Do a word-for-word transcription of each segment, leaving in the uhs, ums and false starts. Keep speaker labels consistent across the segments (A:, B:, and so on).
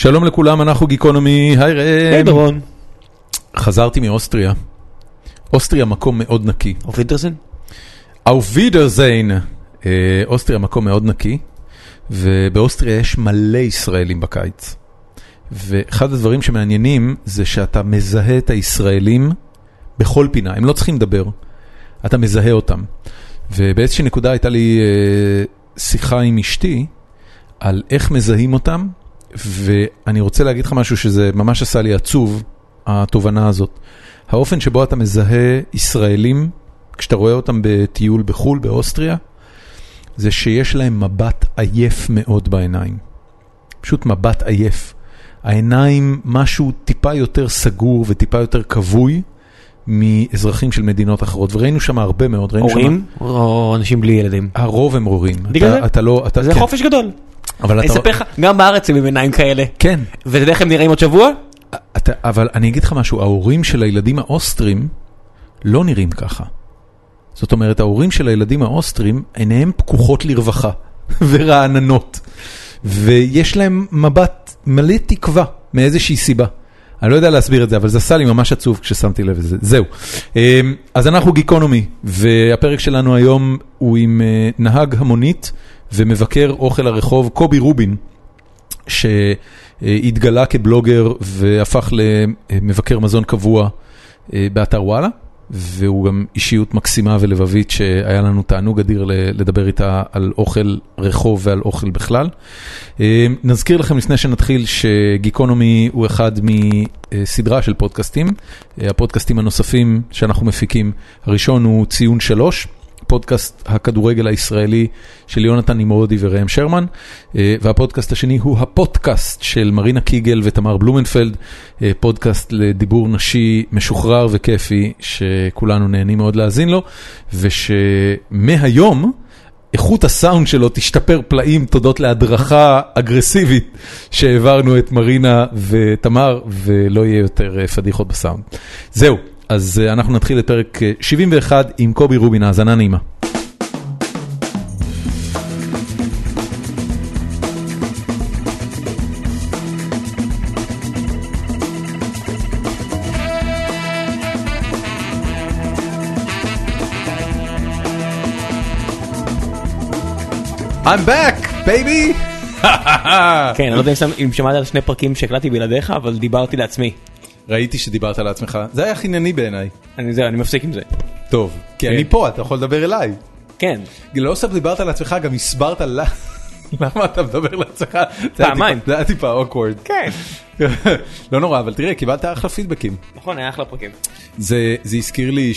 A: שלום לכולם, אנחנו גיקונומי, היי רם.
B: היי דורון.
A: חזרתי מאוסטריה. אוסטריה מקום מאוד נקי.
B: auf Wiedersehen?
A: auf Wiedersehen. אוסטריה מקום מאוד נקי, ובאוסטריה יש מלא ישראלים בקיץ. ואחד הדברים שמעניינים זה שאתה מזהה את הישראלים בכל פינה, הם לא צריכים לדבר, אתה מזהה אותם. ובאיזושהי נקודה הייתה לי שיחה עם אשתי על איך מזהים אותם, ואני רוצה להגיד לך משהו שזה ממש עשה לי עצוב, התובנה הזאת. האופן שבו אתה מזהה ישראלים, כשאתה רואה אותם בטיול בחול, באוסטריה, זה שיש להם מבט עייף מאוד בעיניים. פשוט מבט עייף. העיניים משהו טיפה יותר סגור וטיפה יותר כבוי מאזרחים של מדינות אחרות. וראינו שם הרבה מאוד.
B: הורים או אנשים בלי ילדים?
A: הרוב הם הורים.
B: זה חופש גדול. אני אספר לך, גם בארץ הם עם עיניים כאלה.
A: כן.
B: ואתה יודע איך הם נראים עוד שבוע?
A: אבל אני אגיד לך משהו, ההורים של הילדים האוסטרים לא נראים ככה. זאת אומרת, ההורים של הילדים האוסטרים, עיניהם פקוחות לרווחה ורעננות. ויש להם מבט מלא תקווה מאיזושהי סיבה. אני לא יודע להסביר את זה, אבל זה עשה לי ממש עצוב כששמתי לב לזה. זהו. אז אנחנו גיקונומי, והפרק שלנו היום הוא עם נהג המונית ומבקר אוכל הרחוב, קובי רובין, שהתגלה כבלוגר והפך למבקר מזון קבוע באתר וואלה. והוא גם אישיות מקסימה ולבבית שהיה לנו תענוג אדיר לדבר איתה על אוכל רחוב ועל אוכל בכלל. נזכיר לכם לפני שנתחיל שגיקונומי הוא אחד מסדרה של פודקאסטים. הפודקאסטים הנוספים שאנחנו מפיקים, הראשון הוא ציון שלוש, פודקאסט הכדורגל הישראלי של יונתן נמרודי ורם שרמן, והפודקאסט השני הוא הפודקאסט של מרינה קיגל ותמר בלומנפלד, פודקאסט לדיבור נשי משוחרר וכיפי שכולנו נהנים מאוד להאזין לו, ושמהיום איכות הסאונד שלו תשתפר פלאים תודות להדרכה אגרסיבית שהעברנו את מרינה ותמר, ולא יהיה יותר פדיחות בסאונד. זהו. אז אנחנו נתחיל את פרק שבעים ואחת עם קובי רובין, האזנה נעימה. I'm back, baby!
B: כן, אני לא יודע אם שמעת על שני פרקים שהקלטתי בלעדיך, אבל דיברתי לעצמי.
A: ראיתי שדיברת על עצמך, זה היה ענייני בעיניי.
B: אני זהו, אני מפסיק עם זה.
A: טוב, כי אני פה, אתה יכול לדבר אליי.
B: כן.
A: לא עושה דיברת על עצמך, גם הסברת לה. למה אתה מדבר לעצמך?
B: פעמיים.
A: זה היה טיפה אוקוורד.
B: כן.
A: לא נורא, אבל תראה, קיבלת אחלה פידבקים.
B: נכון, היה אחלה פרקים.
A: זה הזכיר לי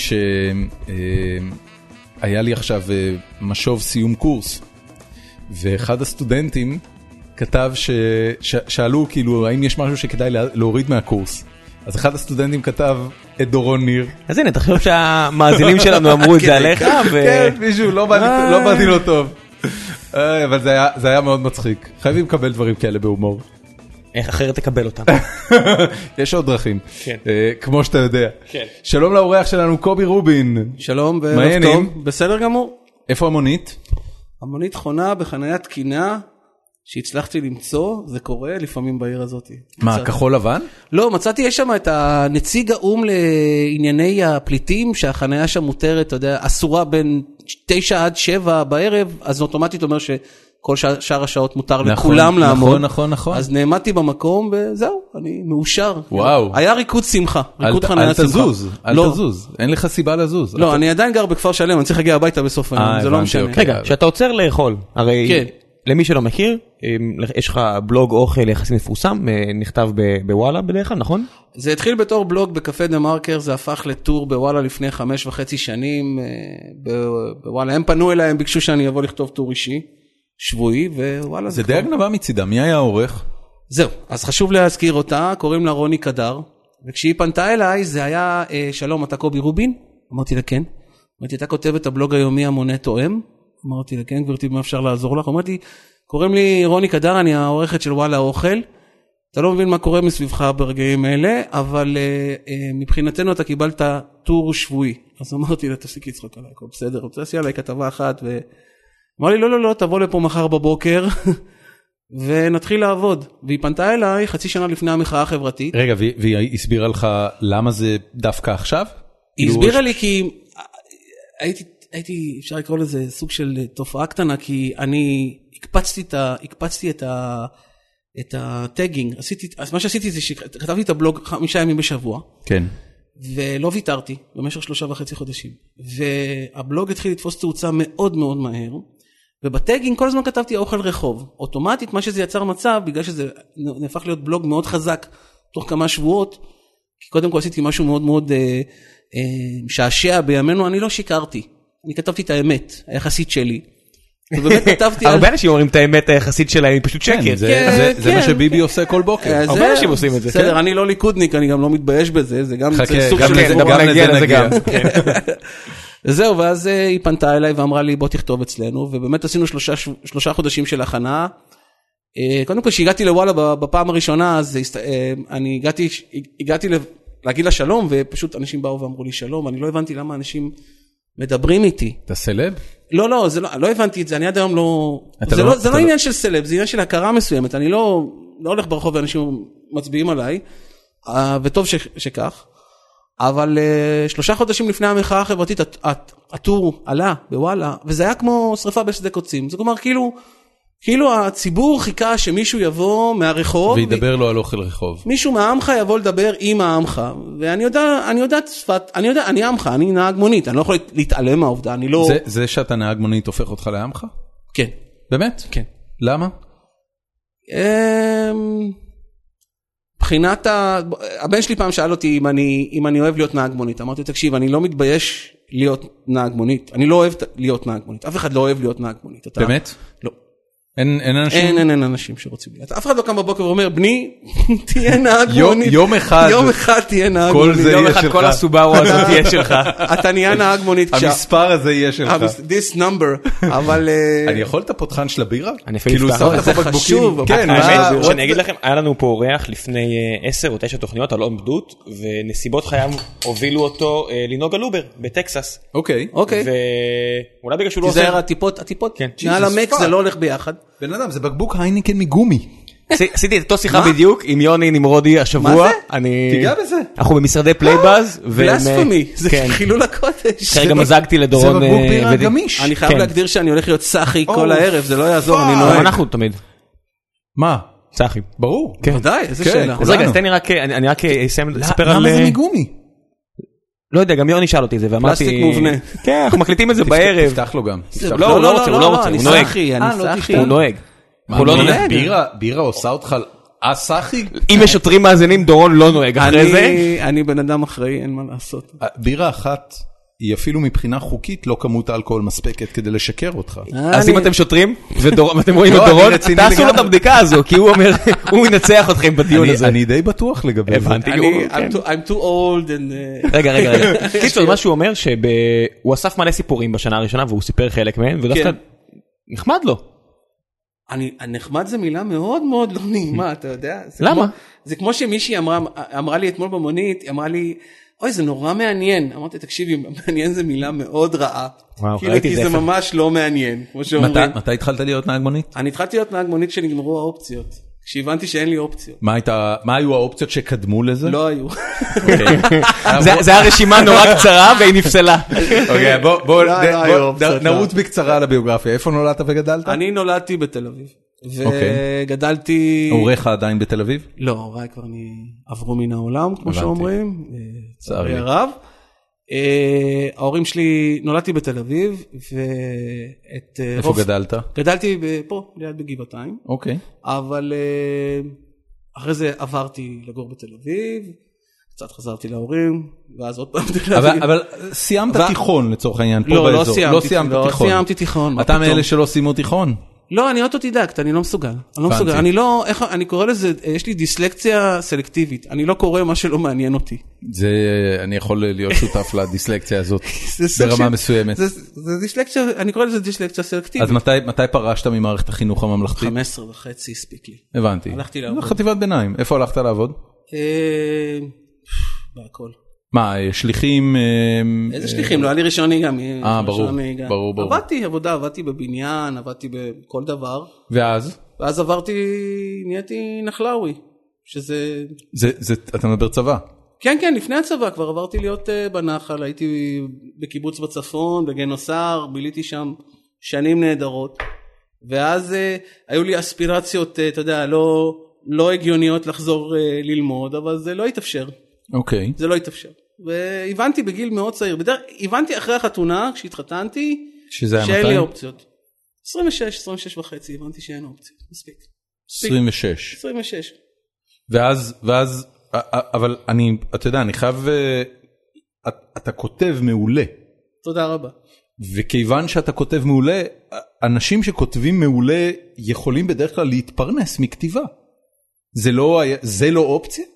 A: שהיה לי עכשיו משוב סיום קורס, ואחד הסטודנטים כתב ששאלו כאילו, האם יש משהו שכדאי להוריד מהקורס? אז אחד הסטודנטים כתב את דורון ניר.
B: אז הנה, תחשוב שהמאזינים שלנו אמרו את זה עליך.
A: כן, מישהו, לא באתי לו טוב. אבל זה היה מאוד מצחיק. חייבים לקבל דברים כאלה בהומור.
B: איך אחרת תקבל אותם?
A: יש עוד דרכים, כמו שאתה יודע.
B: כן.
A: שלום לאורח שלנו, קובי רובין.
C: שלום וערב טוב. בסדר גמור.
A: איפה המונית?
C: המונית חונה בחניית תקינה. שהצלחתי למצוא, זה קורה לפעמים בעיר הזאת.
A: מה, כחול לבן?
C: לא, מצאתי, יש שם את הנציג האום לענייני הפליטים, שהחניה שם מותרת, אתה יודע, אסורה בין תשע עד שבע בערב, אז אוטומטית אומר שכל שאר השעות מותר לכולם לעמוד.
A: נכון, נכון, נכון.
C: אז נעמדתי במקום, וזהו, אני מאושר.
A: וואו.
C: היה ריקוד שמחה, ריקוד חניה שמחה.
A: אל תזוז, אל תזוז, אין לך סיבה לזוז.
C: לא, אני עדיין גר בכפר שלם, אני צריך להגיע הביתה בסוף היום, זה לא משנה.
B: רגע, שאתה עוצר לאכול, הרי למי שלא מכיר, יש לך בלוג אוכל יחסית מפורסם, נכתב בוואלה בדרך כלל, נכון?
C: זה התחיל בתור בלוג בקפה דה מרקר, זה הפך לטור בוואלה לפני חמש וחצי שנים, בוואלה, הם פנו אליי, הם ביקשו שאני אבוא לכתוב טור אישי, שבועי, ווואלה.
A: זה די הגנבה מצידה, מי היה העורך?
C: זהו, אז חשוב להזכיר אותה, קוראים לה רוני קדר, וכשהיא פנתה אליי, זה היה, שלום, אתה קובי רובין? אמרתי לה כן. אמרתי, אתה כותב את הבלוג היומי המונה תואם? אמרתי לה, כן, גברתי, מה אפשר לעזור לך? אמרתי, קוראים לי רוני קדר, אני העורכת של וואלה אוכל. אתה לא מבין מה קורה מסביבך ברגעים אלה, אבל uh, uh, מבחינתנו אתה קיבלת טור שבועי. אז אמרתי לה, תפסיקי לצחוק עליי, הכל בסדר. רוצה לעשייה עליי כתבה אחת, ואמר לי, לא, לא, לא, תבוא לפה מחר בבוקר, ונתחיל לעבוד. והיא פנתה אליי חצי שנה לפני המחאה החברתית.
A: רגע, והיא הסבירה לך למה זה דווקא עכשיו?
C: היא הסבירה לי כי הייתי, הייתי, אפשר לקרוא לזה סוג של תופעה קטנה, כי אני הקפצתי את ה, הקפצתי את ה, את הטגינג. עשיתי, אז מה שעשיתי זה שכתבתי את הבלוג חמישה ימים בשבוע.
A: כן.
C: ולא ויתרתי במשך שלושה וחצי חודשים. והבלוג התחיל לתפוס תאוצה מאוד מאוד מהר. ובטגינג כל הזמן כתבתי אוכל רחוב. אוטומטית מה שזה יצר מצב, בגלל שזה נהפך להיות בלוג מאוד חזק תוך כמה שבועות, כי קודם כל עשיתי משהו מאוד מאוד אה, אה, משעשע בימינו, אני לא שיקרתי. אני כתבתי את האמת, היחסית שלי. ובאמת כתבתי...
B: הרבה אנשים אומרים את האמת היחסית שלהם, היא פשוט שקר.
A: זה מה שביבי עושה כל בוקר.
B: הרבה אנשים עושים את זה.
C: בסדר, אני לא ליכודניק, אני גם לא מתבייש בזה, זה גם סוג
A: של... גם לזה נגיע.
C: וזהו, ואז היא פנתה אליי ואמרה לי, בוא תכתוב אצלנו, ובאמת עשינו שלושה, שלושה חודשים של הכנה. קודם כל, שהגעתי לוואלה בפעם הראשונה, אז אני הגעתי, הגעתי להגיד לה שלום, ופשוט אנשים באו ואמרו לי שלום, אני לא הבנתי למה אנשים מדברים איתי.
A: אתה סלב?
C: לא, לא, זה לא, לא הבנתי את זה, אני עד היום לא... זה לא, זה לא עניין של סלב, זה עניין של הכרה מסוימת, אני לא, לא הולך ברחוב ואנשים מצביעים עליי, וטוב שכך. אבל uh, שלושה חודשים לפני המחאה החברתית, הטור עלה בוואלה, וזה היה כמו שריפה בשדה קוצים. זה כלומר, כאילו, כאילו הציבור חיכה שמישהו יבוא מהרחוב.
A: וידבר ו... לו על אוכל רחוב.
C: מישהו מהעמך יבוא לדבר עם העמך. ואני יודע, אני יודע שפת, אני יודע, אני העמך, אני נהג מונית, אני לא יכול להתעלם מהעובדה, אני לא...
A: זה, זה שאתה נהג מונית הופך אותך לעמך?
C: כן.
A: באמת?
C: כן.
A: למה?
C: מבחינת ה... הבן שלי פעם שאל אותי אם אני, אם אני אוהב להיות נהג מונית. אמרתי, תקשיב, אני לא מתבייש להיות נהג מונית. אני לא אוהב להיות נהג מונית. אף אחד לא אוהב להיות נהג מונית. אתה...
A: באמת?
C: לא.
A: אין, אין אנשים?
C: אין, אין, אין אנשים שרוצים להיות. אף אחד לא קם בבוקר ואומר, בני, תהיה נהג מונית.
A: יום אחד.
C: יום אחד תהיה נהג מונית.
B: יום אחד כל הסובארו הזאת תהיה שלך.
C: אתה נהיה נהג מונית.
A: המספר הזה יהיה שלך.
C: This number. אבל...
A: אני יכול את הפותחן של הבירה?
B: אני אפילו לפתח.
C: זה חשוב.
B: כן. שאני אגיד לכם, היה לנו פה אורח לפני עשר או תשע תוכניות על עומדות, ונסיבות חייו הובילו אותו לנהוג על אובר בטקסס.
A: אוקיי.
C: אוקיי.
B: ואולי בגלל שהוא לא
C: תיזהר, הטיפות, הטיפות. מעל המקס זה לא הולך ביחד.
A: בן אדם, זה בקבוק הייניקן מגומי.
B: עשיתי את אותו שיחה בדיוק עם יוני נמרודי השבוע.
C: מה זה?
B: תיגע בזה. אנחנו במשרדי פלייבאז.
C: בלספמי, זה חילול הקודש.
B: כרגע מזגתי לדורון.
A: זה בקבוק בירה גמיש.
C: אני חייב להגדיר שאני הולך להיות סחי כל הערב, זה לא יעזור, אני נוהג.
B: אנחנו תמיד.
A: מה?
B: סחי.
A: ברור.
C: ודאי, איזה שאלה.
B: אז רגע, אז תן לי רק, אני רק אסיים לספר על...
A: למה זה מגומי?
B: לא יודע, גם יוני שאל אותי זה, ואמרתי...
C: פלסטיק מובנה.
B: כן, אנחנו מקליטים את זה בערב.
A: תפתח לו גם.
B: לא, הוא לא רוצה, הוא לא רוצה, הוא נוהג.
C: אני סחי,
B: הוא נוהג.
A: הוא לא נוהג. בירה עושה אותך... אה, סחי?
B: אם יש שוטרים מאזינים, דורון לא נוהג אחרי זה.
C: אני בן אדם אחראי, אין מה לעשות.
A: בירה אחת היא אפילו מבחינה חוקית לא כמות אלכוהול מספקת כדי לשקר אותך.
B: אז אם אתם שוטרים ואתם רואים את דורון, תעשו לו את הבדיקה הזו, כי הוא אומר, הוא ינצח אתכם בדיון הזה.
A: אני די בטוח לגבי זה.
B: הבנתי.
C: I'm too old and...
B: רגע, רגע, רגע. קיצור, מה שהוא אומר, שהוא אסף מלא סיפורים בשנה הראשונה, והוא סיפר חלק מהם, ודווקא נחמד לו.
C: נחמד זה מילה מאוד מאוד לא נעימה, אתה יודע?
B: למה?
C: זה כמו שמישהי אמרה לי אתמול במונית, היא אמרה לי, אוי, זה נורא מעניין. אמרתי, תקשיבי, מעניין זה מילה מאוד רעה.
B: וואו,
C: כאילו, כי זה ממש לא מעניין, כמו שאומרים.
A: מתי התחלת להיות נהג מונית?
C: אני התחלתי להיות נהג מונית כשנגמרו האופציות. כשהבנתי שאין לי אופציות.
A: מה היו האופציות שקדמו לזה?
C: לא היו.
B: זה הרשימה נורא קצרה והיא נפסלה.
A: אוקיי, בואו נרוץ בקצרה על הביוגרפיה. איפה נולדת וגדלת?
C: אני נולדתי בתל אביב. וגדלתי...
A: הוריך עדיין בתל אביב?
C: לא, הוריי כבר עברו מן העולם, כמו שאומרים. צערי הרב. ההורים שלי, נולדתי בתל אביב, ואת...
A: איפה גדלת?
C: גדלתי פה, ליד בגבעתיים.
A: אוקיי.
C: אבל אחרי זה עברתי לגור בתל אביב, קצת חזרתי להורים, ואז עוד פעם תל אביב.
A: אבל סיימת תיכון לצורך העניין פה
C: באזור.
A: לא סיימת תיכון.
C: לא סיימתי תיכון.
A: אתה מאלה שלא סיימו תיכון?
C: לא, אני אוטודידקט, אני לא מסוגל. אני לא מסוגל. אני לא, איך, אני קורא לזה, יש לי דיסלקציה סלקטיבית. אני לא קורא מה שלא מעניין אותי.
A: זה, אני יכול להיות שותף לדיסלקציה הזאת, ברמה מסוימת.
C: זה דיסלקציה, אני קורא לזה דיסלקציה סלקטיבית.
A: אז מתי פרשת ממערכת החינוך הממלכתית?
C: חמש עשרה וחצי הספיק לי.
A: הבנתי.
C: הלכתי לעבוד.
A: חטיבת ביניים. איפה הלכת לעבוד?
C: בהכל.
A: מה, שליחים?
C: איזה שליחים? לא היה לי רישיון נהיגה.
A: אה, ברור, ברור, ברור.
C: עבדתי עבודה, עבדתי בבניין, עבדתי בכל דבר.
A: ואז?
C: ואז עברתי, נהייתי נחלאוי, שזה...
A: זה, זה, אתה מדבר צבא?
C: כן, כן, לפני הצבא כבר עברתי להיות uh, בנחל, הייתי בקיבוץ בצפון, בגנוסר, ביליתי שם שנים נהדרות, ואז uh, היו לי אספירציות, uh, אתה יודע, לא, לא הגיוניות לחזור uh, ללמוד, אבל זה לא התאפשר.
A: אוקיי.
C: זה לא התאפשר. והבנתי בגיל מאוד צעיר, בדרך, הבנתי אחרי החתונה, כשהתחתנתי, שאין לי אופציות. עשרים ושש, עשרים ושש וחצי, הבנתי שאין אופציות, מספיק.
A: עשרים ושש.
C: עשרים ושש.
A: ואז, ואז, אבל אני, אתה יודע, אני חייב, אתה כותב מעולה.
C: תודה רבה.
A: וכיוון שאתה כותב מעולה, אנשים שכותבים מעולה יכולים בדרך כלל להתפרנס מכתיבה. זה לא, זה לא אופציה?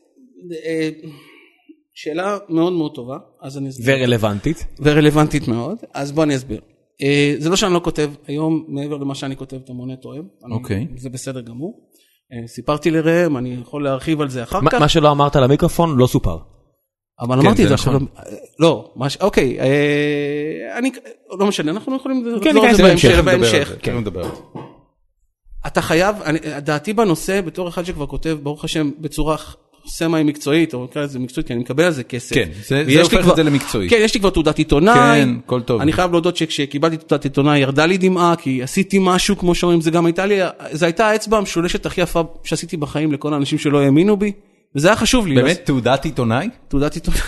C: שאלה מאוד מאוד טובה, אז אני אסביר.
B: ורלוונטית.
C: ורלוונטית מאוד, אז בוא אני אסביר. זה לא שאני לא כותב, היום מעבר למה שאני כותב אתה מונה תואם.
A: אוקיי.
C: זה בסדר גמור. סיפרתי לרם, אני יכול להרחיב על זה אחר כך.
B: מה שלא אמרת למיקרופון לא סופר.
C: אבל אמרתי את זה עכשיו. לא, אוקיי, אני, לא משנה, אנחנו יכולים לחזור את זה בהמשך.
A: כן, נדבר על זה.
C: אתה חייב, דעתי בנושא, בתור אחד שכבר כותב, ברוך השם, בצורה סמי מקצועית, או נקרא לזה מקצועית, כי אני מקבל על זה כסף.
A: כן, זה הופך את זה למקצועי.
C: כן, יש לי כבר תעודת עיתונאי.
A: כן, כל טוב.
C: אני חייב להודות שכשקיבלתי תעודת עיתונאי, ירדה לי דמעה, כי עשיתי משהו, כמו שאומרים, זה גם הייתה לי, זה הייתה האצבע המשולשת הכי יפה שעשיתי בחיים לכל האנשים שלא האמינו בי, וזה היה חשוב לי.
A: באמת, תעודת עיתונאי?
C: תעודת עיתונאי.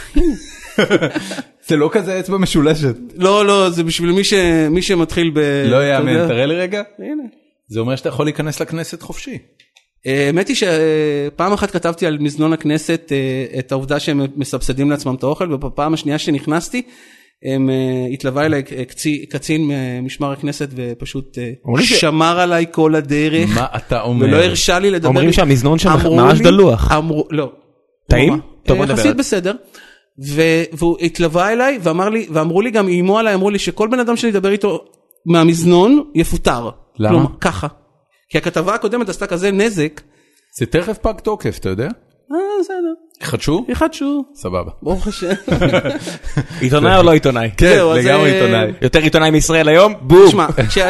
A: זה לא כזה אצבע משולשת.
C: לא, לא, זה בשביל מי שמתחיל ב...
A: לא יאמן, תראה לי רגע.
C: הנה.
A: זה אומר שאתה יכול להיכנס לכנסת חופשי.
C: האמת היא שפעם אחת כתבתי על מזנון הכנסת את העובדה שהם מסבסדים לעצמם את האוכל, ובפעם השנייה שנכנסתי, הם התלווה אליי קצין משמר הכנסת ופשוט שמר עליי כל הדרך.
A: מה אתה אומר?
C: ולא הרשה לי לדבר.
B: אומרים שהמזנון שם ממש דלוח.
C: לא.
B: טעים?
C: יחסית בסדר. והוא התלווה אליי ואמרו לי גם, איימו עליי, אמרו לי שכל בן אדם שאני אדבר איתו מהמזנון יפוטר.
A: למה?
C: ככה. כי הכתבה הקודמת עשתה כזה נזק.
A: זה תכף פג תוקף, אתה יודע?
C: אה, בסדר.
A: יחדשו?
C: יחדשו.
A: סבבה.
C: ברוך השם.
B: עיתונאי או לא עיתונאי?
A: כן, לגמרי עיתונאי.
B: יותר עיתונאי מישראל היום? בום.
C: תשמע,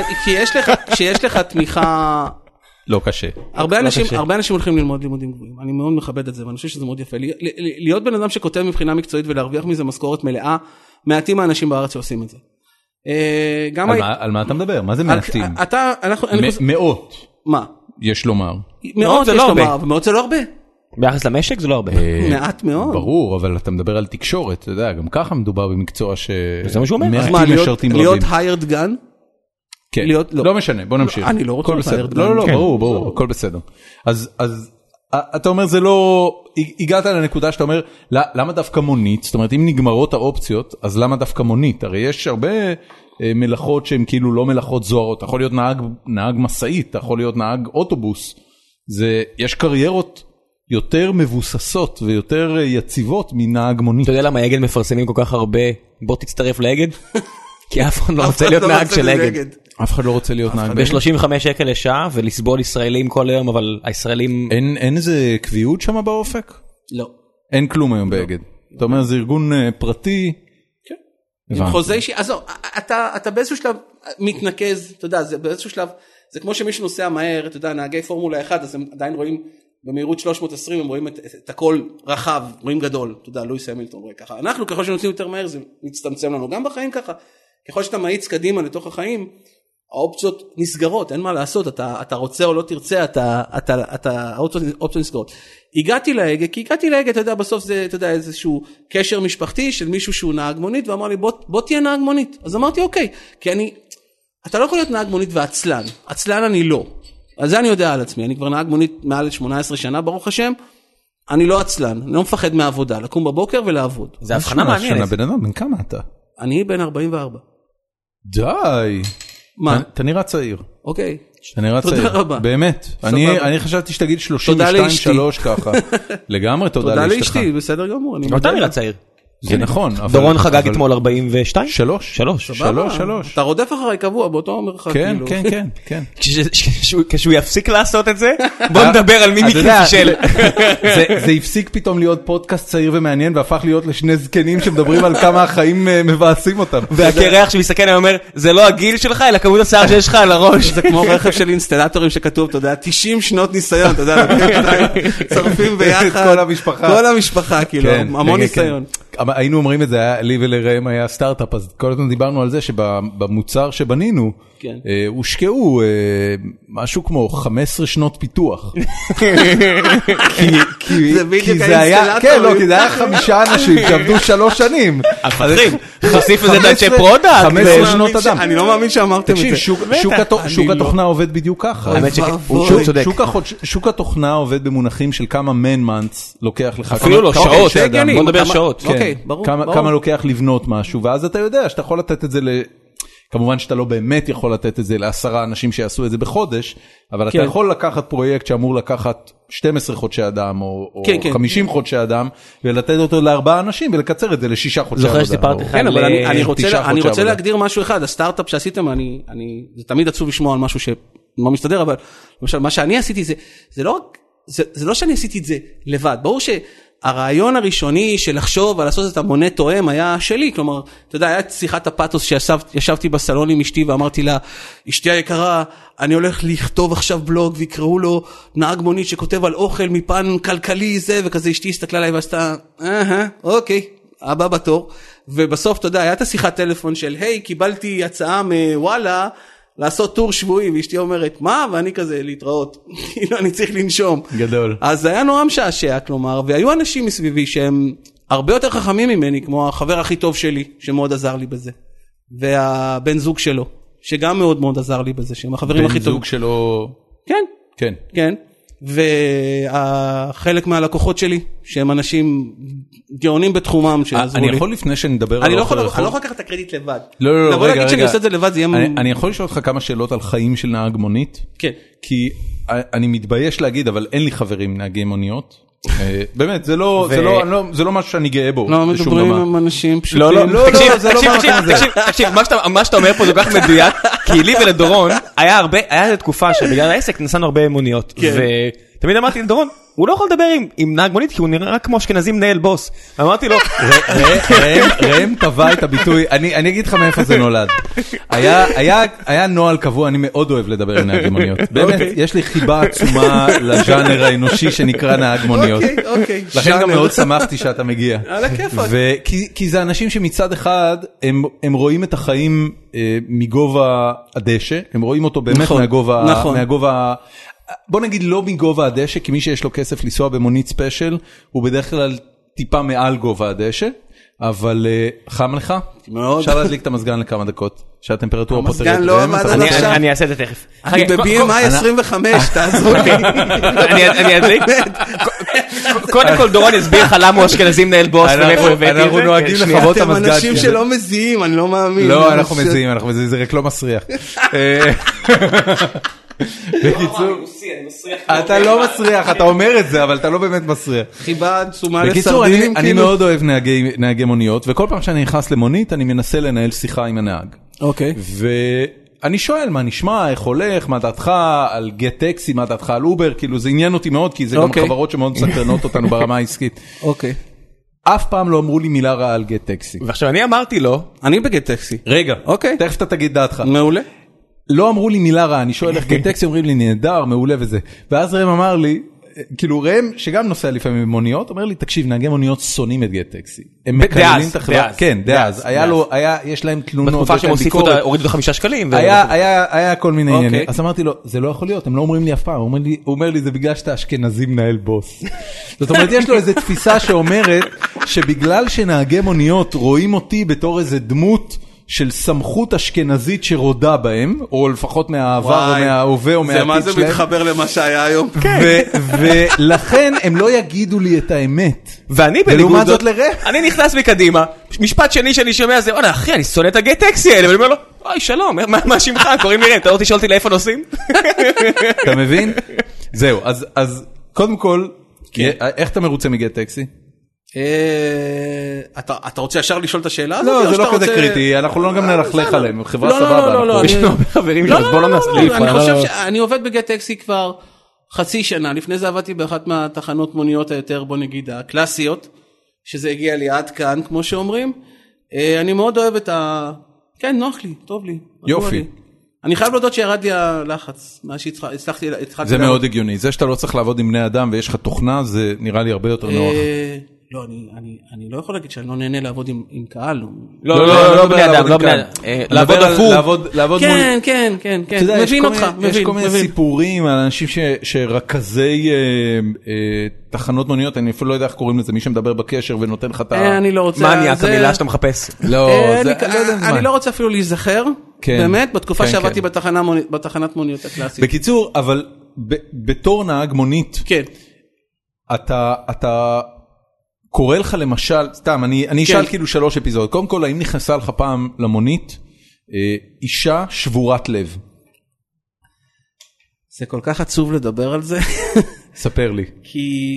C: כשיש לך תמיכה...
A: לא קשה.
C: הרבה אנשים, הרבה אנשים הולכים ללמוד לימודים גבוהים. אני מאוד מכבד את זה, ואני חושב שזה מאוד יפה. להיות בן אדם שכותב מבחינה מקצועית ולהרוויח מזה משכורת מלאה, מעטים האנשים בארץ שעושים את זה.
A: על מה אתה מדבר? מה זה מעטים? מאות.
C: מה?
A: יש לומר.
C: מאות יש לומר, ומאות זה לא הרבה.
B: ביחס למשק זה לא הרבה.
C: מעט מאוד.
A: ברור, אבל אתה מדבר על תקשורת, אתה יודע, גם ככה מדובר במקצוע ש...
B: זה מה שהוא אומר.
A: מעטים משרתים רבים.
C: להיות hired gun?
A: כן, לא משנה, בוא נמשיך.
C: אני לא רוצה להיות hired gun.
A: לא, לא, ברור, ברור, הכל בסדר. אז אתה אומר זה לא... הגעת לנקודה שאתה אומר, למה דווקא מונית? זאת אומרת, אם נגמרות האופציות, אז למה דווקא מונית? הרי יש הרבה מלאכות שהן כאילו לא מלאכות זוהרות. אתה יכול להיות נהג מסעית, אתה יכול להיות נהג אוטובוס. יש קריירות יותר מבוססות ויותר יציבות מנהג מונית.
B: אתה יודע למה אגד מפרסמים כל כך הרבה, בוא תצטרף לאגד? כי אף אחד לא רוצה להיות נהג של אגד.
A: אף אחד לא רוצה להיות נהג.
B: ב-שלושים וחמש שקל לשעה ולסבול ישראלים כל היום, אבל הישראלים...
A: אין איזה קביעות שם באופק?
C: לא.
A: אין כלום היום באגד. אתה אומר, זה ארגון פרטי?
C: כן. עם חוזה אישי, אז לא, אתה באיזשהו שלב מתנקז, אתה יודע, זה באיזשהו שלב, זה כמו שמישהו נוסע מהר, אתה יודע, נהגי פורמולה אחת, אז הם עדיין רואים במהירות שלוש מאות ועשרים, הם רואים את הכל רחב, רואים גדול, אתה יודע, לואיס המילטון רואה ככה. אנחנו, ככל שנוסעים יותר מהר, זה מצטמצם לנו, גם בחיים ככה. ככל שאתה מאיץ קדימה לתוך החיים, האופציות נסגרות, אין מה לעשות, אתה, אתה רוצה או לא תרצה, אתה, אתה, אתה, האופציות נסגרות. הגעתי להגה, כי הגעתי להגה, אתה יודע, בסוף זה, אתה יודע, איזשהו קשר משפחתי של מישהו שהוא נהג מונית, ואמר לי, בוא, בוא תהיה נהג מונית. אז אמרתי, אוקיי, כי אני, אתה לא יכול להיות נהג מונית ועצלן, עצלן אני לא. אז זה אני יודע על עצמי, אני כבר נהג מונית מעל שמונה עשרה שנה, ברוך השם, אני לא עצלן, אני לא מפחד מהעבודה, לקום בבוקר ולעבוד.
B: זה הבחנה מעניינת.
A: בן אדם, בן כמה אתה?
C: אני בן ארבעים וארבע.
A: די.
C: מה?
A: אתה נראה צעיר.
C: אוקיי.
A: אתה נראה צעיר.
C: תודה רבה.
A: באמת. אני חשבתי שתגיד שלושים ושתיים שלוש ככה. לגמרי תודה לאשתך.
C: תודה לאשתי, בסדר גמור.
B: אתה נראה צעיר.
A: זה נכון.
B: דורון חגג אתמול ארבעים ושתיים?
A: שלוש.
B: שלוש.
A: שלוש, שלוש.
C: אתה רודף אחריי קבוע באותו מרחק.
A: כן, כן, כן, כן.
B: כשהוא יפסיק לעשות את זה, בוא נדבר על מי מכם של...
A: זה הפסיק פתאום להיות פודקאסט צעיר ומעניין, והפך להיות לשני זקנים שמדברים על כמה החיים מבאסים אותם.
B: והקרח שמסתכל אני אומר, זה לא הגיל שלך, אלא כמות השיער שיש לך על הראש.
C: זה כמו רכב של אינסטלטורים שכתוב, אתה יודע, תשעים שנות ניסיון, אתה יודע, צורפים ביחד.
A: כל המשפחה.
C: כל המשפחה, כאילו, המון ניסיון.
A: היינו אומרים את זה, לי ולראם היה סטארט-אפ, אז כל הזמן דיברנו על זה שבמוצר שבנינו, הושקעו משהו כמו חמש עשרה שנות פיתוח.
C: זה בדיוק האינסטלטור.
A: כן, לא, כי זה היה חמישה אנשים שעבדו שלוש שנים.
B: הפתחים, תוסיף לזה דאנשי פרודקט.
A: חמש עשרה שנות אדם.
C: אני לא מאמין שאמרתם את זה.
A: שוק התוכנה עובד בדיוק ככה. שוק התוכנה עובד במונחים של כמה man months לוקח לך.
B: אפילו לא, שעות. בוא נדבר שעות.
A: כמה לוקח לבנות משהו, ואז אתה יודע שאתה יכול לתת את זה ל... כמובן שאתה לא באמת יכול לתת את זה לעשרה אנשים שיעשו את זה בחודש, אבל אתה יכול לקחת פרויקט שאמור לקחת שנים עשר חודשי אדם, או חמישים חודשי אדם, ולתת אותו לארבעה אנשים, ולקצר את זה לשישה חודשי עבודה.
B: זוכר שסיפרתי לך.
C: כן, אבל אני רוצה להגדיר משהו אחד, הסטארט-אפ שעשיתם, זה תמיד עצוב לשמוע על משהו שלא מסתדר, אבל למשל, מה שאני עשיתי זה, זה לא שאני עשיתי את זה לבד, ברור ש... הרעיון הראשוני של לחשוב ולעשות את המונה תואם היה שלי, כלומר, אתה יודע, היה שיחת הפאטוס שישבתי בסלון עם אשתי ואמרתי לה, אשתי היקרה, אני הולך לכתוב עכשיו בלוג ויקראו לו נהג מונית שכותב על אוכל מפן כלכלי זה, וכזה אשתי הסתכלה עליי ועשתה, אהה, אוקיי, הבא בתור, ובסוף, אתה יודע, היה את השיחת טלפון של, היי, קיבלתי הצעה מוואלה, לעשות טור שבועי, ואשתי אומרת, מה? ואני כזה, להתראות. כאילו, אני צריך לנשום.
A: גדול.
C: אז היה נועם שעשע, כלומר, והיו אנשים מסביבי שהם הרבה יותר חכמים ממני, כמו החבר הכי טוב שלי, שמאוד עזר לי בזה. והבן זוג שלו, שגם מאוד מאוד עזר לי בזה, שהם החברים הכי טובים.
A: בן זוג שלו...
C: כן.
A: כן.
C: כן. והחלק מהלקוחות שלי, שהם אנשים גאונים בתחומם שעזרו לי.
A: אני יכול לפני שנדבר על אוכל רחוב?
C: אני לא יכול לקחת את הקרדיט לבד.
A: לא, לא, לא, רגע,
C: רגע.
A: אני יכול לשאול אותך כמה שאלות על חיים של נהג מונית?
C: כן.
A: כי אני מתבייש להגיד, אבל אין לי חברים נהגי מוניות. באמת, זה לא משהו שאני גאה בו.
C: לא, מדברים עם אנשים פשוטים.
B: לא, לא, תקשיב, תקשיב, תקשיב, מה שאתה אומר פה זה כל כך מדויק, כי לי ולדורון היה הרבה, היה איזו תקופה שבגלל העסק נסענו הרבה מוניות, ותמיד אמרתי לדורון, הוא לא יכול לדבר עם נהג מונית, כי הוא נראה כמו אשכנזי מנהל בוס. אמרתי לו,
A: ראם טבע את הביטוי, אני אגיד לך מאיפה זה נולד. היה נוהל קבוע, אני מאוד אוהב לדבר עם נהגי מוניות. באמת, יש לי חיבה עצומה לז'אנר האנושי שנקרא נהג מוניות. לכן גם מאוד שמחתי שאתה מגיע.
C: על הכיפאק.
A: כי זה אנשים שמצד אחד, הם רואים את החיים מגובה הדשא, הם רואים אותו באמת מהגובה... בוא נגיד לא מגובה הדשא, כי מי שיש לו כסף לנסוע במונית ספיישל, הוא בדרך כלל טיפה מעל גובה הדשא, אבל חם לך? מאוד. אפשר להדליק את המזגן לכמה דקות, שהטמפרטורה פה תרד.
C: המזגן לא עמד עד עכשיו.
B: אני אעשה את זה תכף.
C: אני ב-בי אם איי עשרים וחמש, תעזור לי.
B: אני אדליק? קודם כל דורון יסביר לך למה הוא אשכנזי מנהל בוס, ואיפה הבאתי את זה.
A: אנחנו נוהגים לכבות את המזגן.
C: אתם אנשים שלא מזיעים, אני לא מאמין.
A: לא, אנחנו מזיעים, אנחנו מזיעים, זה רק לא מסריח. בקיצור, אתה לא מסריח, אתה אומר את זה, אבל אתה לא באמת מסריח.
C: חיבה עצומה
A: בקיצור, אני מאוד אוהב נהגי מוניות, וכל פעם שאני נכנס למונית, אני מנסה לנהל שיחה עם הנהג.
C: אוקיי.
A: ואני שואל מה נשמע, איך הולך, מה דעתך על גט טקסי, מה דעתך על אובר, כאילו זה עניין אותי מאוד, כי זה גם חברות שמאוד מסקרנות אותנו ברמה העסקית.
C: אוקיי.
A: אף פעם לא אמרו לי מילה רעה על גט טקסי.
B: ועכשיו אני אמרתי לו,
C: אני בגט טקסי.
A: רגע,
C: אוקיי.
A: תכף אתה תגיד דעתך.
C: מעולה.
A: לא אמרו לי מילה רעה, אני שואל איך גט טקסי, אומרים לי נהדר, מעולה וזה. ואז ראם אמר לי, כאילו ראם, שגם נוסע לפעמים במוניות, אומר לי, תקשיב, נהגי מוניות שונאים את גט טקסי. הם מקללים את החברה. כן, דאז. היה לו, היה, יש להם תלונות.
B: בתקופה שהם הוסיפו, הורידו חמישה שקלים.
A: היה כל מיני עניינים. אז אמרתי לו, זה לא יכול להיות, הם לא אומרים לי אף פעם. הוא אומר לי, זה בגלל שאתה אשכנזי מנהל בוס. זאת אומרת, יש לו איזו תפיסה שאומרת, שבגלל שנהגי מוניות רואים אותי בתור איזה דמות, של סמכות אשכנזית שרודה בהם, או לפחות מהעבר או מההווה או מהעתיד שלהם.
C: זה מה זה מתחבר למה שהיה היום.
A: ולכן הם לא יגידו לי את האמת.
B: ואני בניגוד זאת, אני נכנס מקדימה, משפט שני שאני שומע זה, וואלה אחי, אני שונא את הגט טקסי האלה, ואני אומר לו, אוי שלום, מה שמך? קוראים לי ראם, אתה לא תשאול אותי לאיפה נוסעים?
A: אתה מבין? זהו, אז קודם כל, איך אתה מרוצה מגט טקסי?
C: אתה רוצה ישר לשאול את השאלה הזאת?
A: לא, זה לא כזה קריטי, אנחנו לא גם נלכלך עליהם, חברה סבבה.
C: לא, לא, לא.
B: יש לנו הרבה חברים שלנו, אז בוא לא נסליף.
C: אני חושב שאני עובד בגט טקסי כבר חצי שנה, לפני זה עבדתי באחת מהתחנות מוניות היותר, בוא נגיד, הקלאסיות, שזה הגיע לי עד כאן, כמו שאומרים. אני מאוד אוהב את ה... כן, נוח לי, טוב לי.
A: יופי.
C: אני חייב להודות שירד לי הלחץ, מה שהצלחתי...
A: זה מאוד הגיוני, זה שאתה לא צריך לעבוד עם בני אדם ויש לך תוכנה, זה נראה לי הרבה יותר נוח.
C: לא, אני לא יכול להגיד שאני לא נהנה לעבוד עם קהל.
B: לא, לא, לא בני אדם, לא בני אדם.
A: לעבוד הפוך.
C: כן, כן, כן, כן, מבין אותך, מבין.
A: יש כל מיני סיפורים על אנשים שרכזי תחנות מוניות, אני אפילו לא יודע איך קוראים לזה, מי שמדבר בקשר ונותן לך את ה...
C: אני לא רוצה...
B: מניאק, המילה שאתה מחפש.
A: לא,
C: אני לא רוצה אפילו להיזכר, באמת, בתקופה שעבדתי בתחנת מוניות הקלאסית.
A: בקיצור, אבל בתור נהג מונית, אתה... קורא לך למשל, סתם, אני, אני אשאל כאילו שלוש אפיזודות. קודם כל, האם נכנסה לך פעם למונית, אישה שבורת לב?
C: זה כל כך עצוב לדבר על זה.
A: ספר לי.
C: כי...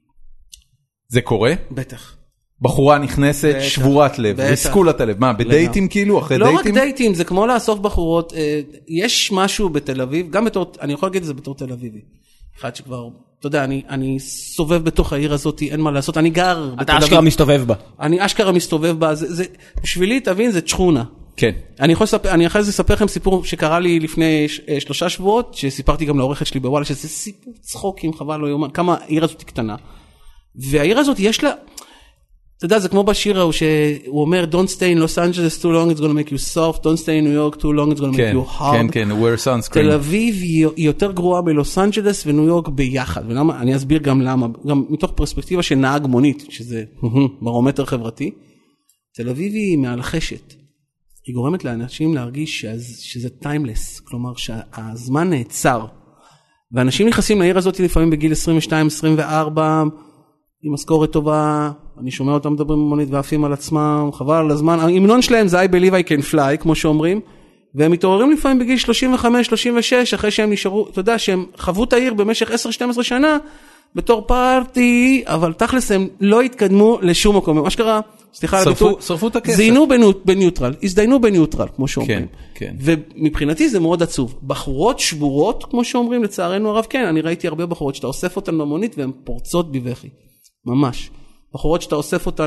A: זה קורה?
C: בטח.
A: בחורה נכנסת, בטח, שבורת לב, ריסקו לה את הלב. מה, בדייטים כאילו, אחרי
C: לא
A: דייטים?
C: לא רק דייטים, זה כמו לאסוף בחורות. יש משהו בתל אביב, גם בתור, אני יכול להגיד את זה בתור תל אביבי. אחד שכבר... אתה יודע, אני, אני סובב בתוך העיר הזאת, אין מה לעשות, אני גר בתל אביב.
B: אתה אשכרה מסתובב בה.
C: אני אשכרה מסתובב בה, זה, זה, בשבילי, תבין, זה שכונה.
A: כן.
C: אני יכול לספר, אני אחרי זה אספר לכם סיפור שקרה לי לפני ש, שלושה שבועות, שסיפרתי גם לעורכת שלי בוואלה, שזה סיפור צחוקים, חבל לא יומן, כמה העיר הזאת קטנה. והעיר הזאת יש לה, אתה יודע, זה כמו בשיר ההוא, שהוא אומר, don't stay in Los Angeles too long, it's going to make you soft, don't stay in New York too long, it's going to make you hard.
A: כן, כן, wear sunscreen.
C: תל אביב היא יותר גרועה בלוס אנג'לס וניו יורק ביחד, ולמה, אני אסביר גם למה, גם מתוך פרספקטיבה של נהג מונית, שזה ברומטר חברתי, תל אביב היא מעלחשת, היא גורמת לאנשים להרגיש שזה טיימלס, כלומר שהזמן נעצר, ואנשים נכנסים לעיר הזאת לפעמים בגיל עשרים ושתיים עשרים וארבע, עם משכורת טובה, אני שומע אותם מדברים במונית ועפים על עצמם, חבל על הזמן, ההמנון שלהם זה I believe I can fly, כמו שאומרים, והם מתעוררים לפעמים בגיל שלושים וחמש שלושים ושש, אחרי שהם נשארו, אתה יודע, שהם חוו את העיר במשך עשר שתים עשרה שנה, בתור פארטי, אבל תכלס הם לא התקדמו לשום מקום, מה שקרה, סליחה על הביטוי,
A: שרפו את הכסף.
C: זיינו בניוטרל, הזדיינו בניוטרל, כמו שאומרים.
A: כן, כן.
C: ומבחינתי זה מאוד עצוב. בחורות שבורות, כמו שאומרים, לצערנו הרב, כן, אני ראיתי הרבה בחורות שאתה אוסף אותן במונית והן פורצות בבכי. ממש. בחורות שאתה אוסף אותן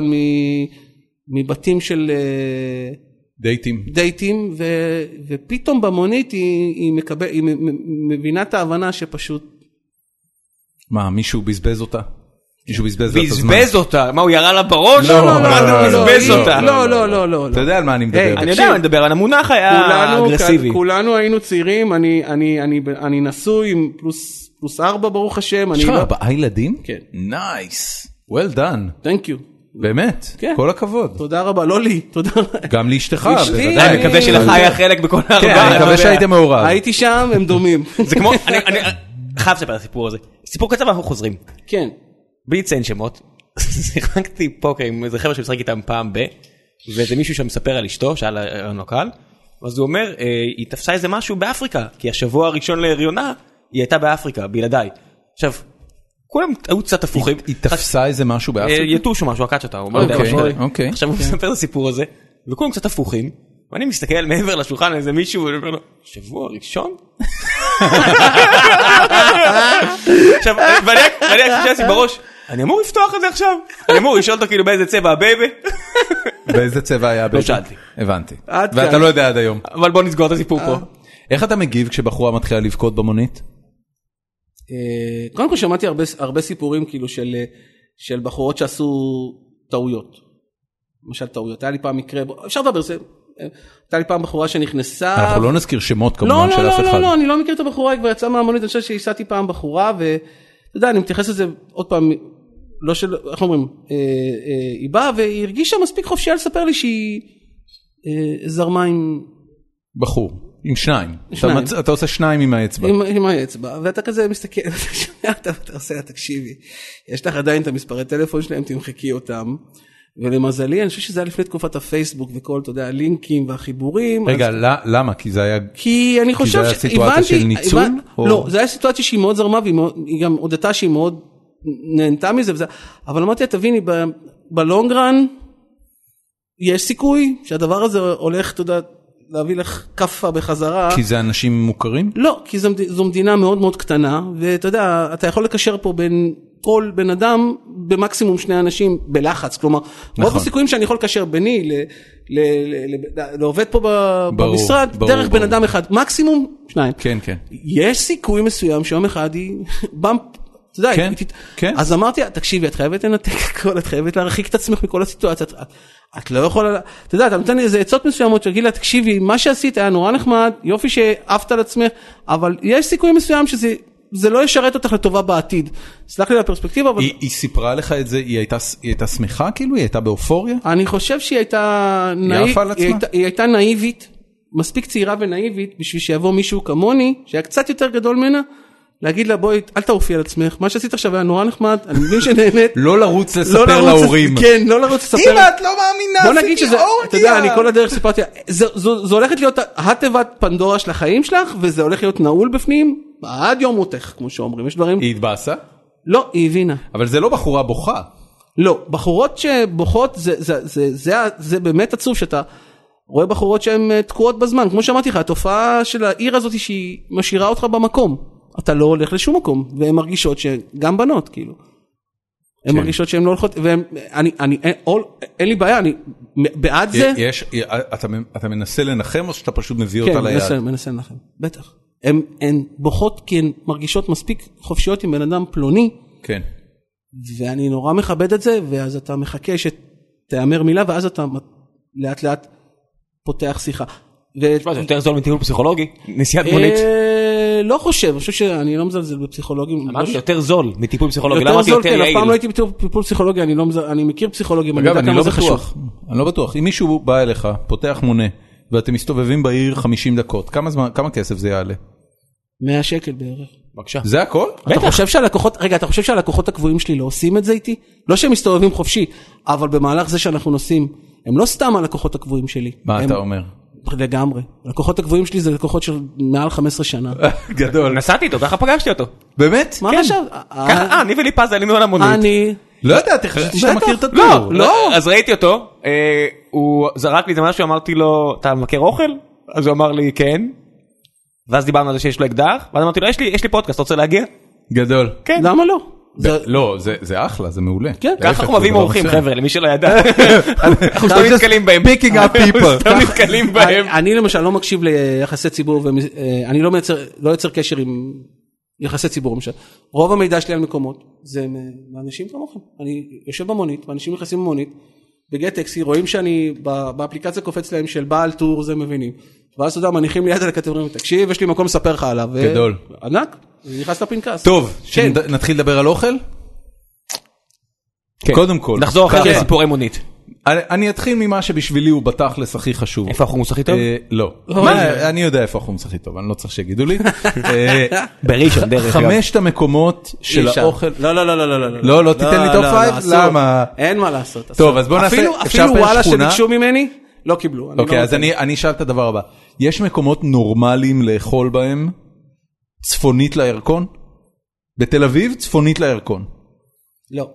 C: מבתים של
A: דייטים.
C: דייטים, ו, ופתאום במונית היא, היא, מקבל, היא מבינה את ההבנה שפשוט...
A: מה, מישהו בזבז אותה? מישהו בזבז אותה זמן?
B: בזבז אותה? מה, הוא ירה לה בראש?
A: לא, לא, לא,
B: לא, בזבז אותה.
C: לא, לא, לא, לא.
A: אתה יודע על מה אני מדבר.
B: אני יודע על מה אני מדבר, על המונח היה אגרסיבי.
C: כולנו היינו צעירים, אני נשוי עם פלוס ארבע, ברוך השם.
A: יש לך ארבעה ילדים?
C: כן.
A: נייס. well done.
C: Thank you.
A: באמת, כל הכבוד.
C: תודה רבה, לא לי, תודה.
A: גם לאשתך.
B: אני מקווה שלך היה חלק בכל הארבעה.
A: אני מקווה שהייתם מעורב.
C: הייתי שם, הם דומים.
B: זה כמו, אני חייב לספר את הסיפור הזה. סיפור קצר ואנחנו חוזרים.
C: כן.
B: בלי ציין שמות, שיחקתי פוקר עם איזה חבר'ה שמשחק איתם פעם ב, ואיזה מישהו שם מספר על אשתו, שהיה לנו קהל, אז הוא אומר, היא תפסה איזה משהו באפריקה, כי השבוע הראשון להריונה, היא הייתה באפריקה, בלעדיי. עכשיו, כולם היו קצת הפוכים.
A: היא תפסה איזה משהו באפריקה?
B: יתוש או משהו, הקצ'תה, הוא אומר, עכשיו הוא מספר את הסיפור הזה, וכולם קצת הפוכים, ואני מסתכל מעבר לשולחן איזה מישהו, ואני אומר לו, שבוע ראשון? עכשיו, ואני חושב בראש, אני אמור לפתוח את זה עכשיו? אני אמור לשאול אותו כאילו באיזה צבע הבייבי?
A: באיזה צבע היה הבייבי?
B: לא שאלתי.
A: הבנתי. ואתה לא יודע עד היום.
B: אבל בוא נסגור את הסיפור פה.
A: איך אתה מגיב כשבחורה מתחילה לבכות במונית?
C: קודם כל שמעתי הרבה סיפורים כאילו של בחורות שעשו טעויות. למשל טעויות. היה לי פעם מקרה, אפשר לדבר זה. הייתה לי פעם בחורה שנכנסה...
A: אנחנו לא נזכיר שמות כמובן של אף אחד.
C: לא, לא, לא, אני לא מכיר את הבחורה, היא כבר יצאה מהמונית, אני חושב שהסעתי פעם בחורה, ואתה יודע, אני מתייחס לזה עוד פעם, לא של, איך אומרים, היא באה והיא הרגישה מספיק חופשייה לספר לי שהיא זרמה עם...
A: בחור, עם שניים. אתה עושה שניים עם האצבע.
C: עם האצבע, ואתה כזה מסתכל, אתה שומע, אתה עושה לה, תקשיבי, יש לך עדיין את המספרי טלפון שלהם, תמחקי אותם. ולמזלי, אני חושב שזה היה לפני תקופת הפייסבוק וכל, אתה יודע, הלינקים והחיבורים.
A: רגע, למה? כי זה היה...
C: כי אני חושב...
A: כי זה היה סיטואציה של ניצול?
C: לא, זה היה סיטואציה שהיא מאוד זרמה, והיא גם הודתה שהיא מאוד נהנתה מזה וזה, אבל אמרתי, תביני, בלונגרן, יש סיכוי שהדבר הזה הולך, אתה יודע, להביא לך קפה בחזרה.
A: כי זה אנשים מוכרים?
C: לא, כי זו, זו מדינה מאוד מאוד קטנה, ואתה יודע, אתה יכול לקשר פה בין כל בן אדם, במקסימום שני אנשים בלחץ, כלומר, נכון. רוב הסיכויים שאני יכול לקשר ביני, ל, ל, ל, ל, לעובד פה ברור, במשרד, ברור, דרך ברור. בן אדם אחד, מקסימום שניים.
A: כן, כן.
C: יש סיכוי מסוים שיום אחד היא במפ, אתה יודע,
A: כן, כן.
C: אז אמרתי, תקשיבי, את חייבת לנתק הכל, את חייבת להרחיק את עצמך מכל הסיטואציה, את, את לא יכולה, אתה יודע, אתה נותן לי איזה עצות מסוימות, שתגיד לה, תקשיבי, מה שעשית היה נורא נחמד, יופי שאהבת על עצמך, אבל יש סיכוי מסוים שזה, זה לא ישרת אותך לטובה בעתיד. סלח לי לפרספקטיבה, אבל...
A: היא, היא סיפרה לך את זה, היא הייתה, היא הייתה שמחה כאילו? היא הייתה באופוריה?
C: אני חושב שהיא הייתה נאיב, היא, הייתה, היא הייתה נאיבית, מספיק צעירה ונאיבית, בשביל שיבוא מישהו כמוני, שהיה קצת יותר גדול ממנה, להגיד לה, בואי, אל תעופי על עצמך, מה שעשית עכשיו היה נורא נחמד, אני מבין שנהנית.
A: לא לרוץ לספר להורים.
C: כן, לא לרוץ לספר.
A: אמא, את לא מאמינה,
C: בוא נגיד שזה, אתה יודע, אני כל הדרך סיפרתי, זו הולכת להיות התיבת פנדורה של החיים שלך, וזה הולך להיות נעול בפנים, עד יום מותך, כמו שאומרים, יש דברים...
A: היא התבאסה?
C: לא, היא הבינה.
A: אבל זה לא בחורה בוכה.
C: לא, בחורות שבוכות, זה, זה, זה, זה, זה באמת עצוב שאתה רואה בחורות שהן תקועות בזמן, כמו שאמרתי לך, התופעה של העיר הזאת שהיא משאירה אותך במקום. אתה לא הולך לשום מקום, והן מרגישות שגם בנות, כאילו. הן כן. מרגישות שהן לא הולכות, ואני, אני, אני, אין, אין לי בעיה, אני בעד זה.
A: יש, אתה, אתה מנסה לנחם, או שאתה פשוט מביא
C: כן,
A: אותה ליד?
C: כן, מנסה, מנסה לנחם, בטח. הן, הן בוכות כי הן מרגישות מספיק חופשיות עם בן אדם פלוני.
A: כן.
C: ואני נורא מכבד את זה, ואז אתה מחכה שתאמר מילה, ואז אתה לאט לאט פותח שיחה.
B: תשמע, זה יותר זול מטיפול פסיכולוגי, נסיעת מונית.
C: לא חושב, אני חושב שאני לא מזלזל בפסיכולוגים.
B: אמרתי יותר זול מטיפול פסיכולוגי,
C: יותר זול, כן, אף פעם לא הייתי בטיפול פסיכולוגי, אני מכיר פסיכולוגים,
A: אגב, אני לא בטוח, אני לא בטוח, אם מישהו בא אליך, פותח מונה, ואתם מסתובבים בעיר חמישים דקות, כמה כסף זה יעלה?
C: מאה שקל בערך.
B: בבקשה.
A: זה הכל?
C: אתה חושב שהלקוחות, רגע, אתה חושב שהלקוחות הקבועים שלי לא עושים את זה איתי? לא שהם מסתובבים חופשי, אבל במהלך זה שאנחנו נוסעים, הם לא סתם הלקוחות הקבועים שלי.
A: מה אתה אומר?
C: לגמרי. לקוחות הקבועים שלי זה לקוחות של מעל חמש עשרה שנה.
A: גדול.
B: נסעתי איתו, ככה פגשתי אותו.
A: באמת?
C: מה חשב?
B: אה, אני וליפז היינו על המונית.
C: אני...
A: לא ידעתי, חשבתי שאתה מכיר את הטור.
B: לא, לא. אז ראיתי אותו, הוא זרק לי את משהו, אמרתי לו, אתה מכיר אוכל? אז הוא אמר לי, כן. ואז דיברנו על זה שיש לו אקדח, ואז אמרתי לו, יש לי פודקאסט, אתה רוצה להגיע?
A: גדול.
C: כן. למה לא?
A: לא, זה אחלה, זה מעולה.
C: כן.
B: ככה אנחנו מביאים אורחים, חבר'ה, למי שלא ידע. אנחנו סתם נתקלים בהם.
A: picking up people.
B: סתם נתקלים בהם.
C: אני למשל לא מקשיב ליחסי ציבור, אני לא יוצר קשר עם יחסי ציבור למשל. רוב המידע שלי על מקומות, זה מאנשים כמוכם. אני יושב במונית, ואנשים נכנסים במונית, בגט-טקסי, רואים שאני באפליקציה קופץ להם של בעל טור, זה מבינים. ואז אתה יודע, מניחים לי יד על הקטגוריה, תקשיב, יש לי מקום לספר לך עליו.
A: גדול.
C: ענק, נכנס לפנקס.
A: טוב, נתחיל לדבר על אוכל? קודם כל.
B: נחזור אחרי סיפורי מונית.
A: אני אתחיל ממה שבשבילי הוא בתכלס הכי חשוב.
B: איפה החומוס הכי טוב?
A: לא. אני יודע איפה החומוס הכי טוב, אני לא צריך שיגידו לי.
B: בראשון, דרך אגב.
A: חמשת המקומות של האוכל.
C: לא, לא, לא, לא, לא.
A: לא, לא תיתן לי טופ פייב? למה?
C: אין מה לעשות.
A: טוב, אז בוא נעשה,
C: אפילו וואלה שביקשו ממני, לא קיבלו.
A: אוקיי, אז אני אשאל את הדבר הבא. יש מקומות נורמליים לאכול בהם צפונית לירקון? בתל אביב, צפונית לירקון.
C: לא.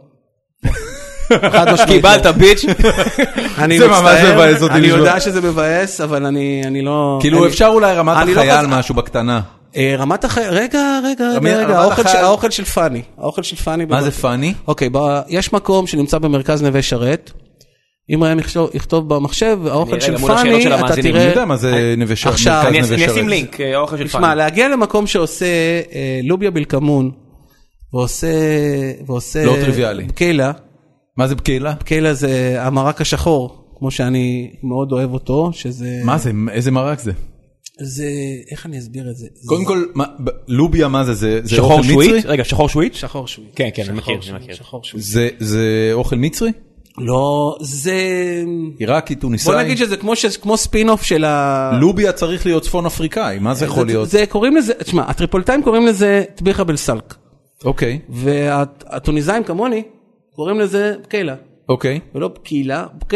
B: קיבלת ביץ'.
C: זה ממש מבאס אותי. אני יודע שזה מבאס, אבל אני לא...
A: כאילו אפשר אולי רמת החייל משהו בקטנה.
C: רמת החייל, רגע, רגע, רגע, האוכל של פאני. האוכל של פאני.
A: מה זה פאני?
C: אוקיי, יש מקום שנמצא במרכז נווה שרת. אם ראם יכתוב במחשב, האוכל של פאני, אתה תראה...
A: אני יודע מה זה נווה שרת.
B: אני אשים לינק, האוכל של פאני.
C: תשמע, להגיע למקום שעושה לוביה בלקמון, ועושה...
A: לא טריוויאלי.
C: בקהילה.
A: מה זה בקהילה?
C: בקהילה זה המרק השחור, כמו שאני מאוד אוהב אותו, שזה...
A: מה זה? איזה מרק זה?
C: זה... איך אני אסביר את זה?
A: קודם כל, לוביה מה זה? זה
B: שחור שווית? רגע, שחור שווית?
C: שחור שווית.
B: כן, כן, אני מכיר, אני מכיר.
C: שחור שווית.
A: זה אוכל מצרי?
C: לא, זה...
A: עיראקי, טוניסאי?
C: בוא נגיד שזה כמו ספין-אוף של ה...
A: לוביה צריך להיות צפון אפריקאי, מה זה יכול להיות?
C: זה קוראים לזה, תשמע, הטריפוליטאים קוראים לזה טביחה בלסלק.
A: אוקיי.
C: והטוניסאים כמוני, קוראים לזה בקהילה.
A: אוקיי.
C: ולא בקהילה, בקהילה.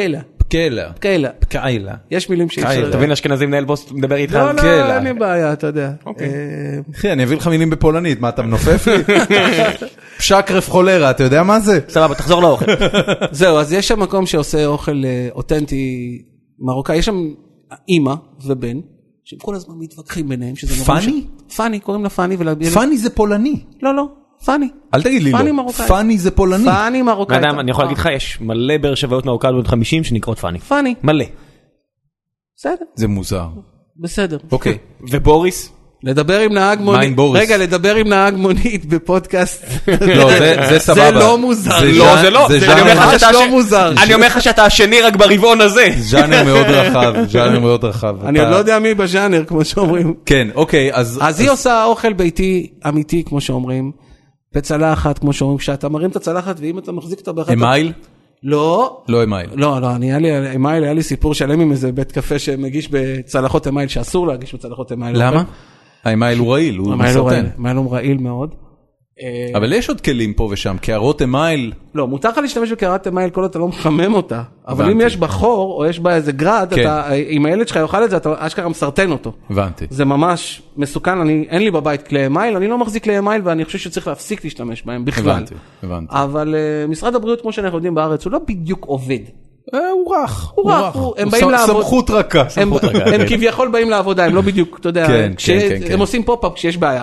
A: פקלה.
C: פקלה.
A: פקלה.
C: יש מילים שאי אפשר...
B: תבין אשכנזי מנהל בוס מדבר איתך.
C: לא, לא, אין לי בעיה, אתה יודע.
A: אחי, אני אביא לך מילים בפולנית, מה אתה מנופף לי? פשקרף חולרה, אתה יודע מה זה?
B: סבבה, תחזור לאוכל.
C: זהו, אז יש שם מקום שעושה אוכל אותנטי מרוקאי, יש שם אימא ובן, שהם כל הזמן מתווכחים ביניהם.
A: פאני?
C: פאני, קוראים לה פאני.
A: פאני זה פולני.
C: לא, לא. פאני.
A: אל תגיד לי לא. פאני זה פולני.
C: פאני מרוקאי.
B: אני יכול להגיד לך, יש מלא באר שבעיות מרוקאיות בנות חמישים שנקראות פאני.
C: פאני.
B: מלא.
C: בסדר.
A: זה מוזר.
C: בסדר.
A: אוקיי.
B: ובוריס?
C: לדבר עם נהג מונית.
A: מה עם בוריס?
C: רגע, לדבר עם נהג מונית בפודקאסט.
A: לא, זה סבבה.
C: זה לא מוזר.
B: לא, זה לא.
A: זה
C: ממש לא מוזר.
B: אני אומר לך שאתה השני רק ברבעון הזה.
A: ז'אנר מאוד רחב, ז'אנר מאוד רחב.
C: אני עוד לא יודע מי בז'אנר, כמו שאומרים.
A: כן, אוקיי, אז...
C: אז היא עושה אוכל ביתי אמיתי, כמו שאומרים. בצלחת, כמו שאומרים, כשאתה מרים את הצלחת, ואם אתה מחזיק אותה באחת...
A: אמייל?
C: לא.
A: לא אמייל.
C: לא, לא, אני, היה לי, אמייל, היה לי סיפור שלם עם איזה בית קפה שמגיש בצלחות אמייל, שאסור להגיש בצלחות אמייל.
A: למה? האמייל הוא רעיל, הוא מסרטן.
C: אמייל הוא רעיל מאוד.
A: אבל יש עוד כלים פה ושם, קערות אמייל.
C: לא, מותר לך להשתמש בקערת אמייל כל עוד אתה לא מחמם אותה, אבל אם יש בה חור או יש בה איזה גרד, אם הילד שלך יאכל את זה, אתה אשכרה מסרטן אותו.
A: הבנתי. זה
C: ממש מסוכן, אין לי בבית כלי אמייל, אני לא מחזיק כלי אמייל ואני חושב שצריך להפסיק להשתמש בהם בכלל.
A: הבנתי, הבנתי.
C: אבל משרד הבריאות, כמו שאנחנו יודעים בארץ, הוא לא בדיוק עובד.
A: הוא רך,
C: הוא רך, הם באים לעבוד.
A: סמכות רכה.
C: הם כביכול באים לעבודה, הם לא בדיוק, אתה יודע, הם עושים פופ-אפ כשיש בעיה.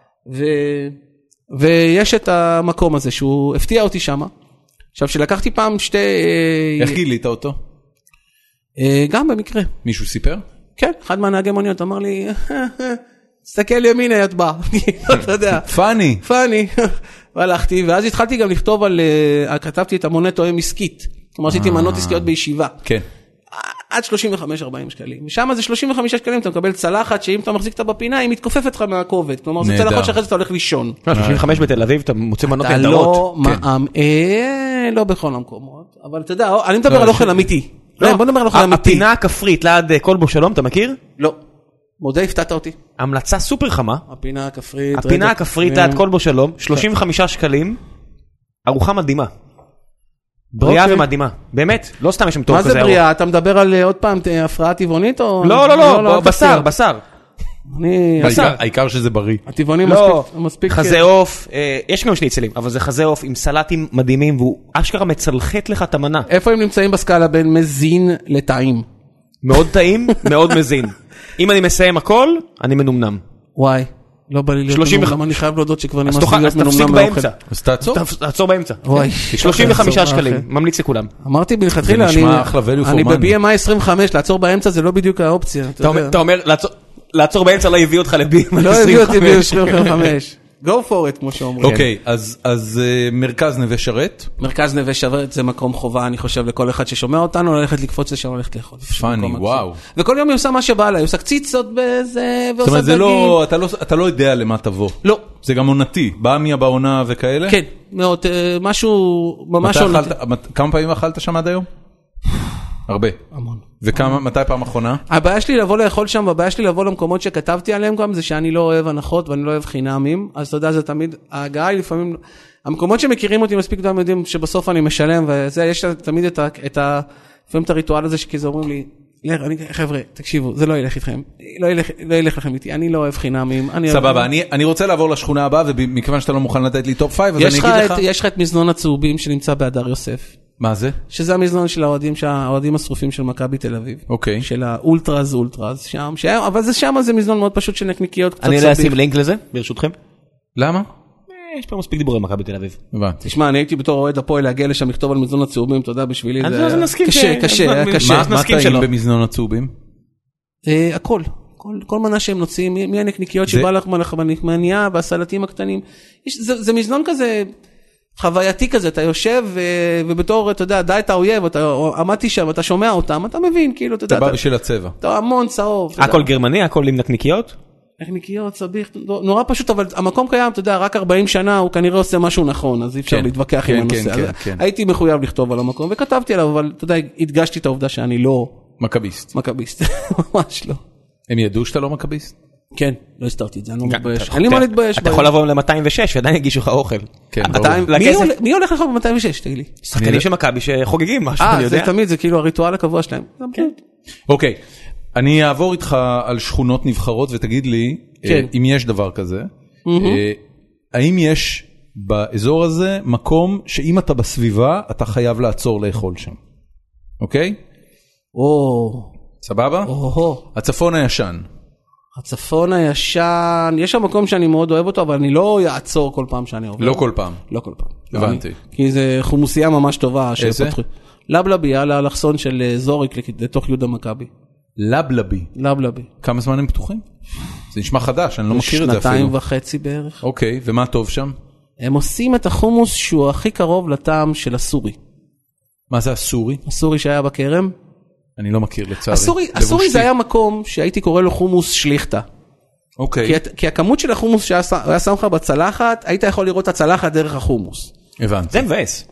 C: ויש את המקום הזה שהוא הפתיע אותי שם. עכשיו, שלקחתי פעם שתי...
A: איך גילית אותו?
C: גם במקרה.
A: מישהו סיפר?
C: כן, אחד מהנהגי מוניות אמר לי, תסתכל ימינה את באה, אתה יודע.
A: פאני.
C: פאני. והלכתי, ואז התחלתי גם לכתוב על, כתבתי את המונה תואם עסקית. כלומר, עשיתי מנות עסקיות בישיבה.
A: כן.
C: עד שלושים וחמישה ארבעים שקלים. ושם זה שלושים וחמישה שקלים, אתה מקבל צלחת, שאם אתה מחזיק אותה בפינה, היא מתכופפת לך מהכובד. כלומר, זה צלחות שאחרי זה אתה הולך לישון.
B: שלושים וחמש בתל אביב, אתה מוצא מנות נהדרות.
C: אתה לא, לא בכל המקומות, אבל אתה יודע, אני מדבר על אוכל אמיתי. בוא נדבר על אוכל אמיתי.
B: הפינה הכפרית ליד כלבו שלום, אתה מכיר?
C: לא. מודה, הפתעת אותי.
B: המלצה סופר חמה.
C: הפינה הכפרית.
B: הפינה הכפרית ליד כלבו שלום, שלושים וחמישה שקלים, ארוחה מדהימה. בריאה ומדהימה, באמת, לא סתם יש שם טוב כזה.
C: מה זה בריאה? אתה מדבר על עוד פעם הפרעה טבעונית או...
B: לא, לא, לא, בשר, בשר.
A: העיקר שזה בריא.
C: הטבעונים מספיק...
B: חזה עוף, יש גם שני צלים, אבל זה חזה עוף עם סלטים מדהימים, והוא אשכרה מצלחת לך את המנה.
C: איפה הם נמצאים בסקאלה בין מזין לטעים?
B: מאוד טעים, מאוד מזין. אם אני מסיים הכל, אני מנומנם.
C: וואי. לא בא לי להיות מנומנם, אני חייב להודות שכבר נמאס לי להיות מנומנם מהאוכל.
B: אז תעצור. תעצור באמצע.
C: וואי.
B: שלושים וחמישה שקלים, ממליץ לכולם.
C: אמרתי בלכתחילה, אני ב-בי אם איי עשרים וחמש, לעצור באמצע זה לא בדיוק האופציה.
B: אתה אומר, לעצור באמצע לא הביא אותך ל-בי אם איי עשרים וחמש.
C: לא הביא אותי ב-בי אם איי עשרים וחמש. go for it, כמו שאומרים.
A: אוקיי, אז מרכז נווה שרת?
C: מרכז נווה שרת זה מקום חובה, אני חושב, לכל אחד ששומע אותנו, ללכת לקפוץ לשם, ללכת לאכול.
A: פאני, וואו.
C: וכל יום היא עושה מה שבא לה, היא עושה קציצות בזה,
A: זאת אומרת, זה לא, אתה לא יודע למה תבוא.
C: לא.
A: זה גם עונתי, באה מיה בעונה וכאלה?
C: כן, מאוד, משהו ממש עונתי.
A: כמה פעמים אכלת שם עד היום? הרבה.
C: המון.
A: וכמה, מתי פעם אחרונה?
C: הבעיה שלי לבוא לאכול שם, הבעיה שלי לבוא למקומות שכתבתי עליהם גם, זה שאני לא אוהב הנחות ואני לא אוהב חינמים, אז אתה יודע, זה תמיד, ההגעה היא לפעמים, המקומות שמכירים אותי מספיק גם יודעים שבסוף אני משלם, וזה, יש תמיד את ה, את ה, לפעמים את הריטואל הזה שכזה אומרים לי, חבר'ה, תקשיבו, זה לא ילך איתכם, לא ילך, לא ילך לכם איתי, אני לא אוהב חינמים.
A: סבבה, אני, אני רוצה לעבור לשכונה הבאה, ומכיוון שאתה לא מוכן לתת לי טופ פייב, אז אני אגיד לך.
C: יש לך את מזנון הצהובים שנמצא בהדר יוסף.
A: מה זה?
C: שזה המזנון של האוהדים, האוהדים השרופים של מכבי תל אביב.
A: אוקיי.
C: של האולטרז, אולטרז, שם, אבל זה שם, זה מזנון מאוד פשוט של נקניקיות קצת
B: סביב. אני לא אשים לינק לזה, ברשותכם.
A: למה?
B: יש פה מספיק דיבורי מכבי תל אביב.
C: תשמע, אני הייתי בתור אוהד הפועל להגיע לשם לכתוב על מזנון הצהובים, אתה יודע, בשבילי
B: זה
C: קשה, קשה, היה קשה.
A: מה טעים במזנון הצהובים?
C: הכל. כל מנה שהם נוצאים, מי הנקניקיות שבא לך מניעה והסלטים הקטנים. זה מזנון כזה חווייתי כזה, אתה יושב ובתור, אתה יודע, די את האויב, עמדתי שם, אתה שומע אותם, אתה מבין, כאילו, אתה יודע.
A: אתה בא בשביל הצבע.
C: אתה המון צהוב.
B: הכל גרמני, הכל עם נקניקיות?
C: נקניקיות, סביך, נורא פשוט, אבל המקום קיים, אתה יודע, רק ארבעים שנה, הוא כנראה עושה משהו נכון, אז אי אפשר להתווכח עם הנושא הזה. הייתי מחויב לכתוב על המקום, וכתבתי עליו, אבל אתה יודע, הדגשתי את העובדה שאני לא...
A: מכביסט.
C: מכביסט, ממש לא.
A: הם ידעו שאתה לא מכביסט?
C: כן, לא הסתרתי את זה, אני לא מתבייש. אין לי מה להתבייש.
B: אתה יכול לבוא ל-מאתיים ושש ועדיין יגישו לך אוכל.
C: מי הולך לך ב-מאתיים ושש, תגיד לי?
B: שחקנים של מכבי שחוגגים משהו, אני יודע.
C: אה, זה תמיד, זה כאילו הריטואל הקבוע שלהם.
A: אוקיי, אני אעבור איתך על שכונות נבחרות ותגיד לי, אם יש דבר כזה, האם יש באזור הזה מקום שאם אתה בסביבה, אתה חייב לעצור לאכול שם. אוקיי?
C: או...
A: סבבה? הצפון הישן.
C: הצפון הישן, יש שם מקום שאני מאוד אוהב אותו, אבל אני לא אעצור כל פעם שאני עובר.
A: לא כל פעם?
C: לא כל פעם.
A: הבנתי.
C: כי זה חומוסייה ממש טובה.
A: איזה?
C: לבלבי, על האלכסון של זוריק לתוך יהודה מכבי.
A: לבלבי?
C: לבלבי.
A: כמה זמן הם פתוחים? זה נשמע חדש, אני לא מכיר את זה אפילו.
C: שנתיים וחצי בערך.
A: אוקיי, ומה טוב שם?
C: הם עושים את החומוס שהוא הכי קרוב לטעם של הסורי.
A: מה זה הסורי? הסורי
C: שהיה בכרם.
A: אני לא מכיר לצערי.
C: הסורי, הסורי זה היה מקום שהייתי קורא לו חומוס שליחתה.
A: אוקיי.
C: כי, כי הכמות של החומוס שהיה שם לך בצלחת, היית יכול לראות את הצלחת דרך החומוס.
A: הבנתי.
B: זה מבאס.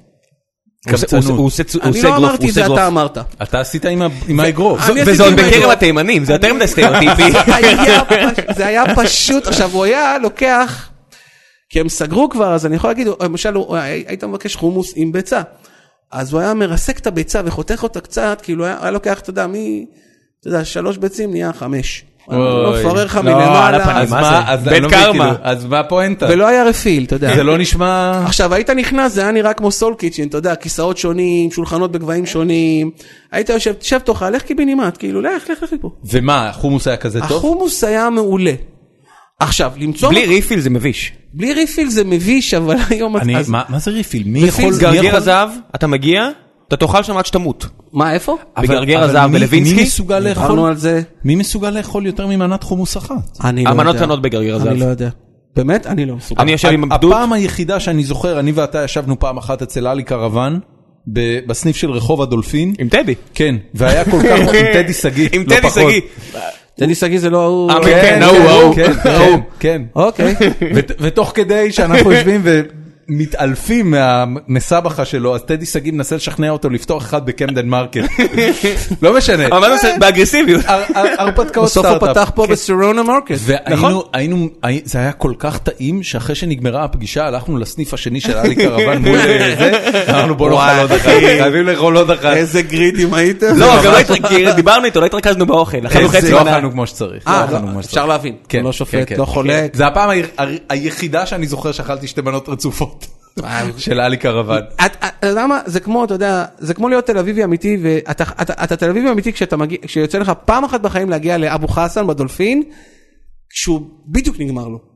C: אני לא אמרתי את זה, אתה אמרת.
A: אתה עשית עם האגרוף.
B: וזה עוד בקרב התימנים, זה יותר מדי סטריאוטיפי.
C: זה היה פשוט, עכשיו הוא היה לוקח, כי הם סגרו כבר, אז אני יכול להגיד, למשל, היית מבקש חומוס עם ביצה. אז הוא היה מרסק את הביצה וחותך אותה קצת, כאילו היה לוקח, אתה יודע, מי, אתה יודע, שלוש ביצים נהיה חמש. לא פרר לך מלמעלה.
B: בית קרמה.
A: אז מה הפואנטה?
C: ולא היה רפיל, אתה יודע.
A: זה לא נשמע...
C: עכשיו, היית נכנס, זה היה נראה כמו סול קיצ'ן, אתה יודע, כיסאות שונים, שולחנות בגבהים שונים. היית יושב, תשב תוכל, לך קיבינימט, כאילו, לך, לך, לך פה.
A: ומה, החומוס היה כזה טוב?
C: החומוס היה מעולה. עכשיו, למצוא...
B: בלי ריפיל זה מביש.
C: בלי ריפיל זה מביש, אבל היום...
A: מה זה ריפיל? מי יכול...
B: גרגר הזהב, אתה מגיע, אתה תאכל שם עד שתמות.
C: מה, איפה?
B: בגרגר הזהב בלווינסקי.
A: מי מסוגל לאכול?
C: על זה.
A: מי מסוגל לאכול יותר ממנת חומוס אחת?
C: אני לא יודע.
B: המנות קטנות בגרגר הזהב.
C: אני לא יודע. באמת? אני לא מסוגל.
B: אני יושב עם הבדות.
A: הפעם היחידה שאני זוכר, אני ואתה ישבנו פעם אחת אצל אלי קרוון, בסניף של רחוב הדולפין.
B: עם טדי.
A: כן, והיה כל כך... עם טדי סגי.
B: עם טדי סגי.
C: טדי סגי זה לא ההוא...
B: כן, ההוא,
A: כן, כן.
C: אוקיי.
A: ותוך כדי שאנחנו יושבים ומתעלפים מהמסבכה שלו, אז טדי סגי מנסה לשכנע אותו לפתוח אחד בקמדן מרקט. לא משנה.
B: אבל מה זה באגרסיביות?
A: הרפתקאות סטארט-אפ.
C: בסוף הוא פתח פה בסטרונה מרקט.
A: והיינו, זה היה כל כך טעים, שאחרי שנגמרה הפגישה, הלכנו לסניף השני של אלי קרוון מול זה, אמרנו בוא נאכל עוד אחת, חייבים לאכול עוד אחת.
C: איזה גרידים הייתם?
B: לא, גם לא דיברנו איתו, לא התרכזנו באוכל.
A: לא אכלנו כמו שצריך.
C: אפשר להבין. לא שופט, לא חולק.
A: זה הפעם היחידה שאני זוכר שאכלתי שתי מנות רצופות של אלי קרוון.
C: אתה יודע מה, זה כמו, אתה יודע, זה כמו להיות תל אביבי אמיתי, ואתה תל אביבי אמיתי כשיוצא לך פעם אחת בחיים להגיע לאבו חסן בדולפין, כשהוא בדיוק נגמר לו.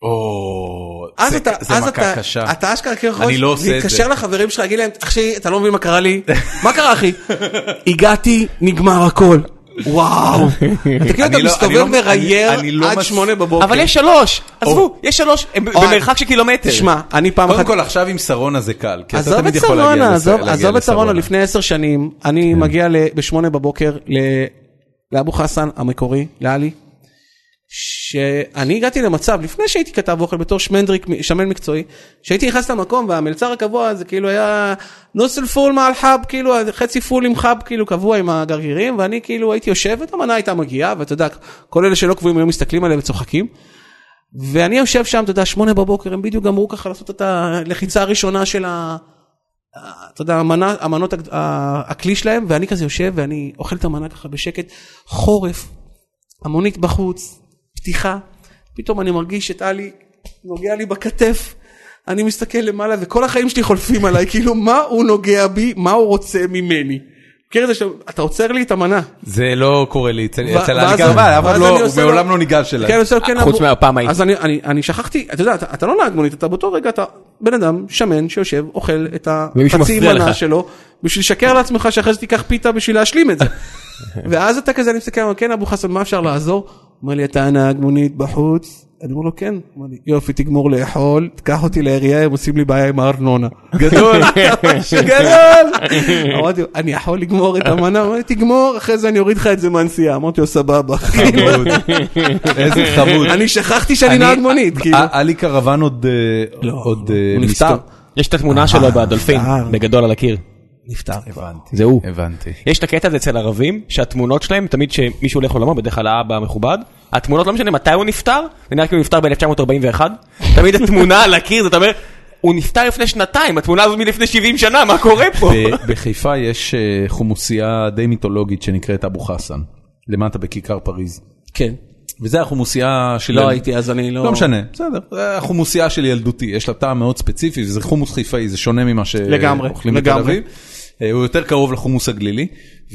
A: זה מכה קשה.
C: אתה אשכרה כאילו
A: אני לא עושה את זה.
C: להתקשר לחברים שלך, להגיד להם, אחי, אתה לא מבין מה קרה לי? מה קרה אחי? הגעתי, נגמר הכל. וואו. אתה כאילו אתה מסתובב מרייר עד שמונה בבוקר.
B: אבל יש שלוש. עזבו, יש שלוש. במרחק של קילומטר.
C: תשמע, אני פעם אחת...
A: קודם כל עכשיו עם שרונה זה קל.
C: עזוב את שרונה, עזוב את שרונה. לפני עשר שנים, אני מגיע בשמונה בבוקר לאבו חסן המקורי, לאלי. שאני הגעתי למצב, לפני שהייתי כתב אוכל בתור שמנדריק, שמן מקצועי, שהייתי נכנס למקום, והמלצר הקבוע זה כאילו היה נוסל פול מעל חב, כאילו חצי פול עם חב, כאילו קבוע עם הגרגירים, ואני כאילו הייתי יושב, ואת המנה הייתה מגיעה, ואתה יודע, כל אלה שלא קבועים היו מסתכלים עליה וצוחקים, ואני יושב שם, אתה יודע, שמונה בבוקר, הם בדיוק גמרו ככה לעשות את הלחיצה הראשונה של ה... אתה יודע, המנה, המנות, הכלי שלהם, ואני כזה יושב, ואני אוכל את המנה ככה בשקט, חורף, המונית בחוץ, פתיחה, פתאום אני מרגיש את אלי נוגע לי בכתף, אני מסתכל למעלה וכל החיים שלי חולפים עליי, כאילו מה הוא נוגע בי, מה הוא רוצה ממני. מכיר את זה שאתה עוצר לי את המנה.
A: זה לא קורה לי אצל אלי קרוון, אבל הוא מעולם לא ניגש אליי.
B: חוץ מהפעם ההיא.
C: אז אני שכחתי, אתה יודע, אתה לא נהג מונית, אתה באותו רגע, אתה בן אדם שמן שיושב, אוכל את החצי מנה שלו, בשביל לשקר לעצמך שאחרי זה תיקח פיתה בשביל להשלים את זה. ואז אתה כזה, אני מסתכל, כן אבו חסן, מה אפשר לעזור? אומר לי, אתה נהג מונית בחוץ? אני אומר לו, כן. אומר לי, יופי, תגמור לאכול, תקח אותי לעירייה, הם עושים לי בעיה עם הארנונה.
A: גדול,
C: גדול. אמרתי, אני יכול לגמור את המנה? אמרתי, תגמור, אחרי זה אני אוריד לך את זה מהנסיעה. אמרתי לו, סבבה.
A: חמוד. איזה חמוד.
C: אני שכחתי שאני נהג מונית.
A: אלי קרוון עוד...
C: הוא נפטר.
B: יש את התמונה שלו בדולפין, בגדול על הקיר.
C: נפטר.
A: הבנתי.
B: זהו.
A: הבנתי.
B: יש את הקטע הזה אצל ערבים, שהתמונות שלהם, תמיד שמישהו הולך עולמו, בדרך כלל האבא המכובד, התמונות לא משנה מתי הוא נפטר, זה נראה כאילו הוא נפטר ב-אלף תשע מאות ארבעים ואחת, תמיד התמונה על הקיר, זאת אומרת, הוא נפטר לפני שנתיים, התמונה הזו מלפני שבעים שנה, מה קורה פה?
A: בחיפה יש חומוסייה די מיתולוגית שנקראת אבו חסן, למטה בכיכר פריז.
C: כן.
A: וזה החומוסייה של...
C: לא הייתי, אז אני לא...
A: לא משנה, בסדר. זה החומוסייה של ילדותי, יש לה טעם מאוד ספציפי, וזה חומוס חיפאי, זה שונה ממה שאוכלים בתל אביב. הוא יותר קרוב לחומוס הגלילי,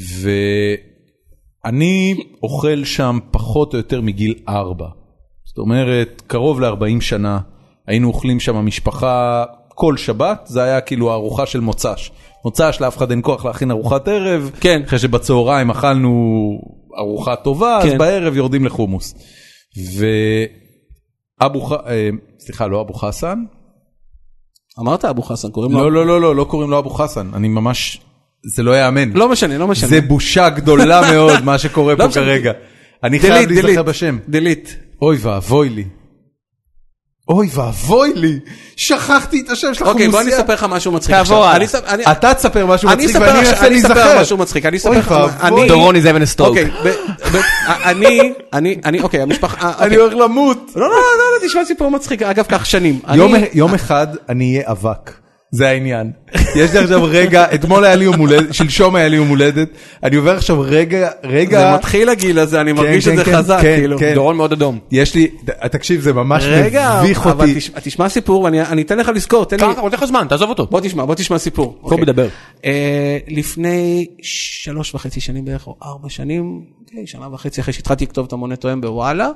A: ואני אוכל שם פחות או יותר מגיל ארבע. זאת אומרת, קרוב ל-ארבעים שנה, היינו אוכלים שם המשפחה כל שבת, זה היה כאילו הארוחה של מוצ"ש. מוצ"ש, לאף אחד אין כוח להכין ארוחת ערב,
C: כן.
A: אחרי שבצהריים אכלנו ארוחה טובה,
C: כן.
A: אז בערב יורדים לחומוס. ואבו ח... סליחה, לא אבו חסן?
C: אמרת אבו חסן, קוראים לו...
A: לא, לא, לא, לא, לא קוראים לו אבו חסן, אני ממש... זה לא יאמן.
C: לא משנה, לא משנה.
A: זה בושה גדולה מאוד מה שקורה פה כרגע. אני חייב להיזכר בשם.
C: דליט.
A: אוי ואבוי לי. אוי ואבוי לי. שכחתי את השם של החומוסייה.
C: אוקיי, בוא אני אספר לך משהו מצחיק.
A: אתה תספר משהו מצחיק ואני אנסה
C: אני אספר
A: להיזכר.
C: משהו מצחיק. אני אספר לך...
B: דורון is having a stroke.
C: אוקיי, אני, אני, אני, אוקיי, המשפחה...
A: אני הולך למות.
C: לא, לא, לא, תשמע סיפור מצחיק. אגב, כך שנים.
A: יום אחד אני אהיה אבק. זה העניין. יש לי עכשיו רגע, אתמול היה לי יום הולדת, שלשום היה לי יום הולדת, אני עובר עכשיו רגע, רגע...
C: זה מתחיל הגיל הזה, אני מרגיש שזה חזק, כאילו.
B: דורון מאוד אדום.
A: יש לי, תקשיב, זה ממש מביך אותי.
C: אבל תשמע סיפור, ואני אתן לך לזכור, תן לי...
B: ככה, עוד לך זמן, תעזוב אותו.
C: בוא תשמע, בוא תשמע סיפור.
B: בוא מדבר.
C: לפני שלוש וחצי שנים בערך, או ארבע שנים, שנה וחצי אחרי שהתחלתי לכתוב את המונה תואם בוואלה,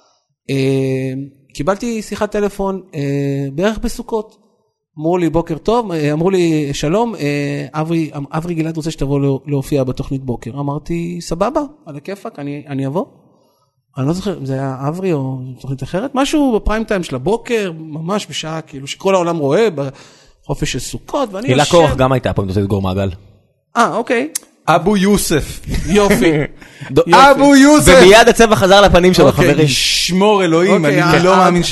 C: קיבלתי שיחת טלפון בערך בסוכות. אמרו לי בוקר טוב, אמרו לי שלום, אברי, אברי גלעד רוצה שתבוא להופיע בתוכנית בוקר. אמרתי, סבבה, על הכיפק, אני, אני אבוא. אני לא זוכר אם זה היה אברי או תוכנית אחרת, משהו בפריים טיים של הבוקר, ממש בשעה כאילו שכל העולם רואה, בחופש של סוכות, ואני
B: הילה קורח גם הייתה פה, אם אתה רוצה לסגור מעגל.
C: אה, אוקיי.
A: אבו יוסף.
C: יופי.
A: אבו יוסף.
B: ומיד הצבע חזר לפנים שלו, חברים.
A: שמור אלוהים, אני לא מאמין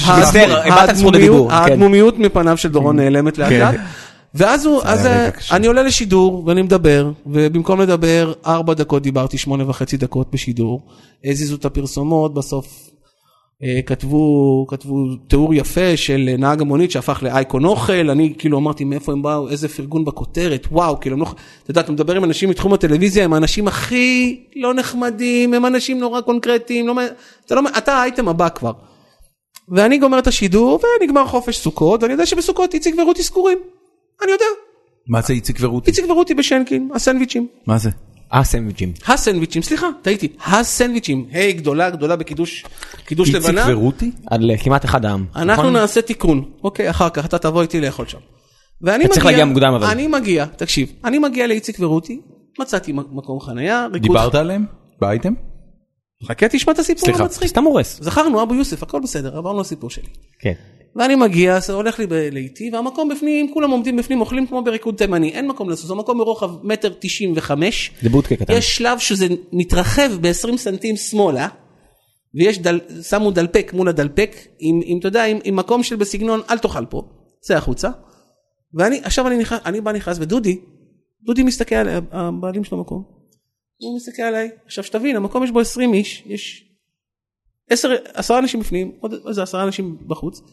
C: הדמומיות מפניו של דורון נעלמת לאט לאט. ואז אני עולה לשידור ואני מדבר, ובמקום לדבר ארבע דקות דיברתי שמונה וחצי דקות בשידור, הזיזו את הפרסומות, בסוף כתבו, כתבו תיאור יפה של נהג המונית שהפך לאייקון אוכל, אני כאילו אמרתי מאיפה הם באו, איזה פרגון בכותרת, וואו, כאילו, אתה יודע, אתה מדבר עם אנשים מתחום הטלוויזיה, הם האנשים הכי לא נחמדים, הם אנשים נורא קונקרטיים, לא, אתה, לא, אתה האייטם הבא כבר. ואני גומר את השידור, ונגמר חופש סוכות, ואני יודע שבסוכות איציק ורותי סגורים, אני יודע.
A: מה זה איציק ורותי?
C: איציק ורותי בשנקין, הסנדוויצ'ים.
A: מה זה?
B: הסנדוויצ'ים.
C: הסנדוויצ'ים, סליחה, טעיתי. הסנדוויצ'ים. היי, גדולה, גדולה בקידוש, קידוש לבנה.
A: איציק ורותי?
B: על כמעט אחד העם.
C: אנחנו נעשה תיקון. אוקיי, אחר כך אתה תבוא איתי לאכול שם. ואני
B: מגיע, צריך להגיע מוקדם אבל.
C: אני מגיע, תקשיב, אני מגיע לאיציק ורותי, מצאתי מקום חנייה,
A: דיברת עליהם? באייטם?
C: חכה, תשמע את הסיפור המצחיק.
B: סתם הורס.
C: זכרנו, אבו יוסף, הכל בסדר, עברנו לסיפור שלי.
B: כן.
C: ואני מגיע, הולך לי לאיתי, והמקום בפנים, כולם עומדים בפנים, אוכלים כמו בריקוד תימני, אין מקום לעשות, זה מקום ברוחב מטר תשעים וחמש.
B: זה בוטקה קטן. יש
C: שלב שזה מתרחב ב-עשרים סנטים שמאלה, ויש דל, שמו דלפק מול הדלפק, עם, עם, אתה יודע, עם, עם מקום של בסגנון, אל תאכל פה, זה החוצה. ואני, עכשיו אני נכנס, אני בא נכנס, ודודי, דודי מסתכל עליי, הבעלים של המקום, הוא מסתכל עליי, עכשיו שתבין, המקום יש בו עשרים איש, יש עשר, עשרה אנשים בפנים, עוד איזה עשרה אנשים בחוץ,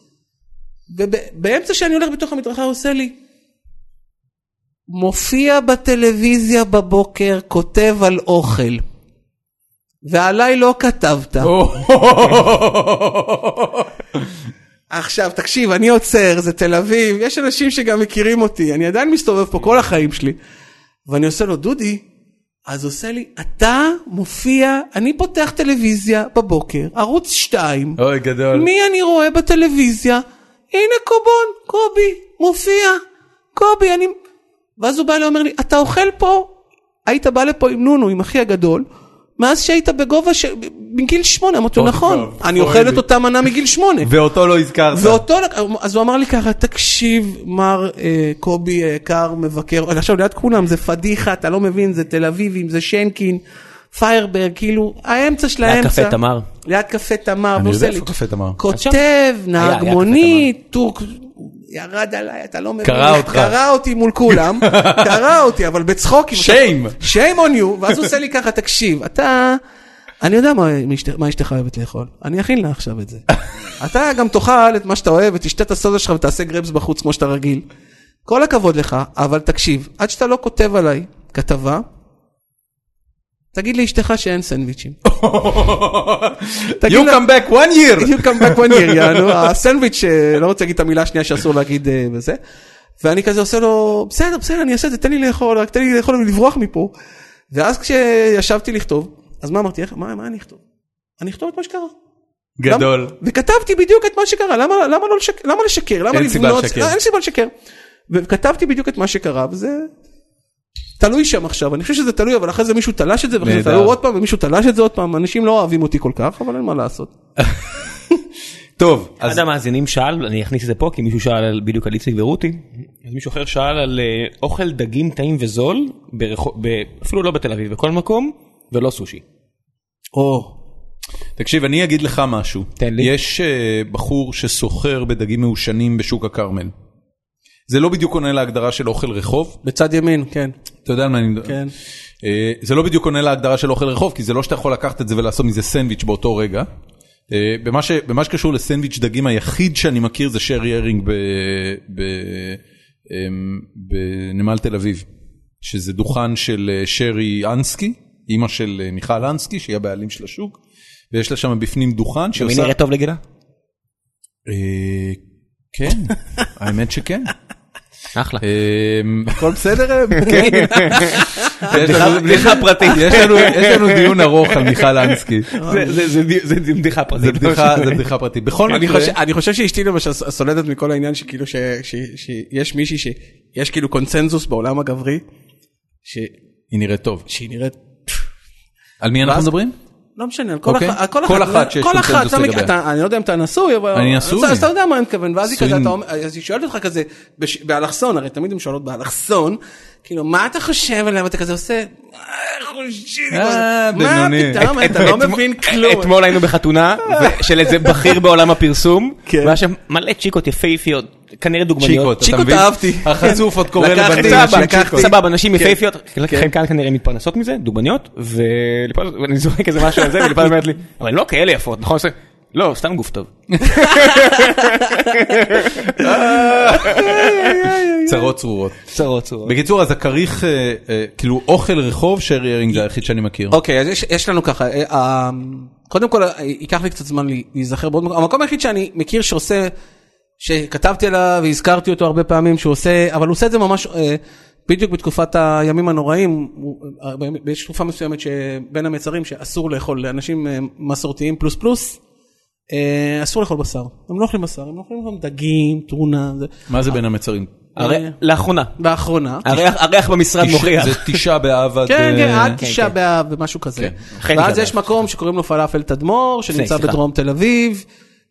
C: ובאמצע שאני הולך בתוך המדרכה, הוא עושה לי, מופיע בטלוויזיה בבוקר, כותב על אוכל, ועליי לא כתבת. עכשיו, תקשיב, אני עוצר, זה תל אביב, יש אנשים שגם מכירים אותי, אני עדיין מסתובב פה כל החיים שלי, ואני עושה לו, דודי, אז עושה לי, אתה מופיע, אני פותח טלוויזיה בבוקר, ערוץ שתיים,
A: אוי, גדול.
C: מי אני רואה בטלוויזיה? הנה קובון, קובי, מופיע, קובי, אני... ואז הוא בא לי, אומר לי, אתה אוכל פה, היית בא לפה עם נונו, עם אחי הגדול, מאז שהיית בגובה ש... מגיל שמונה, אמרתי, נכון, אני אוכל את אותה מנה מגיל שמונה.
A: ואותו לא הזכרת.
C: ואותו, אז הוא אמר לי ככה, תקשיב, מר קובי קר מבקר, עכשיו ליד כולם, זה פדיחה, אתה לא מבין, זה תל אביבים, זה שנקין, פיירברג, כאילו, האמצע של האמצע.
B: ליד קפה תמר.
C: ליד קפה תמר.
A: אני יודע איפה קפה תמר.
C: כותב, נהג מונית, טורק, ירד עליי, אתה לא מבין.
A: קרא אותך.
C: קרא אותי מול כולם, קרא אותי, אבל בצחוק.
A: שיים.
C: שיים on you, ואז הוא עושה לי ככה, תקשיב, אתה, אני יודע מה אשתך אוהבת לאכול, אני אכין לה עכשיו את זה. אתה גם תאכל את מה שאתה אוהב, ותשתה את הסודה שלך ותעשה גרפס בחוץ כמו שאתה רגיל. כל הכבוד לך, אבל תקשיב, עד שאתה לא כותב עליי כתבה, תגיד לאשתך שאין סנדוויצ'ים.
A: You come back one year.
C: You come back one year, יענו, הסנדוויץ', לא רוצה להגיד את המילה השנייה שאסור להגיד בזה, ואני כזה עושה לו, בסדר, בסדר, אני אעשה את זה, תן לי לאכול, רק תן לי לאכול ולברוח מפה. ואז כשישבתי לכתוב, אז מה אמרתי, מה, מה אני אכתוב? אני אכתוב את מה שקרה.
A: גדול.
C: וכתבתי בדיוק את מה שקרה, למה, למה לא לשקר, למה לשקר? למה
A: אין סיבה לשקר.
C: אין סיבה לשקר. וכתבתי בדיוק את מה שקרה, וזה תלוי שם עכשיו, אני חושב שזה תלוי, אבל אחרי זה מישהו תלש את זה, ואחרי זה תלוי עוד פעם, ומישהו תלש את זה עוד פעם, אנשים לא אוהבים אותי כל כך, אבל אין מה לעשות.
A: טוב,
B: אז... אחד המאזינים שאל, אני אכניס את זה פה, כי מישהו שאל בדיוק על איציק ורותי, אז מישהו אחר שאל על אוכל דגים טעים וזול, אפילו לא בתל אביב, בכל מקום, ולא סושי.
C: או...
A: תקשיב, אני אגיד לך משהו.
B: תן לי.
A: יש בחור שסוחר בדגים מעושנים בשוק הכרמל. זה לא בדיוק עונה להגדרה של אוכל רחוב.
C: בצד ימין, כן.
A: אתה יודע על מה אני מדבר?
C: כן.
A: זה לא בדיוק עונה להגדרה של אוכל רחוב, כי זה לא שאתה יכול לקחת את זה ולעשות מזה סנדוויץ' באותו רגע. במה ש, במה שקשור לסנדוויץ' דגים, היחיד שאני מכיר זה שרי הרינג ב, ב, בנמל תל אביב, שזה דוכן של שרי אנסקי, אמא של מיכל אנסקי, שהיא הבעלים של השוק, ויש לה שם בפנים דוכן
B: שעושה... ומי נראה טוב לגילה?
A: כן, האמת שכן.
B: אחלה.
A: הכל בסדר?
B: כן. בדיחה פרטית.
A: יש לנו דיון ארוך על מיכל אנסקי.
B: זה בדיחה פרטית.
A: זה בדיחה פרטית. בכל מקרה...
C: אני חושב שאשתי למשל סולדת מכל העניין שכאילו שיש מישהי שיש כאילו קונצנזוס בעולם הגברי.
A: היא נראית טוב.
C: שהיא נראית...
A: על מי אנחנו מדברים?
C: לא משנה, על
A: כל אחת שיש קונצנזוס לגביה.
C: אני לא יודע אם אתה נשוי, אבל...
A: אני נשוי.
C: אז אתה יודע מה אני מתכוון, ואז היא כזה, אז היא שואלת אותך כזה, באלכסון, הרי תמיד הם שואלות באלכסון, כאילו, מה אתה חושב עליהם? אתה כזה עושה, מה פתאום, אתה לא מבין כלום.
B: אתמול היינו בחתונה, של איזה בכיר בעולם הפרסום, והיה שם מלא צ'יקות יפהפיות, כנראה דוגמניות.
C: צ'יקות אהבתי.
A: החצוף עוד קורא לבנים צ'יקות.
B: סבבה, נשים יפהפיות, כאן כנראה מתפרנסות מזה, דוגמניות, ואני זורק איזה משהו על זה, ולפעמים אומרת לי, אבל לא כאלה יפות, נכון? לא, סתם גוף טוב.
A: צרות צרורות.
B: צרות צרורות.
A: בקיצור, אז הכריך, כאילו אוכל רחוב, שרי הרינג זה היחיד שאני מכיר.
C: אוקיי, אז יש לנו ככה, קודם כל, ייקח לי קצת זמן להיזכר בעוד מקום. המקום היחיד שאני מכיר שעושה, שכתבתי עליו והזכרתי אותו הרבה פעמים שהוא עושה, אבל הוא עושה את זה ממש בדיוק בתקופת הימים הנוראים, יש תקופה מסוימת שבין המצרים שאסור לאכול לאנשים מסורתיים פלוס פלוס, אסור לאכול בשר, הם לא אוכלים בשר, הם לא אוכלים דגים, טונה.
A: מה זה בין המצרים?
B: לאחרונה.
C: באחרונה.
B: הריח במשרד מוכיח.
A: זה תשעה באב עד...
C: כן, כן, עד תשעה באב ומשהו כזה. ואז יש מקום שקוראים לו פלאפל תדמור, שנמצא בדרום תל אביב,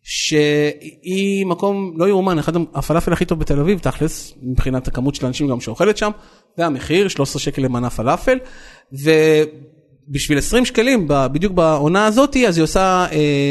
C: שהיא מקום לא יאומן, אחד הפלאפל הכי טוב בתל אביב, תכלס, מבחינת הכמות של האנשים גם שאוכלת שם, והמחיר, שלושה עשר שקל למנה פלאפל, ובשביל עשרים שקלים, בדיוק בעונה הזאת, אז היא עושה,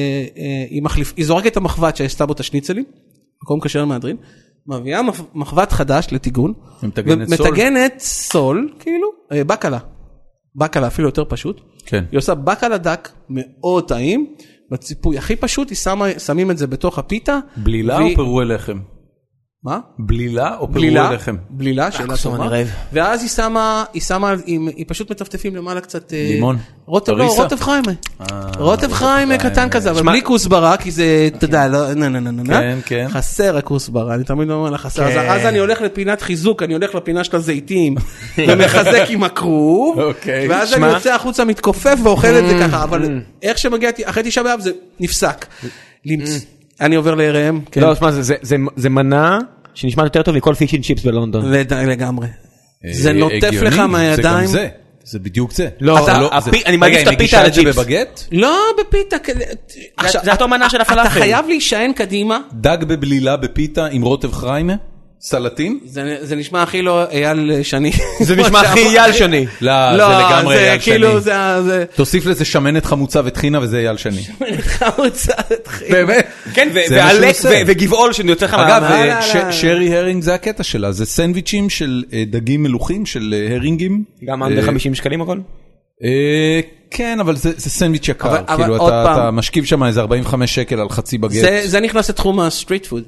C: היא זורקת את המחבת שעשתה בו את השניצלים, מקום כשר מהדרין, מביאה מחבת חדש לטיגון, ומתגנת סול, כאילו, בקלה, בקלה אפילו יותר פשוט, היא עושה בקלה דק מאוד טעים, בציפוי הכי פשוט, היא שמים את זה בתוך הפיתה.
A: בלילה או פירורי לחם?
C: מה?
A: בלילה או פירורי לחם?
C: בלילה, שאלה טובה. ואז היא שמה, היא שמה, היא פשוט מטפטפים למעלה קצת...
A: לימון?
C: לא, רוטב חיימה. רוטב חיימה קטן כזה, אבל בלי כוסברה, כי זה, אתה יודע, לא, נה, נה, נה, נה.
A: כן, כן.
C: חסר הכוסברה, אני תמיד אומר לך, חסר. אז אני הולך לפינת חיזוק, אני הולך לפינה של הזיתים, ומחזק עם הכרוב, ואז אני יוצא החוצה, מתכופף ואוכל את זה ככה, אבל איך שמגיעתי, אחרי תשעה באב זה נפסק. אני עובר להירם.
B: לא, זה מנה שנשמעת יותר טוב מכל פיש אנד צ'יפס בלונדון.
C: לגמרי. זה נוטף לך מהידיים.
A: זה גם זה. זה בדיוק זה.
B: לא, אני מעדיף את הפיתה על הצ'יפס.
A: מגישה את זה בבגט?
C: לא, בפיתה.
B: זה אותו מנה של הפלאפל.
C: אתה חייב להישען קדימה.
A: דג בבלילה בפיתה עם רוטב חיימה? סלטים?
C: זה נשמע הכי לא אייל שני.
B: זה נשמע הכי אייל שני.
A: לא, זה לגמרי אייל שני.
C: כאילו זה...
A: תוסיף לזה שמנת חמוצה וטחינה וזה אייל שני.
C: שמנת חמוצה וטחינה.
A: באמת?
B: כן, ועלק וגבעול שנוצא לך
A: אגב, שרי הרינג זה הקטע שלה, זה סנדוויצ'ים של דגים מלוכים, של הרינגים.
B: גם עד חמישים שקלים הכל?
A: כן, אבל זה סנדוויץ' יקר,
C: אבל- אבל
A: כאילו
C: עוד
A: אתה
C: פעם.
A: אתה משכיב שם איזה ארבעים וחמישה שקל על חצי בגט.
C: זה- זה נכנס לתחום הסטריט פוד.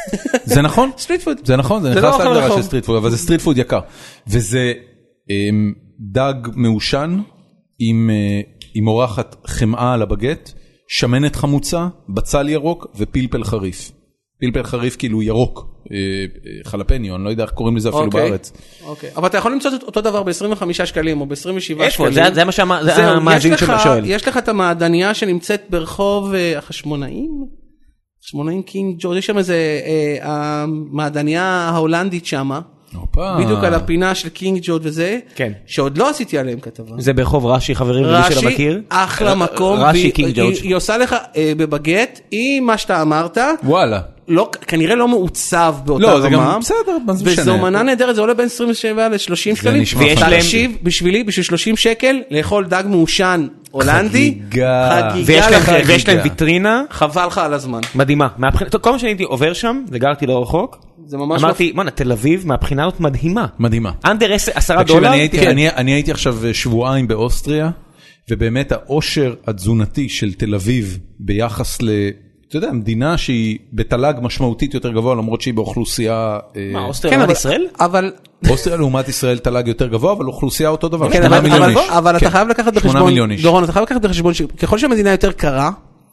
A: זה נכון,
C: סטריט פוד.
A: זה נכון, זה
C: זה
A: נכנס
C: לא אוכל
A: להגדרה
C: רחוב.
A: של סטריט פוד, אבל זה סטריט פוד יקר. וזה אמ, דג מעושן עם אה, עם אורחת חמאה על הבגט, שמנת חמוצה, בצל ירוק ופלפל חריף. פלפל חריף כאילו ירוק, אה, אה, חלפניו, אני לא יודע איך קוראים לזה אפילו
C: אוקיי.
A: בארץ.
C: אוקיי. אבל אתה יכול למצוא את אותו דבר ב-עשרים וחמישה שקלים או ב-עשרים ושבעה
B: איפה?
C: שקלים.
B: זה- זה מה שאמר- זה
C: זהו,
B: המאזין
C: יש לך-
B: ששואל.
C: יש לך את המעדניה שנמצאת ברחוב אה, החשמונאים? חשמונאים קינג ג'ורג', יש שם איזה אה, המעדניה ההולנדית שמה,
A: הופה.
C: בדיוק על הפינה של קינג ג'ורג' וזה,
B: כן.
C: שעוד לא עשיתי עליהם כתבה.
B: זה ברחוב רש"י, חברים, למי שלא
C: רש"י,
B: מכיר.
C: אחלה מקום,
B: רש"י,
C: והיא-
B: קינג
C: היא-
B: ג'ורג'.
C: היא עושה לך אה, בבגט, עם מה שאתה אמרת,
A: וואלה.
C: לא, כנראה לא מעוצב באותה
A: לא,
C: רמה.
A: זה גם בסדר, מה זה משנה?
C: וזו מנה נהדרת, זה עולה בין עשרים ושבע ל-שלושים שקלים.
A: נשמע ויש
B: להם-
C: תקשיב, בשבילי, בשביל שלושים שקל, לאכול דג מעושן הולנדי,
A: חגיגה.
B: ויש להם-
A: חגיגה.
B: ויש להם ויטרינה
C: חבל לך על הזמן.
B: מדהימה. מהבחינה- כל מה שאני הייתי עובר שם, וגרתי לא רחוק,
C: זה ממש
B: אמרתי, מונה, תל אביב מהבחינה הזאת מדהימה.
A: מדהימה.
B: אנדר עשרה
A: תקשיב,
B: דולר?
A: אני הייתי,
B: כן.
A: אני, אני הייתי עכשיו שבועיים באוסטריה, ובאמת העושר התזונתי של תל אביב ביחס ל... אתה יודע, מדינה שהיא בתל"ג משמעותית יותר גבוה, למרות שהיא באוכלוסייה...
B: מה,
A: אה,
B: אוסטריה
C: כן,
B: לעומת
C: אבל-
B: ישראל?
C: אבל
A: אוסטריה לעומת ישראל תל"ג יותר גבוה, אבל אוכלוסייה אותו דבר,
C: כן,
A: שמונה
C: אבל-
A: מיליון
C: אבל
A: איש.
C: בוא, אבל אתה
A: כן.
C: חייב לקחת
A: שמונה
C: בחשבון,
A: מיליון איש.
C: דורון, אתה חייב לקחת בחשבון שככל שהמדינה יותר קרה,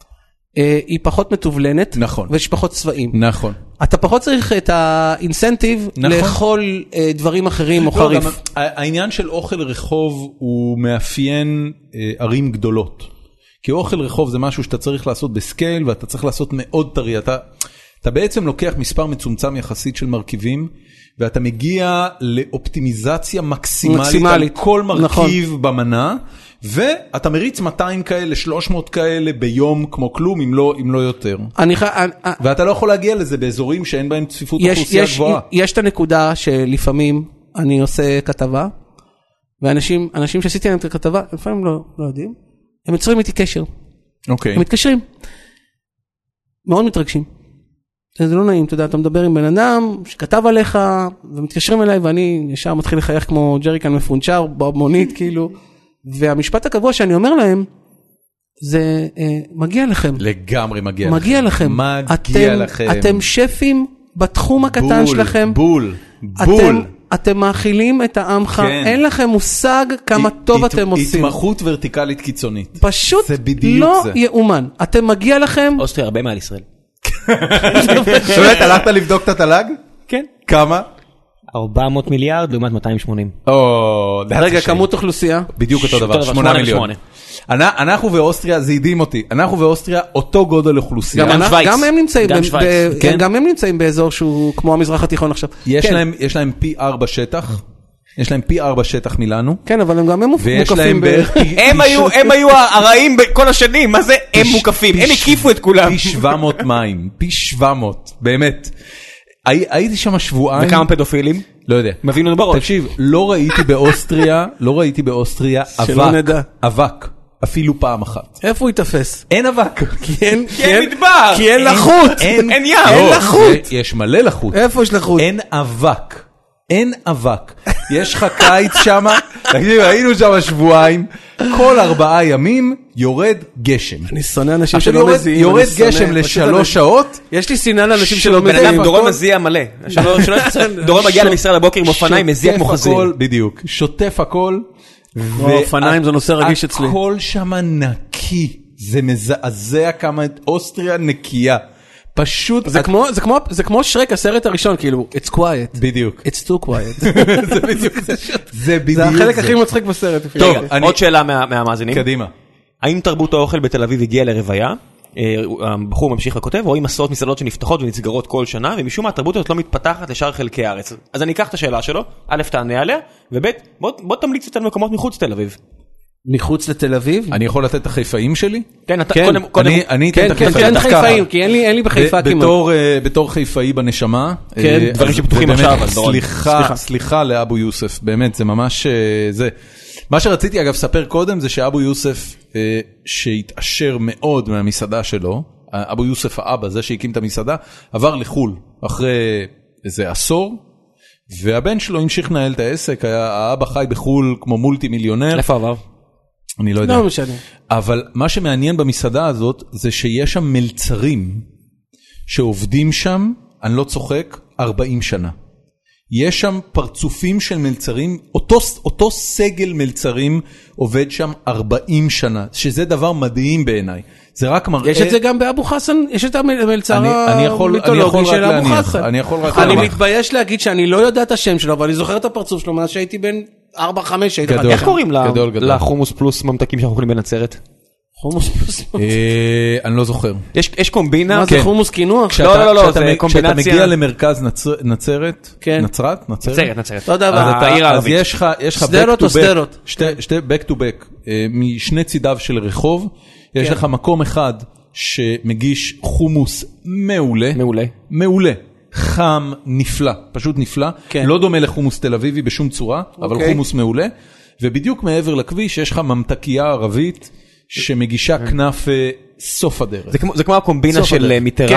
C: אה, היא פחות מתובלנת,
A: נכון.
C: ויש פחות צבעים.
A: נכון.
C: אתה פחות צריך את האינסנטיב
A: נכון.
C: לאכול אה, דברים אחרים או
A: לא, גם
C: חריף.
A: העניין של אוכל רחוב הוא מאפיין אה, ערים גדולות. כי אוכל רחוב זה משהו שאתה צריך לעשות בסקייל, ואתה צריך לעשות מאוד טרי. אתה, אתה בעצם לוקח מספר מצומצם יחסית של מרכיבים, ואתה מגיע לאופטימיזציה מקסימלית,
C: מקסימלית.
A: על כל מרכיב
C: נכון.
A: במנה, ואתה מריץ מאתיים כאלה, שלוש מאות כאלה ביום כמו כלום, אם לא, אם לא יותר.
C: אני ח... אני-
A: ואתה לא יכול להגיע לזה באזורים שאין בהם צפיפות
C: יש,
A: אוכלוסייה
C: יש,
A: גבוהה.
C: יש את הנקודה שלפעמים אני עושה כתבה, ואנשים אנשים שעשיתי להם את הכתבה, לפעמים לא, לא יודעים, הם יוצרים איתי קשר,
A: אוקיי.
C: הם מתקשרים, מאוד מתרגשים. זה לא נעים, אתה יודע, אתה מדבר עם בן אדם שכתב עליך, ומתקשרים אליי, ואני ישר מתחיל לחייך כמו ג'ריקן מפונצ'ר, במונית כאילו, והמשפט הקבוע שאני אומר להם, זה אה, מגיע לכם.
A: לגמרי מגיע לכם.
C: מגיע לכם.
A: מגיע
C: אתם,
A: לכם.
C: אתם שפים בתחום הקטן
A: בול,
C: שלכם.
A: בול,
C: אתם,
A: בול.
C: אתם מאכילים את העמך,
A: כן.
C: אין לכם מושג כמה
A: הת-
C: טוב
A: הת-
C: אתם עושים.
A: התמחות ורטיקלית קיצונית.
C: פשוט
A: זה בדיוק
C: לא
A: זה.
C: יאומן. אתם מגיע לכם,
B: אוסטריה הרבה מעל ישראל.
A: באמת, הלכת לבדוק את התל"ג?
B: כן.
A: כמה?
B: ארבע מאות מיליארד לעומת מאתיים ושמונים.
A: או,
C: רגע, כמות אוכלוסייה,
A: בדיוק אותו
B: אותו
A: דבר,
B: דבר,
A: שמונה
B: שמונה
A: מיליון.
B: ושמונה.
A: אנ- אנחנו ואוסטריה, זה הדהים אותי, אנחנו ואוסטריה אותו גודל אוכלוסייה.
C: גם, אנחנו-
B: שווייץ.
C: גם הם נמצאים,
B: גם
C: ב-
B: שווייץ.
C: ב-
A: כן.
C: גם הם נמצאים באזור שהוא כמו המזרח התיכון עכשיו.
A: יש
C: כן,
A: להם, יש להם פי ארבע שטח, יש להם פי ארבע שטח מילנו,
C: כן, אבל הם גם הם מופ-
A: ויש
C: מוקפים
A: להם
C: ב-
A: בערך פי-
B: הם
A: פי
B: היו,
A: ש-
B: הם היו הרעים בכל השנים, מה זה הם
A: פי-
B: מוקפים?
A: פי
B: הם
A: ש-
B: הקיפו את כולם.
A: פי שבע מאות מים, פי שבע מאות, באמת. הי- הייתי שם שבועיים,
B: וכמה פדופילים?
A: לא יודע.
B: מבין לנו בראש.
A: תקשיב, לא ראיתי באוסטריה, לא ראיתי באוסטריה
C: שלא
A: אבק,
C: נדע.
A: אבק, אפילו פעם אחת.
C: איפה הוא יתפס?
A: אין אבק.
C: כי אין,
B: כי אין מדבר.
C: כי אין לחות.
B: אין ים.
C: אין
A: לא,
C: לחות.
A: זה- יש מלא לחות.
C: איפה יש לחות?
A: אין אבק. אין אבק. יש לך קיץ שם, תקשיב, היינו שם שבועיים, כל ארבעה ימים יורד גשם.
C: אני שונא אנשים
A: עכשיו
C: שלא
A: יורד-
C: מזיעים.
A: יורד
C: אני שונא,
A: גשם
C: פשוט
A: לשלוש
C: אני-
A: שעות,
C: יש לי שנאה לאנשים
A: שוב,
C: שלא
A: בן
B: בן אדם,
C: מזיעים.
B: דורון
A: הכל-
B: מזיע מלא. שלא- שלא- דורון מגיע למשרד הבוקר עם אופניים, מזיע כמו
A: שוטף
B: חזיר.
A: הכל, בדיוק, שוטף הכל.
C: האופניים זה נושא רגיש אצלי.
A: הכל שם נקי, זה מזעזע כמה אוסטריה נקייה. פשוט,
C: זה
A: את-
C: כמו, זה כמו, זה כמו שרק הסרט הראשון, כאילו, it's quiet.
A: בדיוק.
C: It's too quiet.
A: זה בדיוק זה. זה בדיוק
C: זה החלק
A: זה.
C: הכי מצחיק בסרט. אפילו.
A: טוב,
B: רגע,
A: אני-
B: עוד שאלה מה- מהמאזינים.
A: קדימה.
B: האם תרבות האוכל בתל אביב הגיעה לרוויה? אה, הבחור ממשיך וכותב, רואים עשרות מסעדות שנפתחות ונסגרות כל שנה, ומשום מה התרבות הזאת לא מתפתחת לשאר חלקי הארץ. אז אני אקח את השאלה שלו, א' תענה עליה, וב' בוא, בוא תמליץ אותנו מקומות מחוץ תל אביב.
C: מחוץ לתל אביב?
A: אני יכול לתת את החיפאים שלי?
B: כן, אתה
C: כן,
B: קודם, קודם,
A: אני- אני אתן
C: כן,
A: את
C: כן,
A: החיפאים.
C: כן,
A: דווקא
C: חיפאים, כי אין לי, אין לי בחיפה
A: ב-
C: כמעט.
A: בתור, אה, בתור חיפאי בנשמה.
C: כן,
A: אה,
B: דברים
A: אז
B: שפתוחים
A: באמת,
B: עכשיו, אז דורון.
A: סליחה,
C: סליחה.
A: סליחה לאבו יוסף, באמת, זה ממש, אה, זה. מה שרציתי אגב לספר קודם זה שאבו יוסף, אה, שהתעשר מאוד מהמסעדה שלו, אבו יוסף האבא, זה שהקים את המסעדה, עבר לחול אחרי איזה עשור, והבן שלו המשיך לנהל את העסק, היה- האבא חי בחול כמו מולטי מיליונר.
B: איפה עבר?
A: אני לא יודע.
C: לא משנה.
A: אבל מה שמעניין במסעדה הזאת, זה שיש שם מלצרים, שעובדים שם, אני לא צוחק, ארבעים שנה. יש שם פרצופים של מלצרים, אותו, אותו סגל מלצרים עובד שם ארבעים שנה, שזה דבר מדהים בעיניי. זה רק מראה...
C: יש את זה גם באבו חסן, יש את המלצר המיתולוגי של אבו חסן.
A: אני יכול רק
C: אני מתבייש להגיד שאני לא יודע את השם שלו, אבל אני זוכר את הפרצוף שלו, מאז שהייתי בן ארבע חמש, שהייתי
A: גדול.
B: איך קוראים
A: גדול, גדול.
B: לחומוס פלוס ממתקים שאנחנו אוכלים בנצרת?
C: חומוס פלוס
A: אני לא זוכר.
B: יש קומבינה?
C: מה זה חומוס קינוח?
B: לא, לא, לא, זה
A: קומבינציה. כשאתה מגיע למרכז נצרת, נצרת?
B: נצרת, נצרת.
C: לא דבר.
A: אז יש לך
C: סדרות או סדרות?
A: שתי back to back, משני צידיו של רחוב, יש לך מקום אחד שמגיש חומוס מעולה.
B: מעולה.
A: מעולה. חם, נפלא, פשוט נפלא. לא דומה לחומוס תל אביבי בשום צורה, אבל חומוס מעולה. ובדיוק מעבר לכביש יש לך ממתקייה ערבית שמגישה כנף סוף הדרך.
B: זה כמו הקומבינה של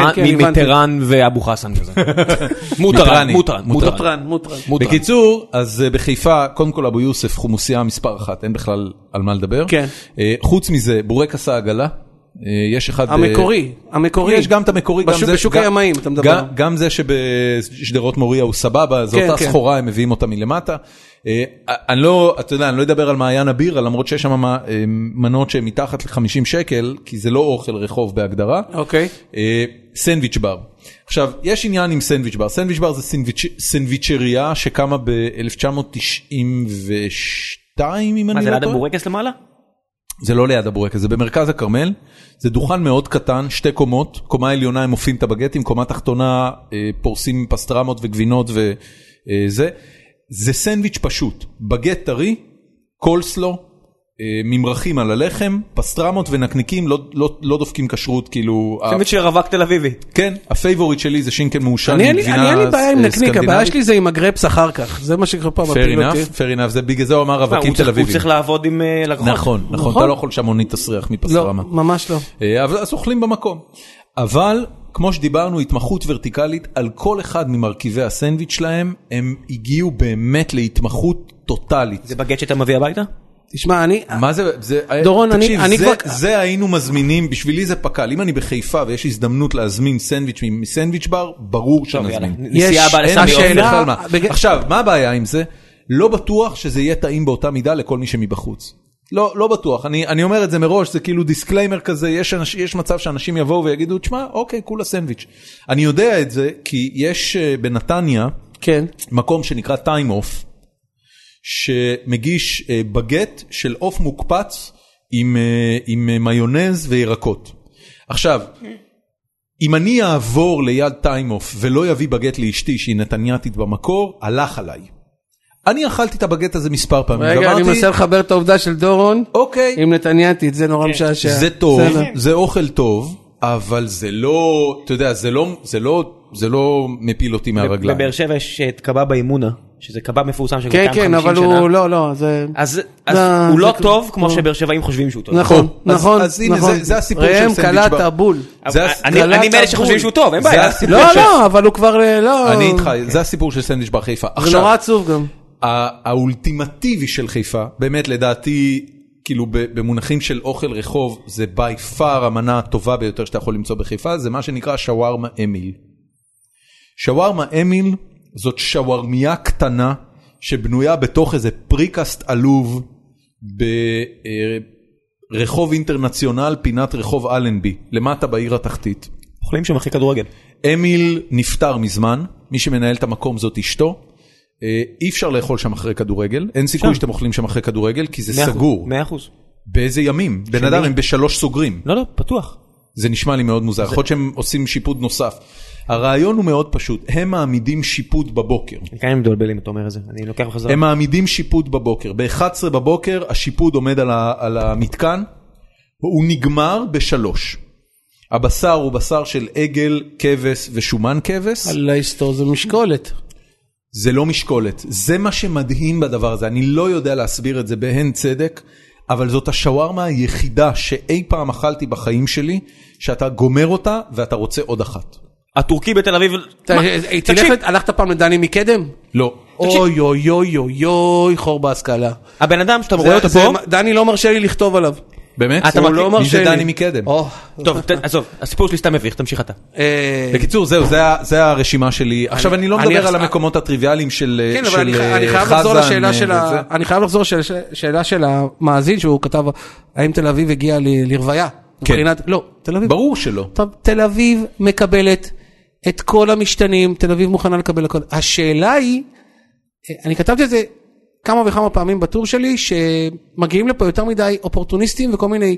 B: מיטרן ואבו חסן כזה. מוטרן, מוטרן,
C: מוטרן, מוטרן.
A: בקיצור, אז בחיפה, קודם כל אבו יוסף, חומוסיה מספר אחת, אין בכלל על מה לדבר. חוץ מזה, בורקס העגלה. יש אחד...
C: המקורי, המקורי.
A: יש גם את המקורי.
C: בשוק הימאים, אתה מדבר.
A: גם זה שבשדרות מוריה הוא סבבה, זו אותה סחורה, הם מביאים אותה מלמטה. אני לא, אתה יודע, אני לא אדבר על מעיין הבירה, למרות שיש שם מנות שהן מתחת ל-חמישים שקל, כי זה לא אוכל רחוב בהגדרה.
C: אוקיי.
A: סנדוויץ' בר. עכשיו, יש עניין עם סנדוויץ' בר. סנדוויץ' בר זה סנדוויצ'ריה שקמה ב-אלף תשע מאות תשעים ושתיים, אם אני לא טועה.
B: מה, זה ליד הבורקס למעלה?
A: זה לא ליד הבורקס, זה במרכז הכרמל. זה דוכן מאוד קטן, שתי קומות. קומה עליונה הם מופיעים את הבגטים, קומה תחתונה פורסים פסטרמות וגבינות וזה. זה סנדוויץ' פשוט, בגט טרי, קולסלו, ממרחים על הלחם, פסטרמות ונקניקים, לא, לא, לא דופקים כשרות, כאילו...
B: סנדוויץ' של רווק תל אביבי.
A: כן, הפייבוריט שלי זה שינקן מעושן עם גבינה סקנדינבית.
C: אני אין לי בעיה עם נקניק, הבעיה שלי זה עם הגרפס אחר כך, זה מה שכל פעם מפיל אותי.
A: fair enough, זה בגלל זה הוא אמר רווקים תל אביבי.
B: הוא צריך לעבוד עם לקוחות.
A: נכון, נכון, אתה לא יכול שהמונית תסריח מפסטרמה.
C: לא, ממש לא.
A: אז אוכלים במקום. אבל... כמו שדיברנו, התמחות ורטיקלית, על כל אחד ממרכיבי הסנדוויץ' שלהם, הם הגיעו באמת להתמחות טוטלית.
B: זה בגט שאתה מביא הביתה?
C: תשמע, אני...
A: מה זה, זה...
C: דורון, אני... אני
A: זה,
C: כבר...
A: זה היינו מזמינים, בשבילי זה פקל. אם אני בחיפה ויש הזדמנות להזמין סנדוויץ' מסנדוויץ' בר, ברור שנזמין.
C: יש, אין שאלה...
A: עכשיו, מה הבעיה עם זה? לא בטוח שזה יהיה טעים באותה מידה לכל מי שמבחוץ. לא, לא בטוח. אני, אני אומר את זה מראש, זה כאילו דיסקליימר כזה, יש, אנש, יש מצב שאנשים יבואו ויגידו, תשמע, אוקיי, כולה סנדוויץ'. אני יודע את זה, כי יש בנתניה,
C: כן.
A: מקום שנקרא טיים אוף, שמגיש בגט של אוף מוקפץ, עם, עם מיונז וירקות. עכשיו, אם אני אעבור ליד טיים אוף, ולא יביא בגט לאשתי, שהיא נתניאתית במקור, הלך עליי. אני אכלתי את הבגט הזה מספר פעמים.
C: רגע, אני מנסה לחבר את העובדה של דורון.
A: אוקיי.
C: עם נתניאתית, זה נורא משעשע.
A: זה טוב, זה אוכל טוב, אבל זה לא, אתה יודע, זה לא, זה לא, זה לא מפיל אותי מהרגליים.
B: בבאר שבע יש את קבב באימונה, שזה קבב מפורסם של
C: כן, כן, אבל הוא, לא, לא, זה...
B: אז הוא לא טוב, כמו שבאר שבעים חושבים שהוא טוב.
C: נכון, נכון.
A: אז הנה, זה הסיפור של סנדוויץ' בר.
C: ראם קלט הבול.
B: אני מאלה שחושבים שהוא טוב, אין בעיה.
C: לא, לא, אבל הוא כבר, לא...
A: אני איתך, זה הסיפור של סנדוויץ' בר חיפה.
C: זה נורא עצוב גם.
A: האולטימטיבי של חיפה, באמת לדעתי, כאילו במונחים של אוכל רחוב, זה בי פאר המנה הטובה ביותר שאתה יכול למצוא בחיפה, זה מה שנקרא שווארמה אמיל. שווארמה אמיל זאת שווארמיה קטנה, שבנויה בתוך איזה פריקסט עלוב, ברחוב אינטרנציונל, פינת רחוב אלנבי, למטה בעיר התחתית.
B: אוכלים שם אחרי כדורגל.
A: אמיל נפטר מזמן, מי שמנהל את המקום זאת אשתו, אי אפשר לאכול שם אחרי כדורגל, אין סיכוי שאתם אוכלים שם אחרי כדורגל, כי זה סגור.
B: מאה אחוז.
A: באיזה ימים? בן אדם הם בשלוש סוגרים.
B: לא, לא, פתוח.
A: זה נשמע לי מאוד מוזר, יכול להיות שהם עושים שיפוד נוסף. הרעיון הוא מאוד פשוט, הם מעמידים שיפוד בבוקר.
B: כמה מדולבלים אתה אומר את זה, אני לוקח בחזרה.
A: הם מעמידים שיפוד בבוקר, ב-אחת עשרה בבוקר השיפוד עומד על המתקן, הוא נגמר בשלוש. הבשר הוא בשר של עגל, כבש ושומן כבש.
C: על ההיסטור זה משקולת.
A: זה לא משקולת, זה מה שמדהים בדבר הזה, אני לא יודע להסביר את זה בהן צדק, אבל זאת השווארמה היחידה שאי פעם אכלתי בחיים שלי, שאתה גומר אותה ואתה רוצה עוד אחת.
B: הטורקי בתל אביב...
C: הלכת פעם לדני מקדם?
A: לא.
C: אוי אוי אוי אוי אוי, חור בהשכלה.
B: הבן אדם שאתה רואה אותו פה...
C: דני לא מרשה לי לכתוב עליו.
A: באמת?
C: הוא לא מרשה לי.
A: מי זה דני מקדם?
B: טוב, עזוב, הסיפור שלי סתם מביך, תמשיך אתה.
A: בקיצור, זהו, זה הרשימה שלי. עכשיו אני לא מדבר על המקומות הטריוויאליים של חזן.
C: כן, אבל אני חייב לחזור לשאלה של ה... אני חייב לחזור לשאלה של המאזין, שהוא כתב, האם תל אביב הגיעה לרוויה?
A: כן.
C: לא, תל אביב.
A: ברור שלא.
C: תל אביב מקבלת את כל המשתנים, תל אביב מוכנה לקבל הכל. השאלה היא, אני כתבתי את זה כמה וכמה פעמים בטור שלי, שמגיעים לפה יותר מדי אופורטוניסטים וכל מיני,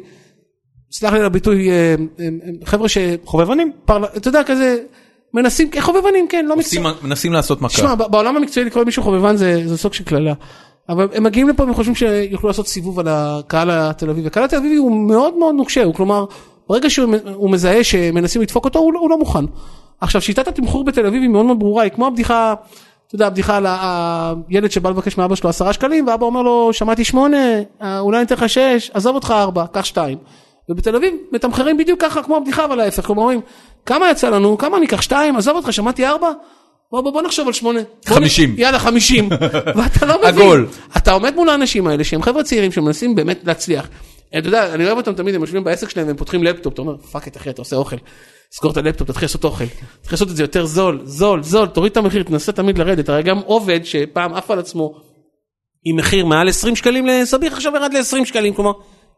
C: סלח לי לביטוי, חבר'ה ש...
B: חובבנים?
C: אתה יודע, כזה, מנסים, חובבנים, כן, לא מקצוע.
A: מנסים לעשות מכה.
C: תשמע, בעולם המקצועי לקרוא מישהו חובבן זה סוג של כללה. אבל הם מגיעים לפה וחושבים שיוכלו לעשות סיבוב על הקהל התל אביבי. הקהל התל אביבי הוא מאוד מאוד נוקשה, הוא כלומר, ברגע שהוא מזהה שמנסים לדפוק אותו, הוא לא מוכן. עכשיו, שיטת התמחור בתל אביב היא מאוד מאוד ברורה, היא כמו הבדיחה, אתה יודע, הבדיחה על הילד שבא לבקש מאבא שלו עשרה שקלים, ואבא אומר לו, שמעתי שמונה, אולי ניתן לך שש, עזוב אותך ארבע, קח שתיים. ובתל אביב מתמחרים בדיוק ככה, כמו הבדיחה, אבל ההפך, כלומר, אומרים, כמה יצא לנו, כמה אני אקח שתיים, עזוב אותך, שמעתי ארבע, בוא, בוא, בוא נחשוב על שמונה.
A: חמישים.
C: יאללה, חמישים. ואתה לא מבין. עגול. אתה עומד מול האנשים האלה, שהם חבר'ה צעירים, שמנסים באמת להצליח. אתה יודע, אני אוהב אותם תמיד, הם יושבים בעסק שלהם, והם פותחים לפטופ, אתה אומר, פאק את אחי, אתה עושה אוכל. סגור את הלפטופ, תתחיל לעשות אוכל. תתחיל לעשות את זה יותר זול, זול, זול, תוריד את המחיר, תנסה תמיד לרדת. הרי גם עובד שפעם עף על עצמו, עם מחיר מעל עשרים שקלים לסביח, עכשיו ירד ל-עשרים שקלים, כלומר,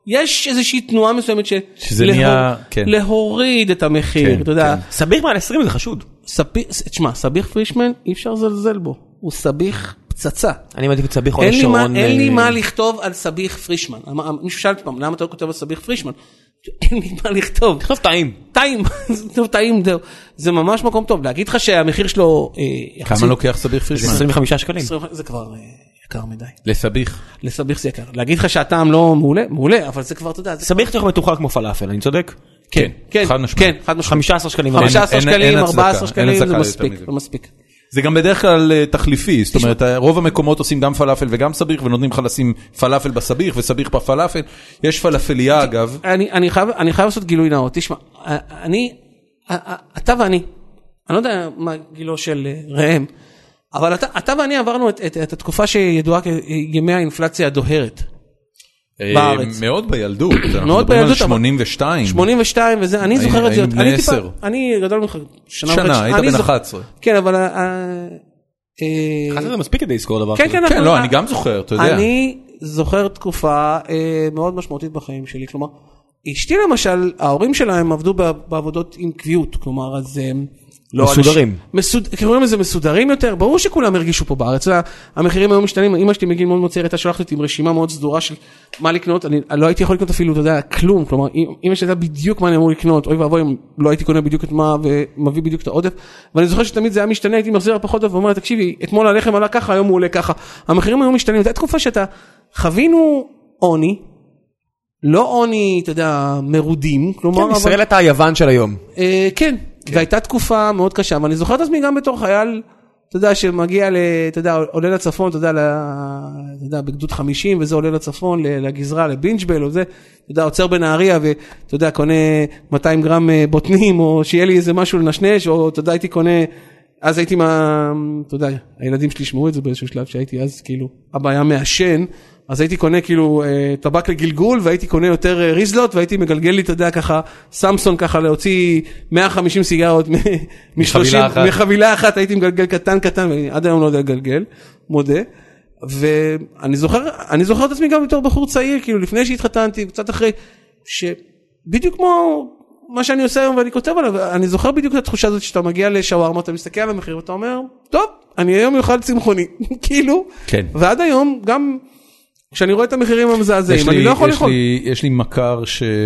C: יש איזושהי תנועה מסוימת ש...
A: שזה נהיה, כן.
C: להוריד את המחיר, אתה יודע.
B: סביח מעל עשרים זה חשוד.
C: תשמע, סביח פרישמן, אי אפשר לזלזל בו. הוא סביח פצצה.
B: אני מעדיף את סביח או לשרון.
C: אין לי מה לכתוב על סביח פרישמן. מישהו שאל פעם, למה אתה לא כותב על סביח פרישמן? אין לי מה לכתוב.
B: תכתוב טעים.
C: טעים, טעים, זה ממש מקום טוב. להגיד לך שהמחיר שלו...
A: כמה לוקח סביח פרישמן?
B: עשרים וחמישה שקלים.
C: זה כבר יקר מדי.
A: לסביח.
C: לסביח זה יקר. להגיד לך שהטעם לא מעולה, מעולה, אבל זה כבר, אתה יודע...
B: סביח צריך מתוחל כמו פלאפל, אני צודק?
C: כן, כן,
A: חד משמעית.
B: חמישה עשר שקלים.
C: חמישה עשר שקלים, ארבעה עשר שקלים, זה מספיק, זה מספיק.
A: זה גם בדרך כלל תחליפי, זאת אומרת, רוב המקומות עושים גם פלאפל וגם סביח, ונותנים לך לשים פלאפל בסביח וסביח בפלאפל. יש פלאפליה אגב.
C: אני חייב לעשות גילוי נאות, תשמע, אני, אתה ואני, אני לא יודע מה גילו של ראם, אבל אתה ואני עברנו את התקופה שידועה כימי האינפלציה הדוהרת. בארץ.
A: מאוד בילדות,
C: מאוד בילדות,
A: שמונים ושתיים.
C: שמונים ושתיים וזה, אני זוכר את זה.
A: היינו בני עשר.
C: אני גדול ממך שנה.
A: שנה, היית בן אחת עשרה.
C: כן, אבל...
B: אחת עשרה זה מספיק כדי לזכור דבר.
C: כן, כן,
A: לא, אני גם זוכר, אתה יודע.
C: אני זוכר תקופה מאוד משמעותית בחיים שלי, כלומר, אשתי למשל, ההורים שלהם עבדו בעבודות עם קביעות, כלומר, אז...
B: מסודרים.
C: קוראים לזה מסודרים יותר, ברור שכולם הרגישו פה בארץ, המחירים היום משתנים, אמא שלי מגיל מאוד מוצא, הייתה שולחת אותי עם רשימה מאוד סדורה של מה לקנות, אני לא הייתי יכול לקנות אפילו, אתה יודע, כלום, כלומר, אמא שלי ידעה בדיוק מה אני אמור לקנות, אוי ואבוי, לא הייתי קונה בדיוק את מה, ומביא בדיוק את העודף, ואני זוכר שתמיד זה היה משתנה, הייתי מחזיר על פחות, ואומר, תקשיבי, אתמול הלחם עלה ככה, היום הוא עולה ככה, המחירים היום משתנים, זו תקופה שאתה חווינו עוני, לא עוני, אתה יודע, מרודים, כלומר,
B: כן, ישראל הייתה היוון של היום.
C: כן. והייתה תקופה מאוד קשה, ואני זוכר את עצמי גם בתור חייל, אתה יודע, שמגיע, אתה יודע, עולה לצפון, אתה יודע, אתה יודע, בגדוד חמישים, וזה עולה לצפון, לגזרה, לבינג'בל, או זה, אתה יודע, עוצר בנהריה, ואתה יודע, קונה מאתיים גרם בוטנים, או שיהיה לי איזה משהו לנשנש, או אתה יודע, הייתי קונה, אז הייתי מה, אתה יודע, הילדים שלי שמעו את זה באיזשהו שלב, שהייתי אז, כאילו, אבא היה מעשן, אז הייתי קונה כאילו טבק לגלגול, והייתי קונה יותר ריזלות, והייתי מגלגל לי, אתה יודע, ככה, סמסון ככה להוציא מאה וחמישים סיגרות מחבילה אחת, הייתי מגלגל קטן קטן, ועד היום לא יודע לגלגל, מודה, ואני זוכר, אני זוכר את עצמי גם בתור בחור צעיר, כאילו לפני שהתחתנתי, קצת אחרי, שבדיוק כמו מה שאני עושה היום ואני כותב עליו, אני זוכר בדיוק את התחושה הזאת שאתה מגיע לשווארמה, אתה מסתכל על המחיר ואתה אומר, טוב, אני היום יוכל צמחוני, כאילו, ועד היום גם כשאני רואה את המחירים המזעזעים, אני לא יכול לאכול.
A: יש לי מכר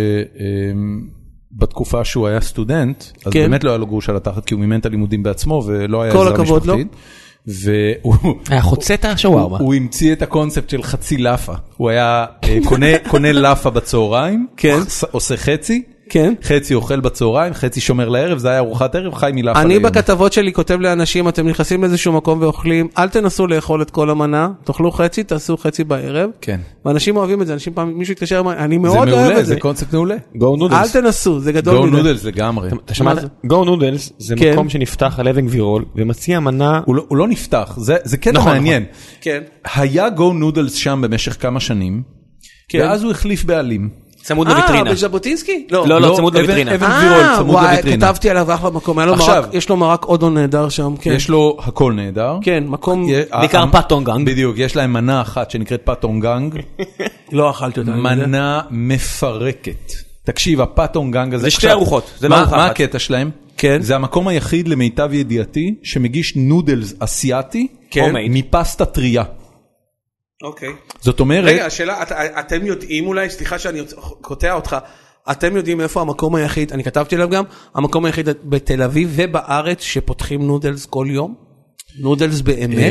A: שבתקופה שהוא היה סטודנט, אז באמת לא היה לו גרוש על התחת, כי הוא מימן את הלימודים בעצמו, ולא היה עזרה משפחתית.
B: היה חוצה את השווארמה.
A: הוא המציא את הקונספט של חצי לאפה. הוא היה קונה לאפה בצהריים, עושה חצי,
C: כן.
A: חצי אוכל בצהריים, חצי שומר לערב, זה היה ארוחת ערב, חי מלאפה ליום.
C: אני בכתבות שלי כותב לאנשים, אתם נכנסים לאיזשהו מקום ואוכלים, אל תנסו לאכול את כל המנה, תאכלו חצי, תעשו חצי בערב.
A: כן.
C: ואנשים אוהבים את זה, אנשים פעם, מישהו יתקשר, אני מאוד אוהב את זה.
A: זה קונספט מעולה.
C: אל תנסו, זה גדול
A: מדי. Go Noodles לגמרי.
B: אתה שמעת? Go Noodles זה מקום שנפתח על אבן גבירול, ומציע מנה...
A: הוא לא נפתח, זה קטע מעניין.
C: כן.
A: היה Go Noodles שם במשך כמה שנים, ואז הוא החליף בעלים.
B: צמוד לויטרינה.
C: אה, בז'בוטינסקי?
B: לא, לא, צמוד לויטרינה.
A: אבן גבירול, צמוד לויטרינה.
C: כתבתי עליו אחלה מקום, יש לו מרק אודו נהדר שם.
A: יש לו הכל נהדר.
C: כן, מקום...
B: בעיקר פאטונגנג.
A: בדיוק, יש להם מנה אחת שנקראת פאטונגנג.
C: לא אכלתי אותה.
A: מנה מפרקת. תקשיב, הפאטונגנג הזה...
B: זה שתי ארוחות, זה לא ארוחה אחת.
A: מה הקטע שלהם?
C: כן.
A: זה המקום היחיד למיטב ידיעתי שמגיש נודלס אסיאטי מפסטה טריה.
C: אוקיי.
A: זאת אומרת...
C: רגע, השאלה, את, אתם יודעים אולי, סליחה שאני קוטע אותך, אתם יודעים איפה המקום היחיד, אני כתבתי עליו גם, המקום היחיד בתל אביב ובארץ שפותחים נודלס כל יום? נודלס באמת?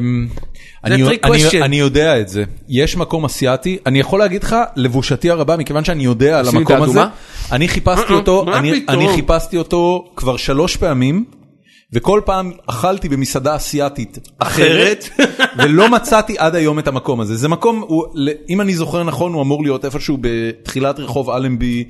A: אני, אני, אני יודע את זה. יש מקום אסיאטי, אני יכול להגיד לך, לבושתי הרבה, מכיוון שאני יודע על המקום הזה, אני חיפשתי אותו, אני, אני חיפשתי אותו כבר שלוש פעמים, וכל פעם אכלתי במסעדה אסיאטית אחרת, ולא מצאתי עד היום את המקום הזה. זה מקום, אם אני זוכר נכון, הוא אמור להיות איפשהו בתחילת רחוב אלנבי,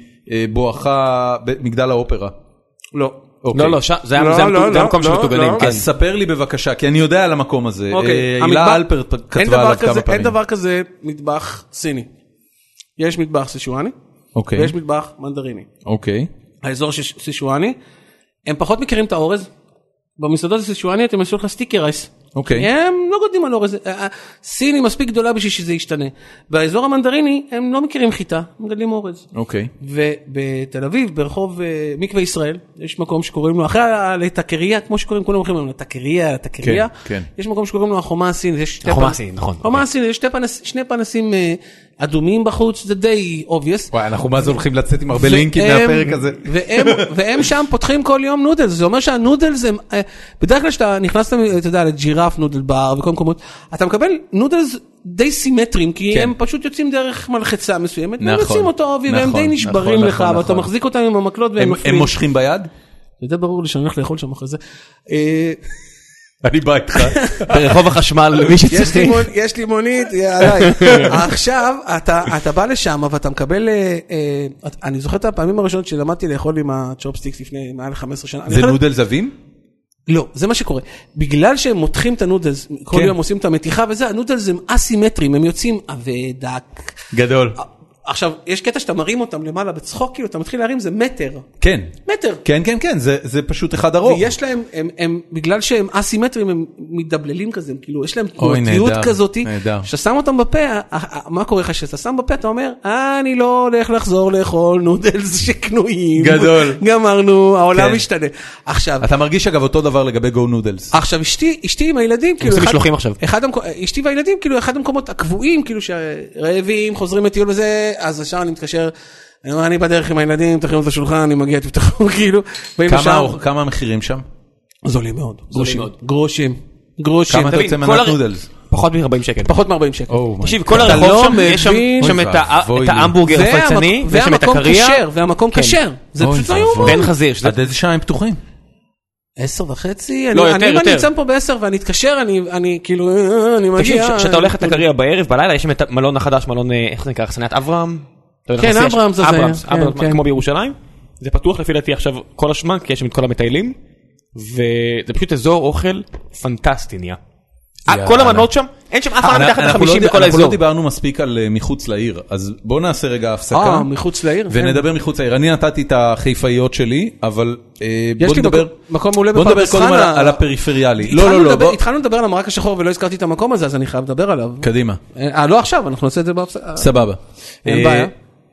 A: בואכה מגדל האופרה.
C: לא.
B: לא, לא, זה המקום שמתוגלים.
A: אז ספר לי בבקשה, כי אני יודע על המקום הזה. הילה אלפרט כתבה עליו כמה פעמים.
C: אין דבר כזה מטבח סיני. יש מטבח סישואני, ויש מטבח מנדריני. האזור סישואני, הם פחות מכירים את האורז, במסעדות הסישואני אתם עשו לך סטיקר רייס.
A: אוקיי.
C: הם לא גודלים על אורז. סיני מספיק גדולה בשביל שזה ישתנה. באזור המנדריני הם לא מכירים חיטה, הם גדלים אורז.
A: אוקיי.
C: ובתל אביב, ברחוב מקווה ישראל, יש מקום שקוראים לו, אחרי לתקריה, כמו שקוראים, כולם הולכים לנו, לתקריה, לתקריה.
A: כן, כן.
C: יש מקום שקוראים לו החומה הסינית.
B: החומה הסינית, נכון.
C: החומה הסינית, יש שני פנסים אדומים בחוץ, זה די obvious.
A: וואי, אנחנו מה זה הולכים לצאת עם הרבה לינקים מהפרק הזה.
C: והם שם פותחים כל יום נודלס, זה אומר שהנודלס הם, בדרך כלל שאתה נכנס, אתה יודע, לג'ירף נודל בר וכל מקומות, אתה מקבל נודלס די סימטריים, כי הם פשוט יוצאים דרך מלחצה מסוימת, והם יוצאים אותו אובי, והם די נשברים לך, ואתה מחזיק אותם עם המקלות והם נופלים.
A: הם מושכים ביד?
C: זה די ברור לי שאני הולך לאכול שם אחרי זה.
A: אני בא איתך.
B: ברחוב החשמל, מי שצריך.
C: יש לי מונית, עליי. עכשיו, אתה בא לשם, ואתה מקבל, אני זוכר את הפעמים הראשונות שלמדתי לאכול עם הצ'ופסטיקס לפני מעל חמש עשרה שנה.
A: זה נודל זווים?
C: לא, זה מה שקורה. בגלל שהם מותחים את הנודלס, כל יום עושים את המתיחה וזה, הנודלס הם אסימטריים, הם יוצאים אבדק.
A: גדול.
C: עכשיו, יש קטע שאתה מרים אותם למעלה בצחוק, כאילו, אתה מתחיל להרים, זה מטר.
A: כן.
C: מטר.
A: כן, כן, כן, זה, זה פשוט אחד ארוך.
C: ויש להם, הם, הם, בגלל שהם אסימטריים, הם מתדבללים כזה, הם כאילו, יש להם תנועתיות כזאת, שאתה שם אותם בפה, מה קורה לך שאתה שם בפה, אתה אומר, אני לא הולך לחזור לאכול נודלס שקנויים.
A: גדול.
C: גמרנו, העולם משתנה. עכשיו.
A: אתה מרגיש אגב אותו דבר לגבי גו נודלס.
C: עכשיו, אשתי, אשתי עם הילדים, כאילו, אחד, אשתי והילדים, כאילו, אחד המקומות הקבועים, כאילו, שרעבים, חוזרים לטיול וזה, אז השאר אני מתקשר, אני אומר, אני בדרך עם הילדים, תכינו את השולחן, אני מגיע, תפתחו, כאילו.
A: כמה המחירים שם?
C: זולים מאוד. גרושים. גרושים. גרושים.
A: כמה אתה יוצא מנת נודלס?
B: פחות מ-ארבעים שקל.
C: פחות מ-ארבעים שקל.
B: תקשיב, כל הרחוב שם, יש שם את ההמבורגר הפלצני, ויש שם את הקריה.
C: והמקום כשר. זה פשוט לא יאומן.
B: בן חזיר.
A: עד איזה שעה הם פתוחים?
C: עשר וחצי?
B: לא, יותר, יותר.
C: אני נמצא פה בעשר ואני אתקשר, אני כאילו, אני מגיע.
B: תקשיב, כשאתה הולך לקריה בערב, בלילה, יש שם את מלון החדש, מלון, איך זה נקרא, חסניית אברהם?
C: כן, אברהם זה זה.
B: אברהם, כמו בירושלים. זה פתוח לפי דעתי עכשיו כל השמן, כי יש שם את כל המטיילים, וזה פשוט אזור אוכל פנטסטי נהיה. כל המנות שם, אין שם אף אחד מתחת ל-חמישים בכל האזור.
A: אנחנו לא דיברנו מספיק על מחוץ לעיר, אז בואו נעשה רגע הפסקה.
C: אה, מחוץ לעיר?
A: ונדבר מחוץ לעיר. אני נתתי את החיפאיות שלי, אבל בואו נדבר בואו נדבר קודם על הפריפריאלי. לא, לא, לא.
C: התחלנו לדבר על המרק השחור ולא הזכרתי את המקום הזה, אז אני חייב לדבר עליו.
A: קדימה.
C: לא עכשיו, אנחנו נעשה את זה בהפסקה.
A: סבבה.
C: אין בעיה.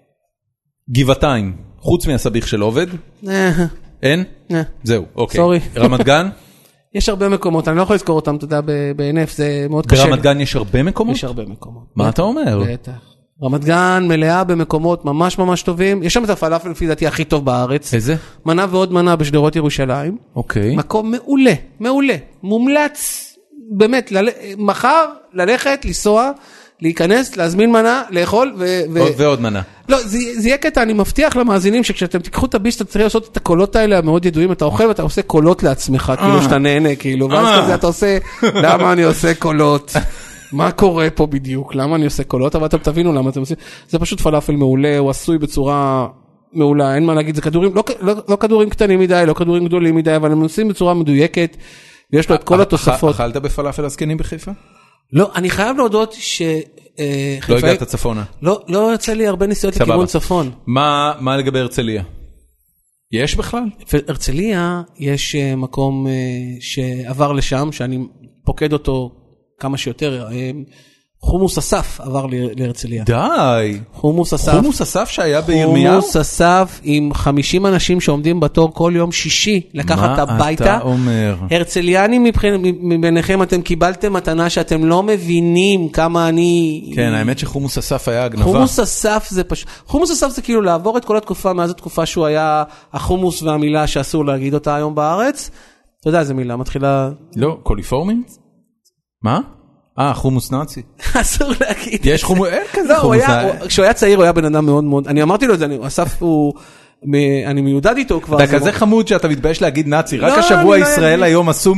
A: גבעתיים, חוץ מהסביך של עובד? אין? זהו, אוקיי.
C: סורי.
A: רמת גן?
C: יש הרבה מקומות, אני לא יכול לזכור אותם, אתה יודע, ב-אן-אף, זה מאוד קשה.
A: ברמת גן יש הרבה מקומות?
C: יש הרבה מקומות.
A: מה אתה אומר?
C: בטח. רמת גן מלאה במקומות ממש ממש טובים. יש שם את הפלאפל לפי דעתי הכי טוב בארץ.
A: איזה?
C: מנה ועוד מנה בשדרות ירושלים.
A: אוקיי.
C: מקום מעולה, מעולה. מומלץ, באמת, מחר ללכת, לנסוע, להיכנס, להזמין מנה, לאכול ו...
A: ועוד מנה.
C: לא, זה יהיה קטע, אני מבטיח למאזינים שכשאתם תיקחו את הביס, אתה צריך לעשות את הקולות האלה המאוד ידועים, אתה אוכל ואתה עושה קולות לעצמך, כאילו שאתה נהנה, כאילו, ואז כזה אתה עושה, למה אני עושה קולות? מה קורה פה בדיוק? למה אני עושה קולות? אבל אתם תבינו למה אתם עושים. זה פשוט פלאפל מעולה, הוא עשוי בצורה מעולה, אין מה להגיד, זה כדורים, לא, לא, לא כדורים קטנים מדי, לא כדורים גדולים מדי, אבל הם עושים בצורה מדויקת, ויש לו את כל התוספות.
A: אכלת בפלאפל הזקנים בחיפה?
C: לא, אני חייב להודות ש...
A: לא הגעת צפונה.
C: לא, לא יצא לי הרבה נסיעות לכיוון צפון.
A: מה, מה לגבי הרצליה? יש בכלל?
C: הרצליה יש מקום שעבר לשם, שאני פוקד אותו כמה שיותר, חומוס אסף עבר להרצליה.
A: די.
C: חומוס אסף.
A: חומוס אסף שהיה בירמיהו?
C: חומוס אסף עם חמישים אנשים שעומדים בתור כל יום שישי לקחת הביתה.
A: מה אתה אומר?
C: הרצליאנים מביניכם אתם קיבלתם מתנה שאתם לא מבינים כמה אני...
A: כן, האמת שחומוס אסף היה הגנבה.
C: חומוס אסף זה פשוט... חומוס אסף זה כאילו לעבור את כל התקופה, מאז התקופה שהוא היה החומוס והמילה שאסור להגיד אותה היום בארץ. אתה יודע איזה מילה מתחילה...
A: לא, קוליפורמים? מה? אה, חומוס נאצי.
C: אסור להגיד.
A: יש חומוס, אין כזה חומוס נאצי.
C: כשהוא היה צעיר הוא היה בן אדם מאוד מאוד, אני אמרתי לו את זה, אסף הוא, אני מיודד איתו כבר.
A: אתה כזה חמוד שאתה מתבייש להגיד נאצי, רק השבוע ישראל היום עשו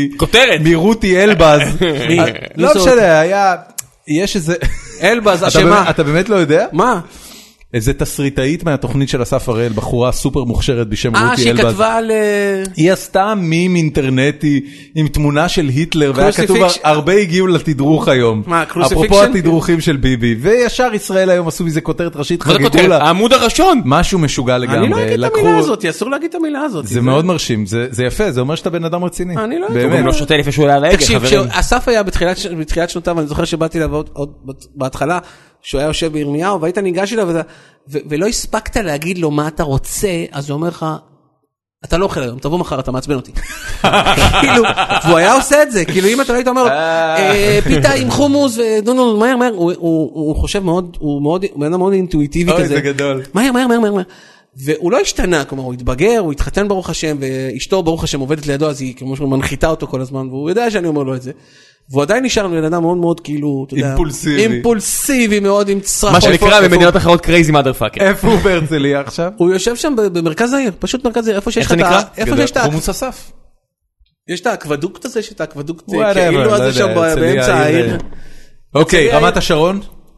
A: מרותי אלבז. לא משנה, היה, יש איזה...
C: אלבז, אשמה.
A: אתה באמת לא יודע?
C: מה?
A: איזה תסריטאית מהתוכנית של אסף הראל, בחורה סופר מוכשרת בשם רותי אלבז.
C: אה, שהיא כתבה על...
A: היא עשתה מים אינטרנטי עם תמונה של היטלר, והיה כתוב, הרבה הגיעו לתדרוך היום.
C: מה, קרוסיפיקשן?
A: אפרופו התדרוכים של ביבי, וישר ישראל היום עשו מזה כותרת ראשית,
B: חגגו לה. העמוד הראשון.
A: משהו משוגע לגמרי.
C: אני לא אגיד את המילה הזאת, אסור להגיד את המילה הזאת.
A: זה מאוד מרשים, זה יפה, זה אומר שאתה בן אדם רציני.
C: אני לא
B: יודע. הוא לא שותה לפני שהוא עלה על ההגה, חברים.
C: תקשיב, אסף היה בתחילת שנותיו, אני זוכר שבאתי לעבוד בהתחלה, שהוא היה יושב בירמיהו, והיית ניגש אליו, ולא הספקת להגיד לו מה אתה רוצה, אז הוא אומר לך, אתה לא אוכל היום, תבוא מחר, אתה מעצבן אותי. כאילו, והוא היה עושה את זה, כאילו אם אתה לא היית אומר, פיתה עם חומוס, ודונו, מהר, מהר, הוא חושב מאוד, הוא מאוד, הוא בן מאוד אינטואיטיבי כזה.
A: אוי, זה גדול.
C: מהר, מהר, מהר, מהר. והוא לא השתנה, כלומר, הוא התבגר, הוא התחתן ברוך השם, ואשתו ברוך השם עובדת לידו, אז היא כמו שמנחיתה אותו כל הזמן, והוא יודע שאני אומר לו את זה. והוא עדיין נשאר לנו ילדה מאוד מאוד כאילו, אתה יודע,
A: אימפולסיבי.
C: אימפולסיבי מאוד עם צרחות.
B: מה שנקרא במדינות אחרות קרייזי מאדר-פאקר.
A: איפה הוא בהרצליה עכשיו?
C: הוא יושב שם במרכז העיר, פשוט מרכז העיר, איפה שיש לך את...
B: איך זה נקרא?
A: חומוס אסף.
C: יש את האקוודוקט הזה, שאת האקוודוקט כאילו הזה שם באמצע העיר.
A: אוקיי, רמת השרון?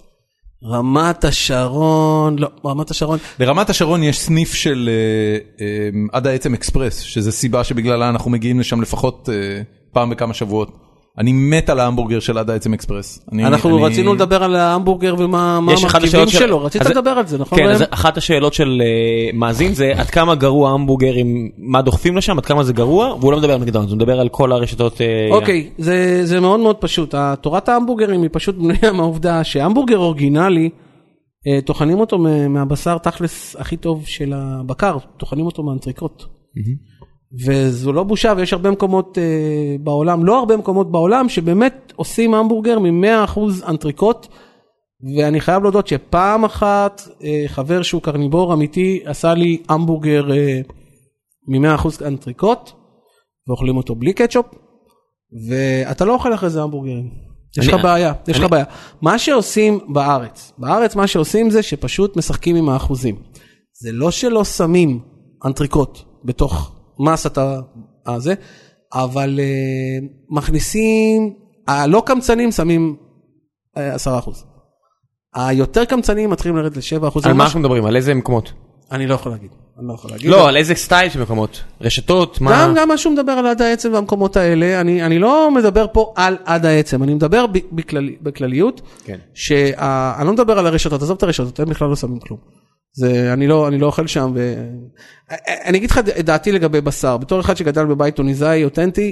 C: רמת השרון, לא, רמת השרון.
A: ברמת השרון יש סניף של עד העצם אקספרס, שזה סיבה שבגללה אנחנו מגיעים לשם לפחות פעם בכמה שבועות. אני מת על ההמבורגר של עד העצם אקספרס.
C: אנחנו רצינו לדבר על ההמבורגר ומה המרכיבים שלו, רצית לדבר על זה, נכון?
B: כן, אז אחת השאלות של מאזין זה עד כמה גרוע ההמבורגרים, מה דוחפים לשם, עד כמה זה גרוע, והוא לא מדבר על מקדונלדס, הוא מדבר על כל הרשתות.
C: אוקיי, זה מאוד מאוד פשוט, תורת ההמבורגרים היא פשוט בנויה מהעובדה שההמבורגר אורגינלי, טוחנים אותו מהבשר תכלס הכי טוב של הבקר, טוחנים אותו מהאנטריקוט. וזו לא בושה, ויש הרבה מקומות אה, בעולם, לא הרבה מקומות בעולם, שבאמת עושים המבורגר מ-מאה אחוז אנטריקוט, ואני חייב להודות שפעם אחת אה, חבר שהוא קרניבור אמיתי, עשה לי המבורגר אה, מ-מאה אחוז אנטריקוט, ואוכלים אותו בלי קטשופ, ואתה לא אוכל אחרי זה המבורגרים. יש לך בעיה, יש לך בעיה. מה שעושים בארץ, בארץ מה שעושים זה שפשוט משחקים עם האחוזים. זה לא שלא שמים אנטריקוט בתוך מסת הזה, אבל uh, מכניסים, הלא קמצנים שמים עשרה אחוז. היותר קמצנים מתחילים לרדת לשבע אחוז.
B: על מה אנחנו מדברים? על איזה מקומות?
C: אני לא יכול להגיד. אני לא יכול להגיד.
B: לא, על איזה סטייל של מקומות? רשתות? מה?
C: גם, גם משהו מדבר על עד העצם והמקומות האלה. אני, אני לא מדבר פה על עד העצם. אני מדבר בכללי, בכלליות. כן. שאני לא מדבר על הרשתות. עזוב את הרשתות, הם בכלל לא שמים כלום. זה, אני לא, אני לא אוכל שם, ו... אני אגיד לך את דעתי לגבי בשר, בתור אחד שגדל בבית טוניסאי אותנטי,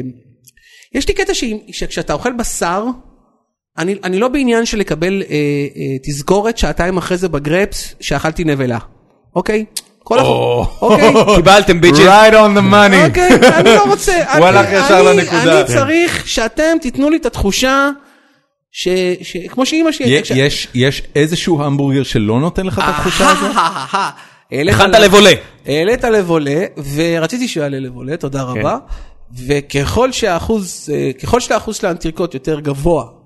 C: יש לי קטע שכשאתה אוכל בשר, אני, אני לא בעניין של לקבל אה, אה, תזכורת שעתיים אחרי זה בגרפס, שאכלתי נבלה, אוקיי? כל החוק, אוקיי?
B: קיבלתם ביצ'י.
A: Right on the money.
C: אוקיי, אני לא רוצה,
A: הוא הלך ישר לנקודה.
C: אני צריך שאתם תיתנו לי את התחושה, ש, ש, כמו שאמא שלי...
A: יש, יש איזשהו המבורגר שלא נותן לך את התחושה הזאת?
B: הכנת לבולה.
C: העלית לבולה, ורציתי שהוא יעלה לבולה, תודה רבה. וככל שהאחוז, ככל שהאחוז של האנטריקוט יותר גבוה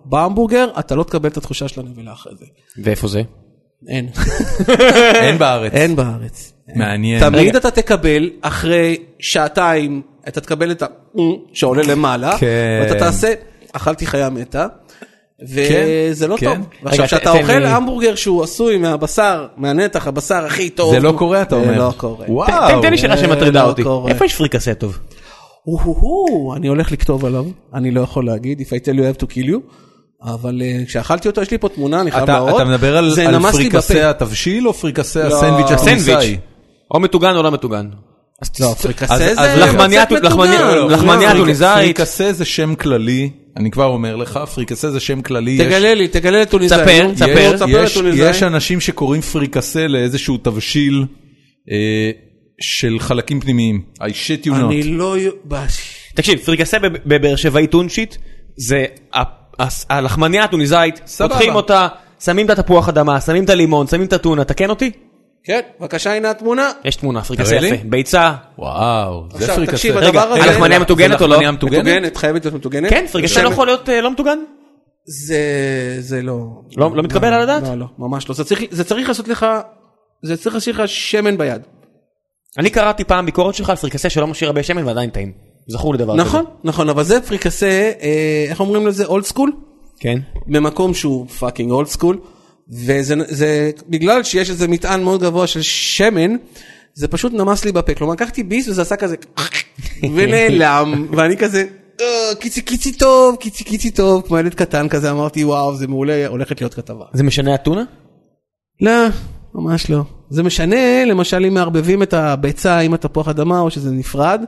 C: בהמבורגר, אתה לא תקבל את התחושה של הנבלה אחרי זה.
B: ואיפה זה?
C: אין.
A: אין בארץ.
C: אין בארץ.
A: מעניין.
C: תמיד אתה תקבל, אחרי שעתיים, אתה תקבל את ה... שעולה למעלה, ואתה תעשה, אכלתי חיה מתה, וזה לא טוב. עכשיו, כשאתה אוכל המבורגר שהוא עשוי מהבשר, מהנתח, הבשר הכי טוב.
A: זה לא קורה, אתה אומר.
C: זה לא קורה.
A: וואו.
B: תן לי שאלה שמטרידה אותי. איפה יש פריקסה טוב?
C: אני הולך לכתוב עליו, אני לא יכול להגיד, if I tell you I have to kill you, אבל כשאכלתי אותו, יש לי פה תמונה, אני חייב להראות.
A: אתה מדבר על פריקסה התבשיל או פריקסה הסנדוויץ' התוניסאי?
B: או מטוגן או לא מטוגן.
C: לא, פריקסה זה...
B: לחמניה תוניסאית.
A: פריקסה זה שם כללי, אני כבר אומר לך, פריקסה זה שם כללי.
C: תגלה לי, תגלה לתוניסאי.
B: ספר, ספר.
A: יש אנשים שקוראים פריקסה לאיזשהו תבשיל של חלקים פנימיים. I shit you not.
C: אני לא...
B: תקשיב, פריקסה בבאר שבעי טונשית, זה הלחמניה התוניסאית, פותחים אותה, שמים את התפוח אדמה, שמים את הלימון, שמים את הטונה, תקן אותי?
C: כן, בבקשה, הנה התמונה.
B: יש תמונה, פריקסה יפה, ביצה.
A: וואו, זה פריקסה.
C: תקשיב, הדבר הזה...
B: הלחמניה מטוגנת או לא?
C: מטוגנת, חייבת להיות מטוגנת.
B: כן, פריקסה לא יכול להיות לא מטוגן?
C: זה לא...
B: לא מתקבל על הדעת?
C: לא, לא, ממש לא. זה צריך לעשות לך, זה צריך לעשות לך שמן ביד.
B: אני קראתי פעם ביקורת שלך על פריקסה שלא משאיר הרבה שמן ועדיין טעים. זכור לדבר כזה.
C: נכון, נכון, אבל זה פריקסה, איך אומרים לזה? אולד סקול?
B: כן.
C: במקום שהוא פאקינג אולד סקול. וזה בגלל שיש איזה מטען מאוד גבוה של שמן, זה פשוט נמס לי בפה. כלומר, לקחתי ביס וזה עשה כזה, ונעלם, ואני כזה, קיצי קיצי טוב, קיצי קיצי טוב, כמו ילד קטן כזה, אמרתי, וואו, זה מעולה, הולכת להיות כתבה.
B: זה משנה הטונה?
C: לא, ממש לא. זה משנה, למשל, אם מערבבים את הביצה עם התפוח אדמה, או שזה נפרד,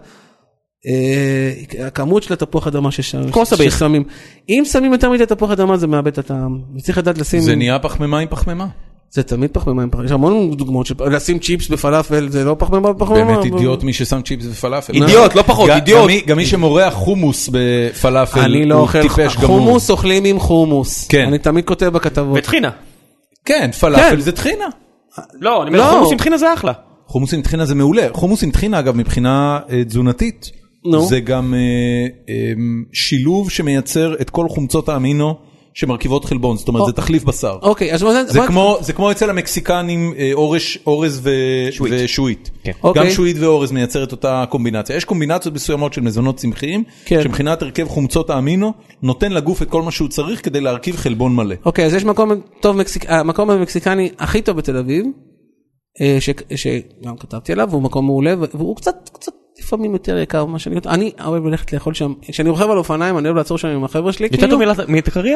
C: הכמות של התפוח אדמה ששמים. אם שמים יותר מדי תפוח אדמה, זה מאבד את הטעם. וצריך לדעת לשים...
A: זה נהיה פחמימה עם פחמימה.
C: זה תמיד פחמימה עם פחמימה. יש המון דוגמאות של... לשים צ'יפס בפלאפל, זה לא פחמימה בפחמימה.
A: באמת אידיוט מי ששם צ'יפס בפלאפל.
B: אידיוט, לא פחות, אידיוט.
A: גם מי שמורח חומוס בפלאפל,
C: אני לא אוכל חומוס, אוכלים עם חומוס. אני תמיד כותב בכתבות.
B: וטחינה.
A: כן, פלאפל זה טחינה.
B: לא, אני אומר, חומוס עם טחינה זה אחלה.
A: חומוס עם טחינה זה מעולה. חומוס עם טחינה, אגב, מבחינה תזונתית, זה גם שילוב שמייצר את כל חומצות האמינו שמרכיבות חלבון, זאת אומרת, זה תחליף בשר.
C: אוקיי, אז
A: זה כמו אצל המקסיקנים, אורז ושועית. גם שועית ואורז מייצרת אותה קומבינציה. יש קומבינציות מסוימות של מזונות צמחיים, שמבחינת הרכב חומצות האמינו, נותן לגוף את כל מה שהוא צריך כדי להרכיב חלבון מלא.
C: אוקיי, אז יש מקום טוב, המקום המקסיקני הכי טוב בתל אביב, שגם כתבתי עליו, והוא מקום מעולה, והוא קצת, קצת לפעמים יותר יקר ממה שאני... אני אוהב ללכת לאכול שם, כשאני רוכב על אופניים, אני אוהב לעצור שם עם החבר'ה שלי.
B: יותר טוב מתקריה?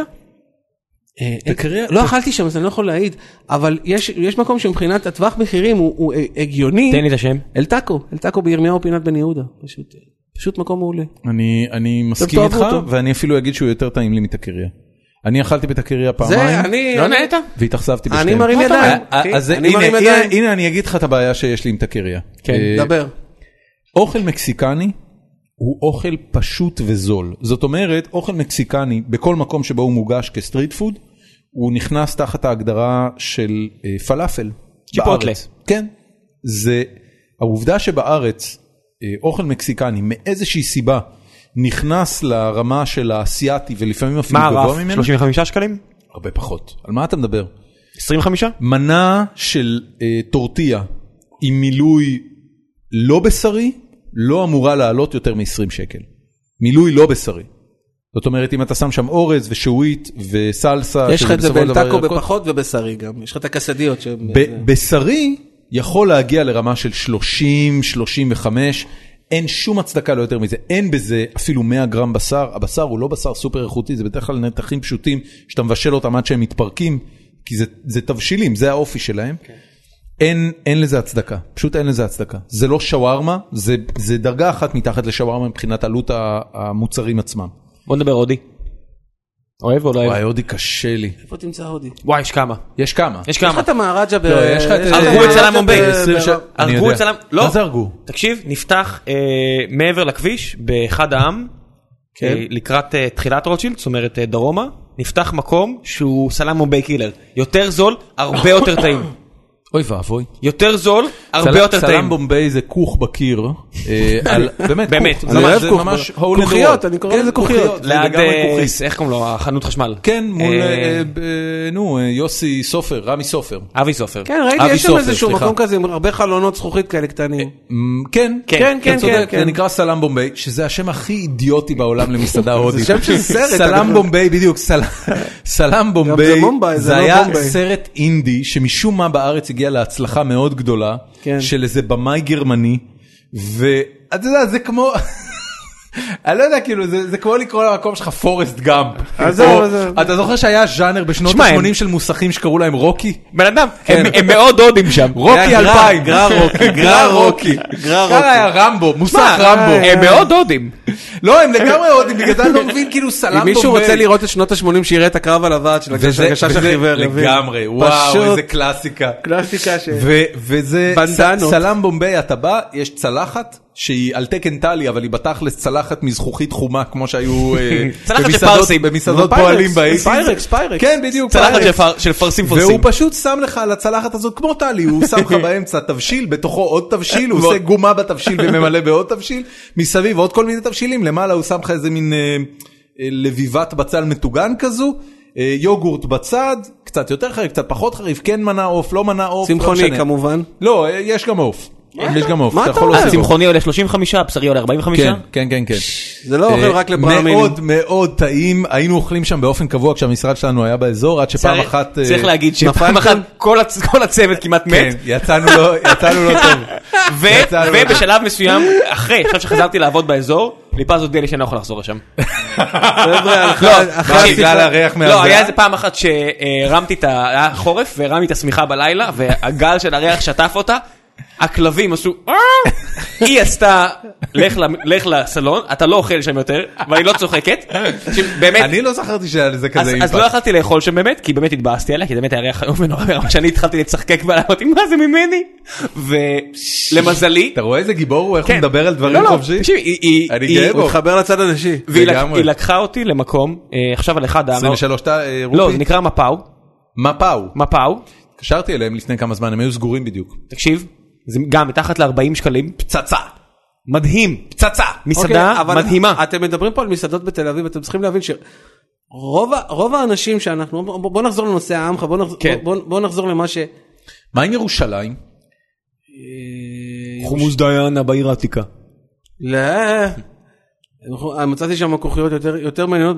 C: תקריה? לא אכלתי שם, אז אני לא יכול להעיד, אבל יש מקום שמבחינת הטווח מחירים הוא הגיוני.
B: תן לי את השם.
C: אל טאקו, אל טאקו בירמיהו פינת בן יהודה. פשוט מקום מעולה.
A: אני מסכים איתך, ואני אפילו אגיד שהוא יותר טעים לי מתקריה. אני אכלתי בתקריה פעמיים.
B: לא נהיית?
A: והתאכזבתי בשתיים.
C: אני מרים ידיים.
A: הנה אני אגיד לך את הבעיה שיש לי עם תקריה.
C: כן, דבר.
A: אוכל מקסיקני הוא אוכל פשוט וזול. זאת אומרת, אוכל מקסיקני בכל מקום שבו הוא מוגש כסטריט פוד, הוא נכנס תחת ההגדרה של פלאפל.
B: צ'יפוטלה.
A: כן. זה העובדה שבארץ אוכל מקסיקני מאיזושהי סיבה נכנס לרמה של האסייתי ולפעמים אפילו גבוה ממנו.
B: מה הרף? שלושים וחמישה שקלים?
A: הרבה פחות. על מה אתה מדבר?
B: עשרים וחמש?
A: מנה של טורטיה עם מילוי לא בשרי, לא אמורה לעלות יותר מ-עשרים שקל. מילוי לא בשרי. זאת אומרת, אם אתה שם שם אורז ושועית וסלסה...
C: יש לך את זה בלטקו בפחות ובשרי גם. יש לך את הקסדיות.
A: בשרי יכול להגיע לרמה של שלושים שלושים וחמש, אין שום הצדקה לא יותר מזה. אין בזה אפילו מאה גרם בשר. הבשר הוא לא בשר סופר איכותי, זה בדרך כלל נתחים פשוטים שאתה מבשל אותם עד שהם מתפרקים, כי זה, זה תבשילים, זה האופי שלהם. Okay. אין, אין לזה הצדקה, פשוט אין לזה הצדקה. זה לא שווארמה, זה, זה דרגה אחת מתחת לשווארמה מבחינת עלות המוצרים עצמם.
B: בוא נדבר הודי. אוהב או לא אוהב?
A: וואי, הודי קשה לי.
C: איפה תמצא הודי?
B: וואי, יש כמה.
A: יש כמה.
B: יש כמה.
C: יש לך את המהרג'ה ב...
A: לא, יש לך את...
B: הרגו את סלם מומביי.
A: הרגו
B: את סלם... לא.
A: מה זה הרגו?
B: תקשיב, נפתח מעבר לכביש, באחד העם, לקראת תחילת רוטשילד, זאת אומרת דרומה, נפתח מקום שהוא סלם מומביי קילר. יותר זול, הרבה יותר טעים.
A: אוי ואבוי.
B: יותר זול, הרבה יותר טעים.
A: סלם בומביי זה כוך בקיר. באמת,
B: באמת.
A: אני אוהב ממש
C: כוחיות, אני קורא לזה כוחיות.
B: ליד, איך קוראים לו, החנות חשמל?
A: כן, מול, נו, יוסי סופר, רמי סופר.
B: אבי סופר.
C: כן, ראיתי, יש שם איזשהו מקום כזה עם הרבה חלונות זכוכית כאלה קטנים.
A: כן,
C: כן, כן, כן.
A: זה נקרא סלאם בומביי, שזה השם הכי אידיוטי בעולם למסעדה הודית.
C: זה שם של סרט.
A: סלאם בומביי, בדיוק, סלאם בומביי, זה היה סרט אינדי שמשום מה בארץ הגיע להצלחה מאוד גדולה, של איזה במאי גרמני, ואתה יודע, זה כמו, אני לא יודע, כאילו, זה כמו לקרוא למקום שלך פורסט גאמפ. אתה זוכר שהיה ז'אנר בשנות ה-שמונים של מוסכים שקראו להם רוקי?
B: בן אדם, הם מאוד הודים שם.
A: רוקי אלפיים.
C: גרר רוקי.
A: גרר רוקי. כאן היה רמבו, מוסך רמבו.
B: הם מאוד הודים.
A: לא, הם לגמרי הודים, בגלל זה אני לא מבין, כאילו, סלאם בומביי.
C: אם מישהו רוצה לראות את שנות ה-שמונים שיראה את הקרב על הוועד של הגשש החיוור.
A: לגמרי, וואו, איזה קלאסיקה.
C: קלאסיקה ש...
A: וזה, סלאם בומביי, אתה בא, יש צלחת שהיא על תקן טלי, אבל היא בתכלס צלחת מזכוכית חומה, כמו שהיו במסעדות פועלים באייטיז.
C: ספיירקס, ספיירקס.
A: כן, בדיוק.
B: צלחת של פרסים פרסים.
A: והוא פשוט שם לך על הצלחת הזאת כמו טלי, הוא שם לך באמצע תבשיל, בתוכו עוד תבשיל, הוא עושה גומה בתבשיל וממלא בעוד תבשיל, מסביב עוד כל מיני תבשילים, למעלה הוא שם לך איזה מין לביבת בצל מטוגן כזו, יוגורט בצד, קצת יותר חריף, קצת פחות חריף, כן מנה עוף, לא מנה עוף.
C: צמחוני כמובן.
A: לא, יש גם עוף. יש גם עוף.
C: מה אתה אומר?
B: צמחוני עולה שלושים וחמש, בשרי עולה ארבעים וחמש.
A: כן, כן, כן, כן.
C: זה לא אוכל רק לברמינים.
A: מאוד מאוד טעים, היינו אוכלים שם באופן קבוע כשהמשרד שלנו היה באזור, עד שפעם אחת...
B: צריך להגיד שפעם אחת כל הצוות כמעט מת.
A: כן, יצאנו לא טוב.
B: ובשלב מסוים, אחרי, עכשיו שחזרתי לעבוד באזור, ליפז הודיע לי שאני לא יכול לחזור לשם.
A: בגלל הריח מהזרע.
B: לא, היה איזה פעם אחת שהרמתי את החורף, והרמתי את השמיכה בלילה, והגל של הריח שטף אותה, הכלבים עשו, היא עשתה, לך לסלון, אתה לא אוכל שם יותר, ואני לא צוחקת,
A: אני לא זכרתי שזה כזה אימפקט.
B: אז לא יכלתי לאכול שם באמת, כי באמת התבאסתי עליה, כי באמת היה ריח חיום ונורא, שאני התחלתי לצחקק ולאמרתי, מה זה ממני? ולמזלי,
A: אתה רואה איזה גיבור הוא, איך הוא מדבר על דברים חופשי?
C: אני גאה בו. הוא התחבר לצד הנשי.
B: והיא לקחה אותי למקום, עכשיו על אחד,
A: עשרים ושלוש רופי?
B: לא, זה נקרא מפאו.
A: מפאו?
B: מפאו.
A: קשרתי אליהם לפני כמה זמן, הם היו סגורים בדיוק.
B: תקשיב, זה גם מתחת ל-ארבעים שקלים, פצצה. מדהים, פצצה. מסעדה מדהימה.
C: אתם מדברים פה על מסעדות בתל אביב, אתם צריכים להבין שרוב האנשים שאנחנו, בוא נחזור לנושא העמך, בוא נחזור למה ש...
A: מה עם ירושלים?
B: חומוס דיאנה בעיר העתיקה.
C: לא... מצאתי שם כוחיות יותר מעניינות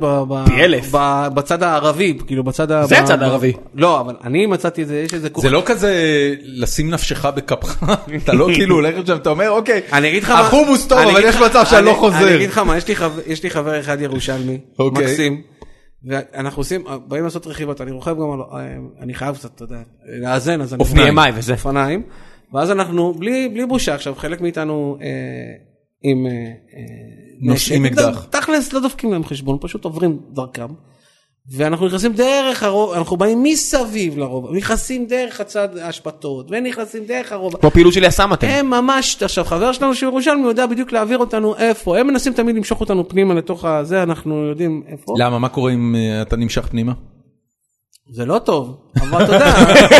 C: בצד הערבי, כאילו בצד...
B: זה הצד הערבי.
C: לא, אבל אני מצאתי איזה, יש איזה כוחיות.
A: זה לא כזה לשים נפשך בכפך, אתה לא כאילו הולך שם, אתה אומר, אוקיי,
C: אני אגיד לך מה...
A: החומוס טוב, אבל יש מצב שאני לא חוזר.
C: אני אגיד לך מה, יש לי חבר אחד ירושלמי, מקסים, ואנחנו עושים, באים לעשות רכיבות, אני רוכב גם, אני חייב קצת, אתה יודע, לאזן, אז אני...
B: אופניים וזה.
C: אופניים, ואז אנחנו, בלי בושה, עכשיו, חלק מאיתנו עם...
A: נושאים אקדח.
C: תכלס לא דופקים להם חשבון, פשוט עוברים דרכם, ואנחנו נכנסים דרך הרוב, אנחנו באים מסביב לרוב, נכנסים דרך הצד ההשפטות, ונכנסים דרך הרוב.
B: כמו פעילות שלי הסם אתם.
C: הם ממש, עכשיו חבר שלנו שהוא ירושלמי יודע בדיוק להעביר אותנו איפה, הם מנסים תמיד למשוך אותנו פנימה לתוך הזה, אנחנו יודעים איפה.
A: למה, מה קורה אם אתה נמשך פנימה?
C: זה לא טוב, אבל אתה יודע,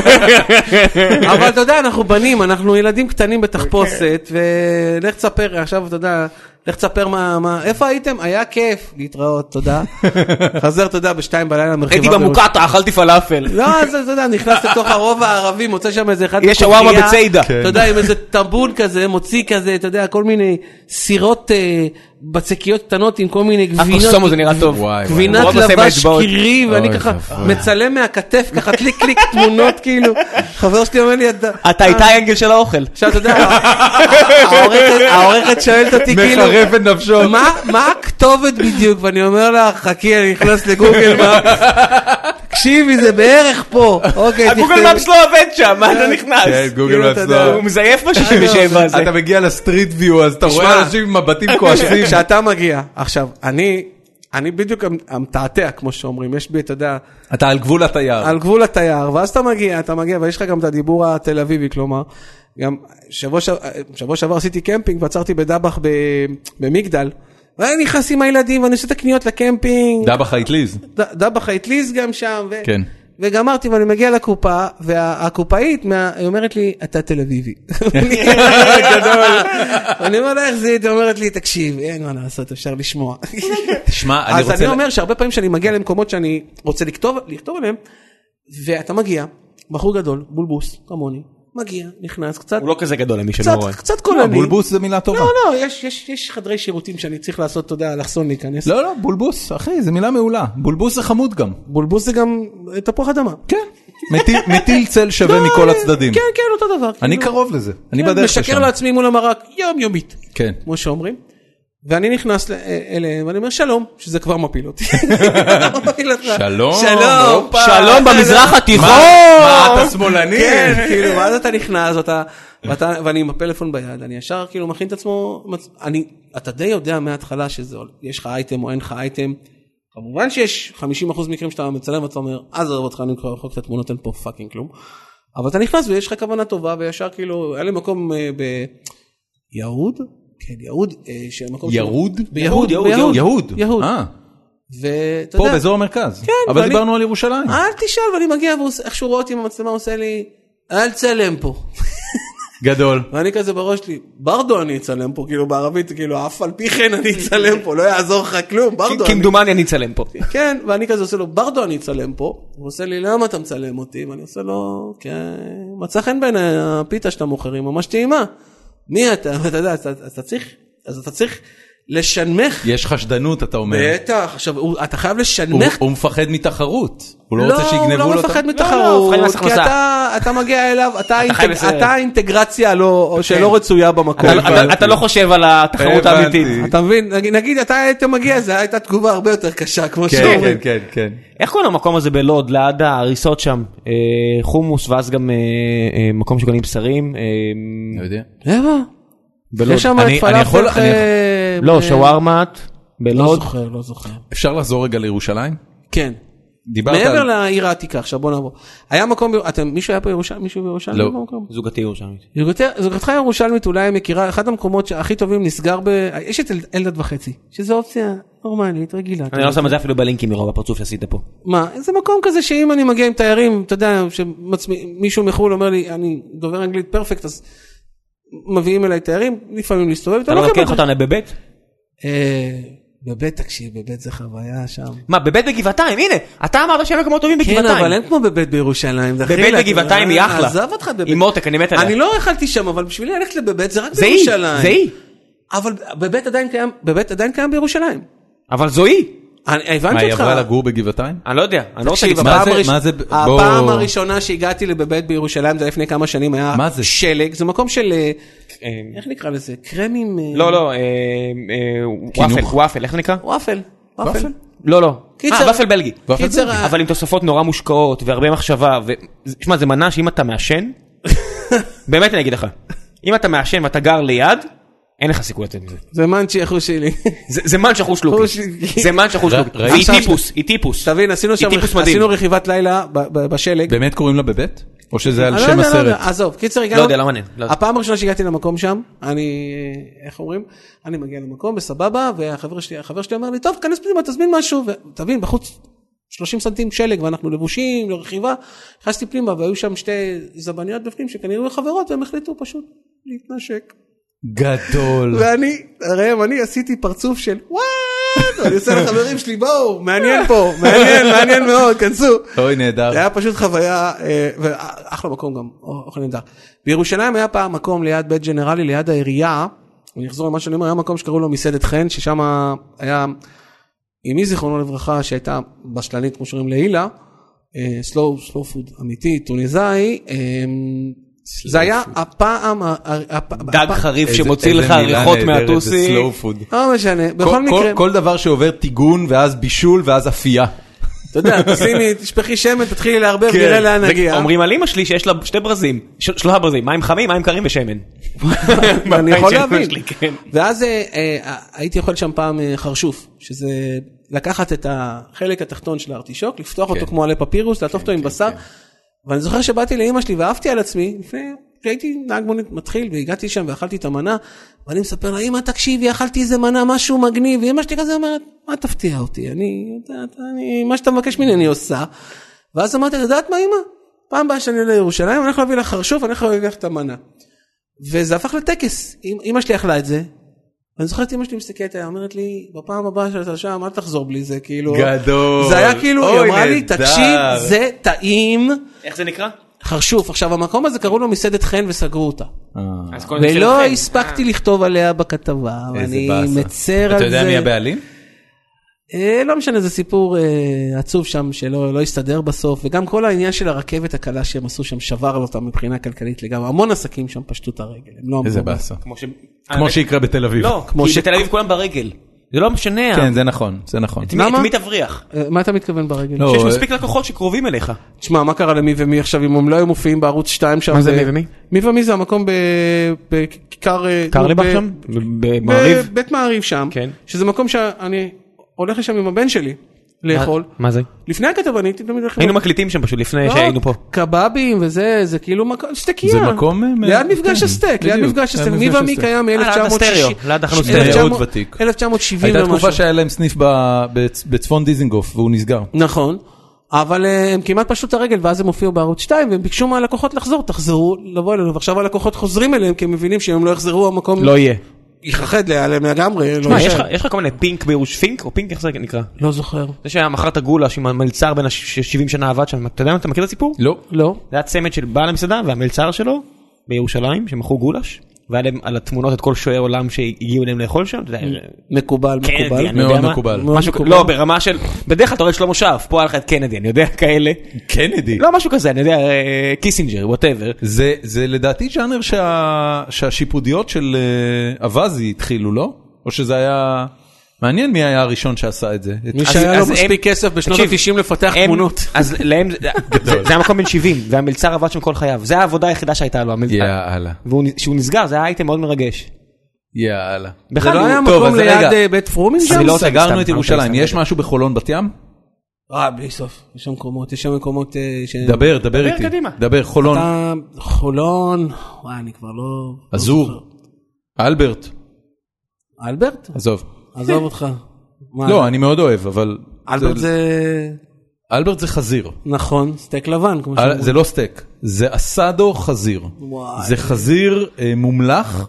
C: אבל אתה יודע, אנחנו בנים, אנחנו ילדים קטנים בתחפושת, ולך תספר, עכשיו אתה יודע, לך תספר מה, איפה הייתם? היה כיף, להתראות, תודה. חזר, תודה, בשתיים בלילה מרחיבה.
B: הייתי במוקטה, אכלתי פלאפל.
C: לא, אז אתה יודע, נכנס לתוך הרוב הערבי, מוצא שם איזה אחד...
B: יש שווארמה בציידה.
C: אתה יודע, עם איזה טמבון כזה, מוציא כזה, אתה יודע, כל מיני סירות בצקיות קטנות עם כל מיני גבינות.
B: אקוסומו זה נראה טוב.
C: גבינת לבש קרי, ואני ככה מצלם מהכתף, ככה קליק קליק תמונות כאילו. חבר שלי אומר לי,
B: אתה איתי אנגל של האוכל.
C: עכשיו אתה יודע, העורכת שואלת אותי כאילו,
A: מחרף את נפשו.
C: מה הכתובת בדיוק? ואני אומר לה, חכי, אני נכנס לגוגל מאפס. תקשיבי, זה בערך פה.
B: הגוגל מאפס לא עובד שם, מה אתה נכנס?
A: כן, גוגל מאפס לא.
B: הוא מזייף ב-שישים ושבע הזה.
A: אתה מגיע לסטריט ויו, אז אתה רואה אנשים עם מבטים כועסים.
C: כשאתה מגיע, עכשיו, אני... אני בדיוק המתעתע, כמו שאומרים, יש בי, אתה יודע...
A: אתה על גבול התייר.
C: על גבול התייר, ואז אתה מגיע, אתה מגיע, ויש לך גם את הדיבור התל אביבי, כלומר, גם שבוע, שבוע שעבר עשיתי קמפינג, ועצרתי בדבח במגדל, ואני נכנס עם הילדים, ואני עושה את הקניות לקמפינג.
A: דבח האטליז.
C: דבח האטליז גם שם, ו...
A: כן.
C: וגמרתי ואני מגיע לקופה, והקופאית היא אומרת לי, אתה תל אביבי. אני אומר לה איך זה, היא אומרת לי, תקשיב, אין מה לעשות, אפשר לשמוע. אז אני אומר שהרבה פעמים שאני מגיע למקומות שאני רוצה לכתוב עליהם, ואתה מגיע, בחור גדול, בולבוס, כמוני, מגיע, נכנס קצת.
B: הוא לא כזה גדול למי שלא רואה.
C: קצת קולני.
A: בולבוס זה מילה טובה.
C: לא, לא, יש חדרי שירותים שאני צריך לעשות, אתה יודע, לחסון להיכנס.
A: לא, לא, בולבוס, אחי, זה מילה מעולה. בולבוס זה חמוד גם.
C: בולבוס זה גם תפוח אדמה.
A: כן. מטיל צל שווה מכל הצדדים.
C: כן, כן, אותו דבר.
A: אני קרוב לזה. אני בדרך לשם.
C: משקר לעצמי מול המרק יום יומית.
A: כן.
C: כמו שאומרים. ואני נכנס אליהם, ואני אומר שלום, שזה כבר מפיל אותי.
A: שלום.
C: שלום.
B: שלום במזרח התיכון.
A: מה, אתה שמאלני?
C: כן, כאילו, ואז אתה נכנס, ואני עם הפלאפון ביד, אני ישר כאילו מכין את עצמו, אתה די יודע מההתחלה שיש לך אייטם או אין לך אייטם, כמובן שיש חמישים אחוז מקרים שאתה מצלם ואתה אומר, אז ערב אותך, אני כבר רחוק את התמונות, אין פה פאקינג כלום. אבל אתה נכנס ויש לך כוונה טובה, וישר כאילו, היה לי מקום ביהוד, כן, יהוד,
A: יהוד?
C: ביהוד,
A: יהוד, יהוד.
C: יהוד.
A: פה באזור המרכז.
C: כן.
A: אבל דיברנו על ירושלים.
C: אל תשאל, ואני מגיע, ואיכשהו רואה אותי עם המצלמה, עושה לי, אל צלם פה.
A: גדול.
C: ואני כזה בראש שלי, ברדו אני אצלם פה, כאילו בערבית, כאילו, אף על פי כן אני אצלם פה, לא יעזור לך כלום, ברדו.
B: כמדומני אני אצלם פה.
C: כן, ואני כזה עושה לו, ברדו אני אצלם פה, הוא עושה לי, למה אתה מצלם אותי? ואני עושה לו, כן, מצא חן בין הפיתה שאתה מוכרים, ממש טעימה. מי אתה? ואתה יודע, אתה צריך, אז אתה צריך לשנמך.
A: יש חשדנות, אתה אומר.
C: בטח, עכשיו, אתה חייב לשנמך.
A: הוא מפחד מתחרות. הוא לא רוצה שיגנבו לו.
C: לא, הוא לא מפחד מתחרות. כי אתה מגיע אליו, אתה האינטגרציה שלא רצויה במקום.
B: אתה לא חושב על התחרות האמיתית.
C: אתה מבין? נגיד, אתה היית מגיע, זו הייתה תגובה הרבה יותר קשה, כמו שאומרים.
A: כן, כן, כן.
B: איך קוראים המקום הזה בלוד, ליד ההריסות שם? חומוס, ואז גם מקום שקונים בשרים.
A: לא יודע.
C: למה?
B: בלוד.
C: יש שם את פלאפל.
B: לא, שווארמת, בלוד.
C: לא זוכר, לא זוכר.
A: אפשר לחזור רגע לירושלים?
C: כן. מעבר לעיר העתיקה, עכשיו בוא נעבור. היה מקום, מישהו היה פה ירושלים? מישהו בירושלים?
A: לא.
B: זוגתי ירושלמית.
C: זוגתך ירושלמית אולי מכירה, אחד המקומות הכי טובים נסגר ב... יש את אלדד וחצי, שזו אופציה נורמלית, רגילה.
B: אני לא שם את זה אפילו בלינקים מרוב הפרצוף שעשית פה.
C: מה? זה מקום כזה שאם אני מגיע עם תיירים, אתה יודע, שמישהו מחול אומר לי, אני דובר אנגלית פרפקט, אז מביאים אליי תיירים, לפעמים להסתובב.
B: אתה לא לוקח אותנו בבית?
C: בבית, תקשיב, בבית זה חוויה שם.
B: מה, בבית בגבעתיים? הנה, אתה אמרת שהם מקומות טובים בגבעתיים.
C: כן, אבל אין כמו בבית בירושלים.
B: בבית בגבעתיים היא אחלה.
C: עזב אותך בבית.
B: עם מותק, אני מת עליה.
C: אני לא אכלתי שם, אבל בשבילי ללכת לבבית זה רק בירושלים.
B: זה היא.
C: אבל בבית עדיין קיים, בבית עדיין קיים בירושלים.
B: אבל זו היא.
C: הבנתי אותך.
A: מה, היא עברה לגור בגבעתיים?
B: אני לא יודע, אני לא רוצה
C: להגיד. הפעם הראשונה שהגעתי לבבית בירושלים, זה לפני כמה שנים, היה שלג, זה מקום של, איך נקרא לזה? קרמים?
B: לא, לא, וואפל, וואפל, איך נקרא?
C: וואפל, וואפל.
B: לא, לא, אה, וואפל בלגי.
C: קיצר,
B: אבל עם תוספות נורא מושקעות, והרבה מחשבה, ושמע, זה מנה שאם אתה מעשן, באמת אני אגיד לך, אם אתה מעשן ואתה גר ליד, אין לך סיכוי לתת מזה.
C: זה מנצ'י אחוש שלי.
B: זה מנצ'י אחוש לוקי. זה מנצ'י אחוש לוקי. והיא טיפוס, היא טיפוס.
C: תבין, עשינו רכיבת לילה בשלג.
A: באמת קוראים לה בבית? או שזה על שם הסרט?
C: עזוב, קיצר הגענו.
B: לא יודע, לא מעניין.
C: הפעם הראשונה שהגעתי למקום שם, אני, איך אומרים? אני מגיע למקום בסבבה, והחבר שלי, החבר שלי אומר לי, טוב, כנס פנימה, תזמין משהו, ותבין, בחוץ שלושים סנטים שלג, ואנחנו לבושים, לרכיבה, נכנסתי פנימה, והיו שם שתי זבניות בפנים, שכנראה חברות, והם החליטו פשוט להתנשק.
A: גדול.
C: ואני, הרי אני עשיתי פרצוף של וואט, אני עושה לחברים שלי, בואו, מעניין פה, מעניין, מעניין מאוד, כנסו.
A: אוי, נהדר.
C: זה היה פשוט חוויה, ואחלה מקום גם, אוכל נהדר. בירושלים היה פעם מקום ליד בית ג'נרלי, ליד העירייה, אני אחזור למה שאני אומר, היה מקום שקראו לו מסעדת חן, ששם היה, עם מי זיכרונו לברכה, שהייתה בשלנית, כמו שאומרים, להילה, סלו, סלו פוד אמיתי, טוניזאי, זה היה הפעם...
B: דג חריף שמוציא לך ריחות מהטוסי.
C: לא משנה, בכל מקרה...
A: כל דבר שעובר טיגון ואז בישול ואז אפייה.
C: אתה יודע, תשימי, תשפכי שמן, תתחילי להרבה ונראה לאן נגיע.
B: אומרים על אמא שלי שיש לה שתי ברזים, שלושה ברזים, מים חמים, מים קרים ושמן.
C: אני יכול להבין. ואז הייתי אוכל שם פעם חרשוף, שזה לקחת את החלק התחתון של הארטישוק, לפתוח אותו כמו עלי פפירוס, לעטוף אותו עם בשר, ואני זוכר שבאתי לאמא שלי ואהבתי על עצמי, לפני שהייתי נהג מונית מתחיל, והגעתי שם ואכלתי את המנה, ואני מספר לה, אמא תקשיבי, אכלתי איזה מנה, משהו מגניב, ואמא שלי כזה אומרת, מה תפתיע אותי, אני, אני, מה שאתה מבקש ממני אני עושה, ואז אמרתי, יודעת מה אמא? פעם באה שאני לירושלים, אני הולך להביא לך חרשוף, אני הולך להביא לך את המנה. וזה הפך לטקס, אמא שלי אכלה את זה, ואני זוכרת אמא שלי מסתכלת, היא אומרת לי, בפעם הבאה שאתה שם, אל תחזור בלי זה, כאילו...
A: גדול.
C: זה היה כאילו, היא אמרה לי, תקשיב, זה טעים.
B: איך זה נקרא?
C: חרשוף. עכשיו, המקום הזה קראו לו מסעדת חן וסגרו אותה. ולא הספקתי לכתוב עליה בכתבה, ואני מצר על זה.
A: אתה יודע מי הבעלים?
C: לא משנה, זה סיפור עצוב שם שלא הסתדר בסוף, וגם כל העניין של הרכבת הקלה שהם עשו שם שבר אותם מבחינה כלכלית לגמרי, המון עסקים שם פשטו את הרגל.
A: איזה באסה. כמו שיקרה בתל אביב.
B: לא, כי בתל אביב כולם ברגל. זה לא משנה.
A: כן, זה נכון, זה נכון.
B: את מי תבריח?
C: מה אתה מתכוון ברגל?
B: שיש מספיק לקוחות שקרובים אליך.
C: תשמע, מה קרה למי ומי עכשיו, אם הם לא היו מופיעים בערוץ שתיים שם?
B: מה זה מי ומי?
C: מי ומי זה המקום בכיכר...
B: קרליבך שם? במעריב?
C: בית מעריב שם. שזה מקום שאני הולך לשם עם הבן שלי לאכול.
B: מה זה?
C: לפני הכתבה, אני הייתי תמיד לאכול.
B: היינו מקליטים שם פשוט לפני שהיינו פה.
C: קבבים וזה, זה כאילו סטקיה.
A: זה מקום...
C: ליד מפגש הסטק, ליד מפגש הסטק. מי ומי קיים מ-אלף תשע מאות שבעים.
A: הייתה תקופה שהיה להם סניף בצפון דיזינגוף, והוא נסגר.
C: נכון, אבל הם כמעט פשוט הרגל, ואז הם הופיעו בערוץ שתיים, והם ביקשו מהלקוחות לחזור, תחזרו, לבוא אלינו, ועכשיו הלקוחות חוזרים אליהם, כי הם מבינים שאם לא יחזרו, המקום...
B: לא יהיה.
C: יחחד עליהם לגמרי.
B: יש לך כל מיני פינק בירוש פינק, או פינק איך זה נקרא?
C: לא זוכר.
B: זה שהיה מכרת גולש עם המלצר בין ה-שבעים שנה עבד שם, אתה יודע, אתה מכיר את הסיפור?
A: לא.
C: לא.
B: זה היה צמד של בעל המסעדה והמלצר שלו בירושלים, שמכרו גולש, והיה להם על התמונות את כל שועי עולם שהגיעו אליהם לאכול שם.
C: מקובל, מקובל.
A: מאוד מקובל.
B: לא, ברמה של, בדרך כלל אתה רואה שלמה שרף, פה היה לך את קנדי, אני יודע כאלה.
A: קנדי?
B: לא, משהו כזה, אני יודע, קיסינג'ר, whatever.
A: זה לדעתי ז'אנר שהשיפודיות של אבזי התחילו, לא? או שזה היה... מעניין מי היה הראשון שעשה את זה.
C: מי שהיה לו מספיק כסף בשנות ה-תשעים לפתח תמונות.
B: אז להם, זה היה מקום בן שבעים, והמלצר עבד שם כל חייו. זה העבודה היחידה שהייתה לו, המלצר.
A: יאללה.
B: וכשהוא נסגר, זה היה אייטם מאוד מרגש.
A: יאללה.
C: זה לא היה מקום ליד בית פרומין שם?
A: סגרנו את ירושלים. יש משהו בחולון בת ים?
C: אה, בלי סוף. יש שם מקומות, יש שם מקומות...
A: דבר, דבר איתי. דבר, חולון.
C: חולון, וואי, אני כבר לא...
A: אזור. אלברט.
C: אלברט?
A: עזוב.
C: עזוב אותך.
A: לא, אני מאוד אוהב, אבל...
C: אלברט זה...
A: אלברט זה חזיר.
C: נכון, סטייק לבן.
A: זה לא סטייק, זה אסדו חזיר. זה חזיר מומלח,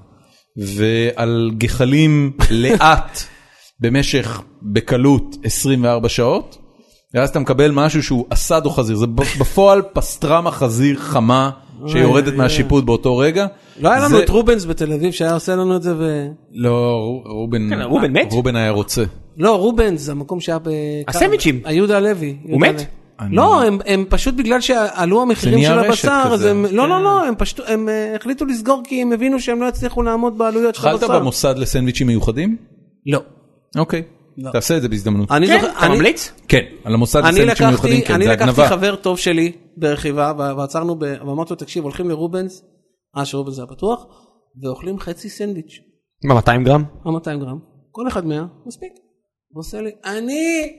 A: ועל גחלים לאט, במשך בקלות עשרים וארבע שעות, ואז אתה מקבל משהו שהוא אסדו חזיר. זה בפועל פסטרמה חזיר חמה, שיורדת מהשיפוט באותו רגע.
C: לא היה לנו את רובנס בתל אביב שהיה עושה לנו את זה ו...
A: לא, רובן...
B: רובן מת?
A: רובן היה רוצה.
C: לא, רובנס, זה המקום שהיה ב...
B: הסמיצ'ים.
C: היהודה הלוי.
B: הוא מת?
C: לא, הם פשוט בגלל שעלו המחירים של הבשר, אז הם... לא, לא, לא, הם החליטו לסגור כי הם הבינו שהם לא יצליחו לעמוד בעלויות של הבשר.
A: אכלת במוסד לסנדוויצ'ים מיוחדים?
C: לא.
A: אוקיי. תעשה את זה בהזדמנות.
B: כן, אתה ממליץ?
A: כן, על המוסד לסנדוויצ'ים מיוחדים, כן, זה הגנבה.
C: אני לקחתי חבר טוב שלי ברכיבה, ועצרנו, ואמרתי לו, תקשיב, הולכים לרובנס, אה, שרובנס זה הפתוח, ואוכלים חצי סנדוויץ'.
B: מה, מאתיים גרם?
C: מה, מאתיים גרם. כל אחד מאה, מספיק. ועושה לי, אני,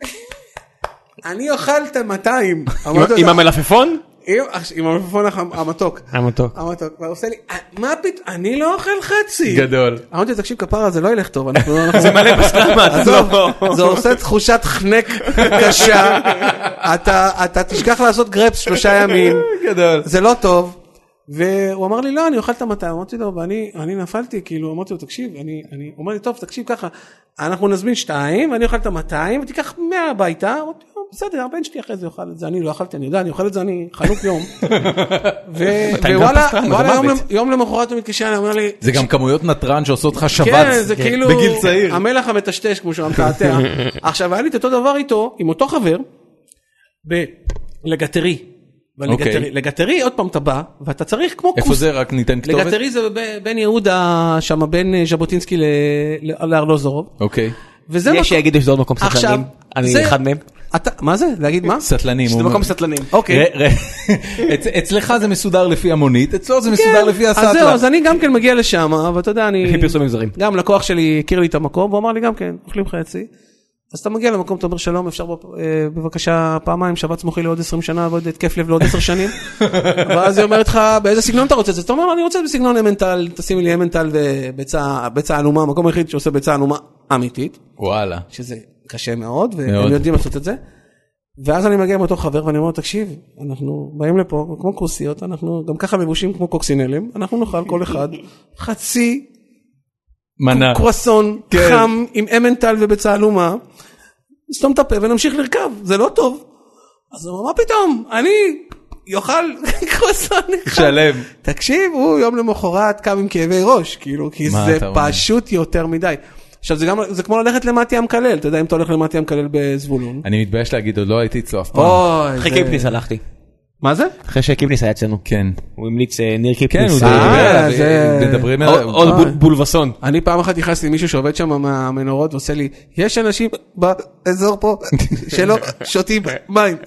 C: אני אוכלת מאתיים.
B: עם המלפפון?
C: עם המלפפון המתוק.
B: המתוק.
C: המתוק. ועושה לי, מה פתאום, אני לא אוכל חצי.
A: גדול.
C: אמרתי, תקשיב, כפרה, זה לא ילך טוב.
B: זה מלא בסלמה.
C: זה עושה תחושת חנק קשה. אתה תשכח לעשות גרפס שלושה ימים.
A: גדול.
C: זה לא טוב. והוא אמר לי, לא, אני אוכל את המאתיים. אמרתי לו, ואני נפלתי, כאילו, אמרתי לו, תקשיב, אני, הוא אמר לי, טוב, תקשיב ככה, אנחנו נזמין שתיים, ואני אוכל את המאתיים, ותיקח מאה הביתה. אמרתי לו, בסדר, הבן שלי אחרי זה אוכל את זה, אני לא אכלתי, אני יודע, אני אוכל את זה, אני חנוק יום. ווואלה, יום למחרת הוא מתקשר, אני אומר לי...
A: זה גם כמויות נטרן שעושות לך שבץ
C: בגיל צעיר. המלח המטשטש, כמו שהוא מתעתע. עכשיו, היה לי את אותו דבר איתו, עם אותו חבר, בלגטרי. לגטרי, עוד פעם אתה בא, ואתה צריך כמו כוס.
A: איפה זה? רק ניתן כתובת?
C: לגטרי זה בין יהודה, שם בין ז'בוטינסקי לארלוזורוב.
A: אוקיי.
B: יש שיגידו שזה עוד מקום סטלנים, אני אחד מהם.
C: מה זה? להגיד מה?
A: סטלנים.
B: שזה מקום סטלנים.
C: אוקיי.
A: אצלך זה מסודר לפי המונית, אצלו זה מסודר לפי הסטלה.
C: אז זהו, אז אני גם כן מגיע לשם, ואתה יודע, אני...
B: לפי פרסומים זרים.
C: גם לקוח שלי הכיר לי את המקום, והוא אמר לי גם כן, אוכלים חצי. אז אתה מגיע למקום, אתה אומר שלום, אפשר בבקשה פעמיים, שבץ מוחי לעוד עשרים שנה, ועוד התקף לב לעוד עשר שנים. ואז היא אומרת לך, באיזה סגנון אתה רוצה את זה? אתה אומר, אני רוצה בסגנון אמנטל, תשימי לי אמנטל וביצה עלומה, המקום היחיד שעושה ביצה עלומה אמיתית.
A: וואלה.
C: שזה קשה מאוד, והם יודעים לעשות את זה. ואז אני מגיע עם אותו חבר ואני אומר, תקשיב, אנחנו באים לפה כמו כוסיות, אנחנו גם ככה מבושים כמו קוקסינלים, אנחנו נאכל כל אחד חצי
A: מנה.
C: קרואסון חם עם אמנטל ובצהלומה, נסתום את הפה ונמשיך לרכב, זה לא טוב. אז הוא אומר, מה פתאום? אני יאכל קרואסון אחד.
A: שלם.
C: תקשיב, הוא יום למחרת קם עם כאבי ראש, כאילו, כי זה פשוט יותר מדי. עכשיו זה גם, זה כמו ללכת למתי המקלל, אתה יודע אם אתה הולך למתי המקלל בזבולון.
A: אני מתבייש להגיד, עוד לא הייתי אצלו אף פעם.
B: אחרי קיפניס הלכתי.
C: מה זה?
B: אחרי שקיפניס היה אצלנו.
A: כן.
B: הוא המליץ ניר
A: כן,
B: קיפניס.
A: הוא מדברים עליו.
B: עוד בולבסון.
C: אני פעם אחת נכנסתי למישהו שעובד שם מהמנורות ועושה לי, יש אנשים באזור פה שלא שותים מים.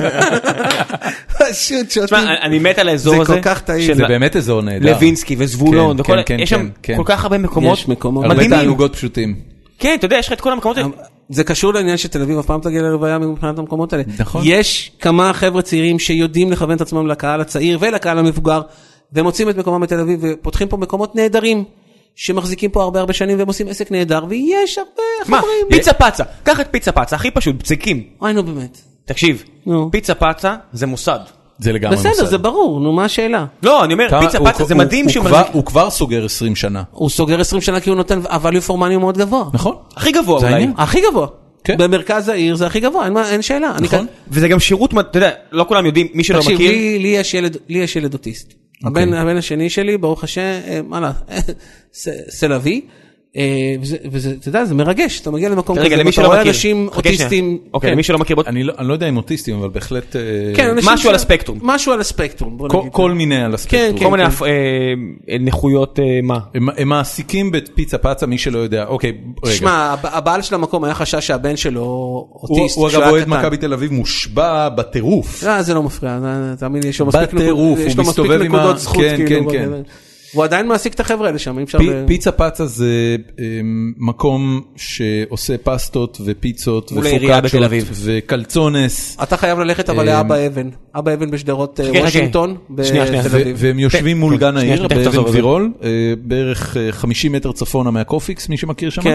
C: פשוט שותים.
B: אני מת על האזור הזה.
C: זה כל כך טעים.
A: זה באמת אזור נהדר.
B: לוינסקי וזבולון. יש שם כל כך הרבה מקומות
A: מדהימים. הרבה תענוגות פשוטים.
B: כן, אתה יודע, יש לך את כל המקומות האלה.
C: זה קשור לעניין שתל אביב, אף פעם תגיע לרוויה מבחינת המקומות האלה.
A: נכון.
C: יש כמה חבר'ה צעירים שיודעים לכוון את עצמם לקהל הצעיר ולקהל המבוגר, והם מוצאים את מקומם בתל אביב, ופותחים פה מקומות נהדרים, שמחזיקים פה הרבה הרבה שנים, והם עושים עסק נהדר, ויש הרבה
B: מה? פיצה פצה. קח את פיצה פצה, הכי פשוט, בצקים.
C: אוי, נו באמת.
B: תקשיב, פיצה פצה זה מוסד.
A: זה לגמרי מוסד.
C: בסדר, זה ברור, נו מה השאלה?
B: לא, אני אומר, פיצה פצה זה מדהים שהוא מחזיק.
A: הוא כבר סוגר עשרים שנה.
C: הוא סוגר עשרים שנה כי הוא נותן value for money מאוד גבוה.
A: נכון.
B: הכי גבוה אולי.
C: הכי גבוה. במרכז העיר זה הכי גבוה, אין שאלה.
B: נכון. וזה גם שירות, אתה יודע, לא כולם יודעים, מי שלא מכיר.
C: תקשיב, לי יש ילד אוטיסט. הבן השני שלי, ברוך השם, מה לה, סלווי. וזה, אתה יודע, זה מרגש, אתה מגיע למקום כזה, אתה רואה אנשים אוטיסטים.
B: אוקיי, למי שלא מכיר.
A: אני לא יודע אם אוטיסטים, אבל בהחלט...
B: משהו על הספקטרום.
C: משהו על הספקטרום.
A: כל מיני על הספקטרום.
B: כל מיני נכויות, מה?
A: הם מעסיקים בפיצה פצה, מי שלא יודע. אוקיי, רגע.
C: שמע, הבעל של המקום היה חשש שהבן שלו אוטיסט.
A: הוא אגב אוהד מכבי תל אביב מושבע בטירוף.
C: לא, זה לא מפריע. תאמין לי, יש לו
A: מספיק
C: נקודות זכות. הוא עדיין מעסיק את החבר'ה האלה שם.
A: פיצה פצה זה מקום שעושה פסטות ופיצות ופוקאצ'ות וקלצונס.
C: אתה חייב ללכת אבל לאבא אבן. אבא אבן בשדרות וושינגטון בתל אביב.
A: והם יושבים מול גן העיר באבן גבירול, בערך חמישים מטר צפונה מהקופיקס, מי שמכיר שם.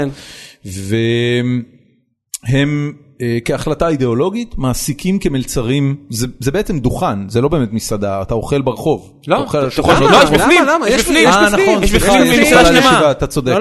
A: והם... כהחלטה אידיאולוגית, מעסיקים כמלצרים, זה בעצם דוכן, זה לא באמת מסעדה, אתה אוכל ברחוב.
B: לא, יש בפנים, יש בפנים, יש בפנים,
A: אתה צודק.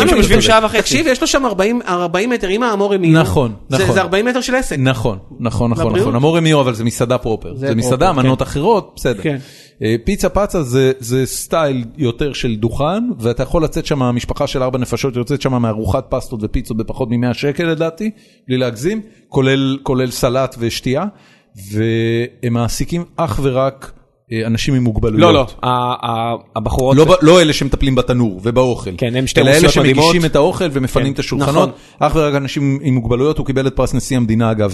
C: תקשיב, יש לו שם ארבעים מטר, עם האמור אמיו,
A: נכון, נכון.
C: זה ארבעים מטר של עסק.
A: נכון, נכון, נכון, נכון. אמור אמיו, אבל זה מסעדה פרופר. זה מסעדה, מנות אחרות, בסדר. פיצה פצה זה סטייל יותר של דוכן, ואתה יכול לצאת שם, המשפחה של ארבע נפשות יוצאת שם מארוחת פסטות ופיצות בפחות מ-מאה שקל לדעתי, בלי להגזים, כולל, כולל סלט ושתייה, והם מעסיקים אך ורק אנשים עם מוגבלויות.
B: לא, לא, הבחורות...
A: לא, לא אלה שמטפלים בתנור ובאוכל.
B: כן, הם שתי
A: אלה
B: אלה
A: שמגישים את האוכל ומפנים את השולחנות. אך ורק אנשים עם מוגבלויות, הוא קיבל את פרס נשיא המדינה אגב,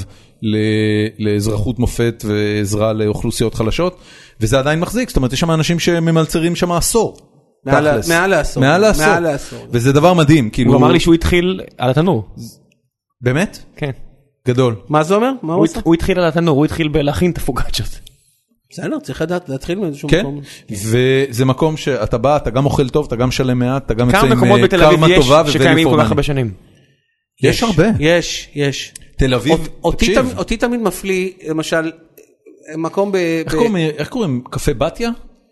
A: לאזרחות מופת ועזרה לאוכלוסיות חלשות, וזה עדיין מחזיק, זאת אומרת, יש שם אנשים שממלצרים שם עשור.
C: מעל העשור.
A: מעל העשור. וזה דבר מדהים.
B: הוא אמר לי שהוא התחיל על התנור.
A: באמת?
B: כן.
A: גדול.
C: מה זה אומר? מה הוא עושה?
B: הוא התחיל על התנור, הוא התחיל בלהכין את הפוקאצ'ות.
C: בסדר, צריך לדעת, להתחיל מאיזשהו מקום.
A: וזה מקום שאתה בא, אתה גם אוכל טוב, אתה גם שלם מעט, אתה גם יוצא עם
B: כמה מקומות בתל אביב יש שקיימים כל כך הרבה שנים?
A: יש הרבה.
C: יש, יש.
A: תל אביב,
C: תקשיב. אותי תמיד מפליא, למשל, מקום ב...
A: איך קוראים? קפה בתיה?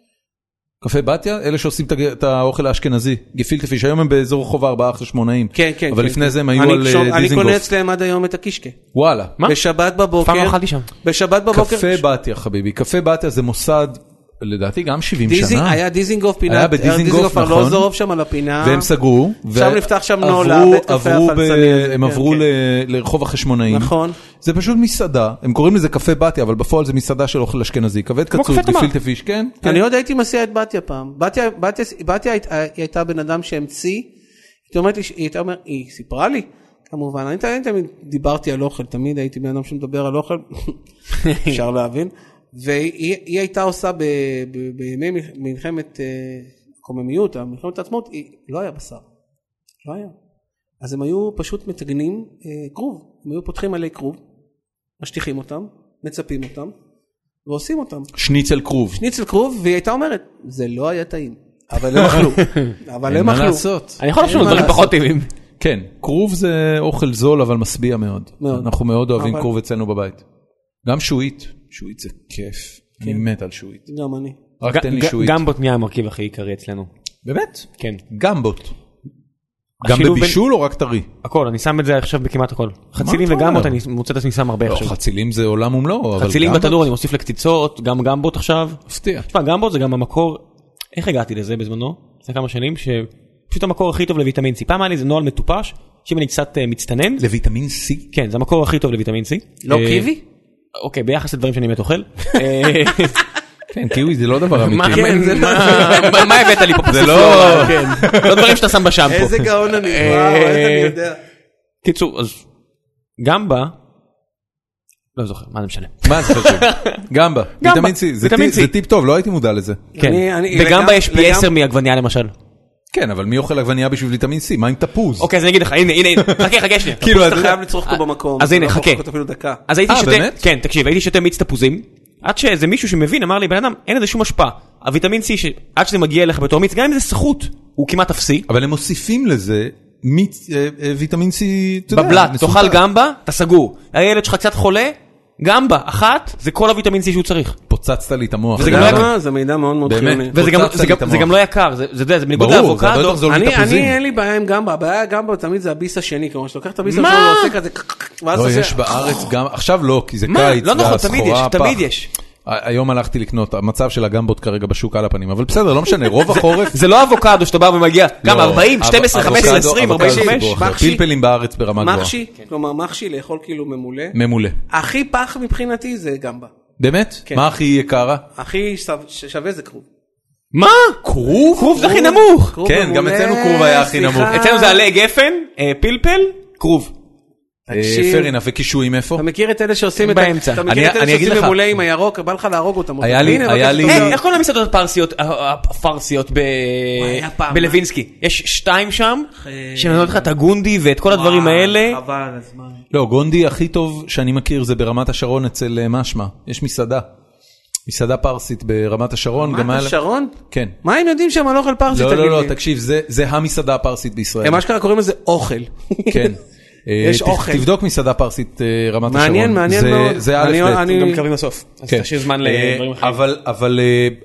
A: קפה בתיה? אלה שעושים את האוכל האשכנזי. גפילטע פיש, היום הם באזור רחוב ארבעה חשמונאים.
C: כן, כן.
A: אבל לפני זה הם היו על דיזינגוף.
C: אני קונה אצלם עד היום את הקישקה.
A: וואלה.
B: מה?
C: בשבת בבוקר.
B: פעם אכלתי שם.
C: בשבת בבוקר.
A: קפה בתיה, חביבי. קפה בתיה זה מוסד, לדעתי גם שבעים שנה.
C: היה דיזינגוף פינה.
A: היה בדיזינגוף, נכון.
C: לא זורוב שם על הפינה.
A: והם סגרו.
C: שם נפתח שם נולה, בית קפה החלצני.
A: הם עברו לרחוב החשמונאים.
C: נכון.
A: זה פשוט מסעדה, הם קוראים לזה קפה בתיה, אבל בפועל זה מסעדה של אוכל אשכנזי, כבד קצות, גפילטע פיש, כן?
C: אני עוד הייתי מסיע את בתיה פעם. בתיה הייתה בן אדם שהמציא, היא אומרת לי, היא סיפרה לי, כמובן, אני תמיד דיברתי על אוכל, תמיד הייתי בן אדם שמדבר על אוכל, אפשר להבין, והיא הייתה עושה בימי מלחמת קוממיות, מלחמת העצמאות, לא היה בשר, לא היה. אז הם היו פשוט מתגנים כרוב, הם היו פותחים עלי כרוב, משטיחים אותם, מצפים אותם, ועושים אותם.
A: שניצל כרוב.
C: שניצל כרוב, והיא הייתה אומרת, זה לא היה טעים, אבל הם אכלו. אבל הם אכלו.
B: אני יכול לחשוב דברים פחות טעימים.
A: כן, כרוב זה אוכל זול, אבל משביע מאוד. אנחנו מאוד אוהבים כרוב אצלנו בבית. גם שועית, שועית זה כיף, אני מת על שועית.
C: גם אני.
A: רק תן לי שועית.
B: גמבוט נהיה המרכיב הכי עיקרי אצלנו.
A: באמת?
B: כן.
A: גמבוט. גם בבישול או רק טרי?
B: הכל, אני שם את זה עכשיו בכמעט הכל. חצילים וגמבוט אני מוצא את עצמי שם הרבה עכשיו.
A: חצילים זה עולם ומלואו.
B: חצילים בתנור אני מוסיף לקציצות, גם גמבוט עכשיו.
A: הפתיע.
B: תשמע, גמבוט זה גם המקור, איך הגעתי לזה בזמנו? לפני כמה שנים, שפשוט המקור הכי טוב לויטמין C. פעם היה לי זה נוהל מטופש, שאם אני קצת מצטנן.
A: לויטמין C?
B: כן, זה המקור הכי טוב לויטמין C.
C: לא קיווי?
B: אוקיי, ביחס לדברים שאני באמת אוכל.
A: כן, קיווי זה לא דבר אמיתי.
B: מה הבאת לי פה?
A: זה לא...
B: לא דברים שאתה שם בשמפו.
C: איזה גאון אני, וואו, איך אני יודע.
B: קיצור, אז גמבה, לא זוכר, מה זה משנה?
A: מה זה חשוב? גמבה, ויטמין C, זה טיפ טוב, לא הייתי מודע לזה.
B: כן, בגמבה יש פי עשר מעגבניה למשל.
A: כן, אבל מי אוכל עגבניה בשביל ויטמין C? מה עם תפוז?
B: אוקיי, אז אני אגיד לך, הנה, הנה, חכה, חכה שנייה.
C: תפוז אתה חייב לצרוך פה במקום.
B: אז הנה, חכה. אז הייתי שותה,
A: באמת?
B: כן, תקשיב, הייתי שותה מיץ תפוזים, עד שאיזה מישהו שמבין אמר לי, בן אדם, אין לזה שום השפעה. הוויטמין C, עד שזה מגיע אליך בתור מיץ, גם אם זה סחוט, הוא כמעט אפסי.
A: אבל הם מוסיפים לזה מיץ, ויטמין C,
B: בבלט, תאכל גמבה, אתה סגור. הילד שלך קצת חולה, גמבה, אחת, זה כל הוויטמין C שהוא צריך.
A: פוצצת לי את המוח.
B: וזה גם לא יקר.
C: זה מידע מאוד מאוד חיוני.
B: וזה גם לא יקר, זה בניגוד לאבוקדו.
C: אני אין לי בעיה עם גמבה, הבעיה גמבה תמיד זה הביס השני, כלומר שלוקח את הביס הראשון ועושה כזה,
A: לא, יש בארץ גם, עכשיו לא, כי זה קיץ,
B: לא נכון, תמיד יש, תמיד יש.
A: היום הלכתי לקנות, המצב של הגמבות כרגע בשוק על הפנים, אבל בסדר, לא משנה, רוב החורף...
B: זה לא אבוקדו שאתה בא ומגיע, גם ארבעים, שתים עשרה, חמש עשרה, עשרים, ארבעים וחמש.
A: פלפלים בארץ ברמה גבוהה.
C: מחשי, כלומר מחשי לאכול כאילו ממולא.
A: ממולא.
C: הכי פח מבחינתי זה גמבה.
A: באמת? מה הכי יקרה?
C: הכי שווה זה כרוב.
B: מה?
A: כרוב?
B: כרוב זה הכי נמוך.
A: כן, גם אצלנו כרוב היה הכי נמוך.
B: אצלנו זה עלי גפן, פלפל, כרוב.
A: פרינה וקישואים איפה?
C: אתה מכיר את אלה שעושים את
B: באמצע.
C: אתה מכיר את אלה שעושים ממולא עם הירוק, בא לך להרוג אותם.
A: היה לי, היה לי...
B: איך כל המסעדות הפרסיות בלווינסקי? יש שתיים שם, שנותנות לך את הגונדי ואת כל הדברים האלה.
C: חבל הזמן.
A: לא, גונדי הכי טוב שאני מכיר זה ברמת השרון אצל משמע. יש מסעדה. מסעדה פרסית ברמת השרון.
C: רמת השרון?
A: כן.
C: מה הם יודעים שהם על אוכל פרסית?
A: לא, לא, לא, תקשיב, זה המסעדה הפרסית בישראל.
C: הם מה שקרה קוראים לזה אוכל.
A: כן.
C: יש אוכל.
A: תבדוק מסעדה פרסית רמת השרון.
C: מעניין, מעניין מאוד.
A: זה א' ב'.
B: אנחנו גם מקרבים לסוף. אז תשאיר זמן לדברים אחרים.
A: אבל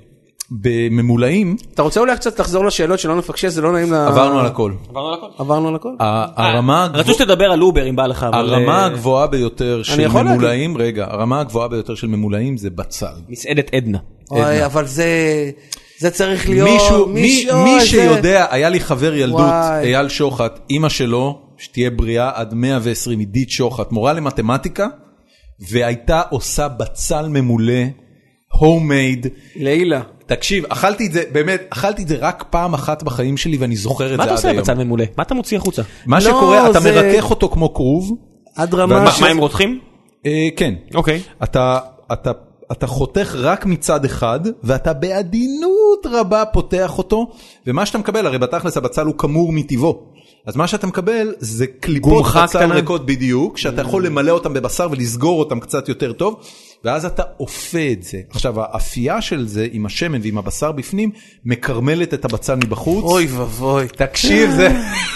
A: בממולאים...
C: אתה רוצה אולי קצת לחזור לשאלות שלא נפקשש, זה לא נעים ל...
A: עברנו על הכל.
B: עברנו על הכל?
C: עברנו על הכל?
A: הרמה...
B: רצו שתדבר על אובר אם בא לך, אבל...
A: הרמה הגבוהה ביותר של ממולאים, רגע, הרמה הגבוהה ביותר של ממולאים זה בצל.
B: מסעדת עדנה.
C: אוי, אבל זה... זה צריך להיות...
A: מישהו, מי שיודע, היה לי חבר ילדות, אייל שוחט, אמא שלו, שתהיה בריאה עד מאה ועשרים, עידית שוחט, מורה למתמטיקה, והייתה עושה בצל ממולא, homemade.
C: לילה.
A: תקשיב, אכלתי את זה, באמת, אכלתי את זה רק פעם אחת בחיים שלי, ואני זוכר את זה עד היום.
B: מה אתה עושה בצל ממולא? מה אתה מוציא החוצה?
A: מה שקורה, אתה מרכך אותו כמו כרוב.
C: עד רמה...
B: מה, הם רותחים?
A: כן.
B: אוקיי.
A: אתה, אתה... אתה חותך רק מצד אחד, ואתה בעדינות רבה פותח אותו, ומה שאתה מקבל, הרי בתכלס הבצל הוא כמור מטבעו, אז מה שאתה מקבל זה קליפות בצל ריקות בדיוק, שאתה יכול למלא אותם בבשר ולסגור אותם קצת יותר טוב, ואז אתה אופה את זה. עכשיו, האפייה של זה עם השמן ועם הבשר בפנים, מקרמלת את הבצל מבחוץ.
C: אוי ובוי.
A: תקשיב, זה...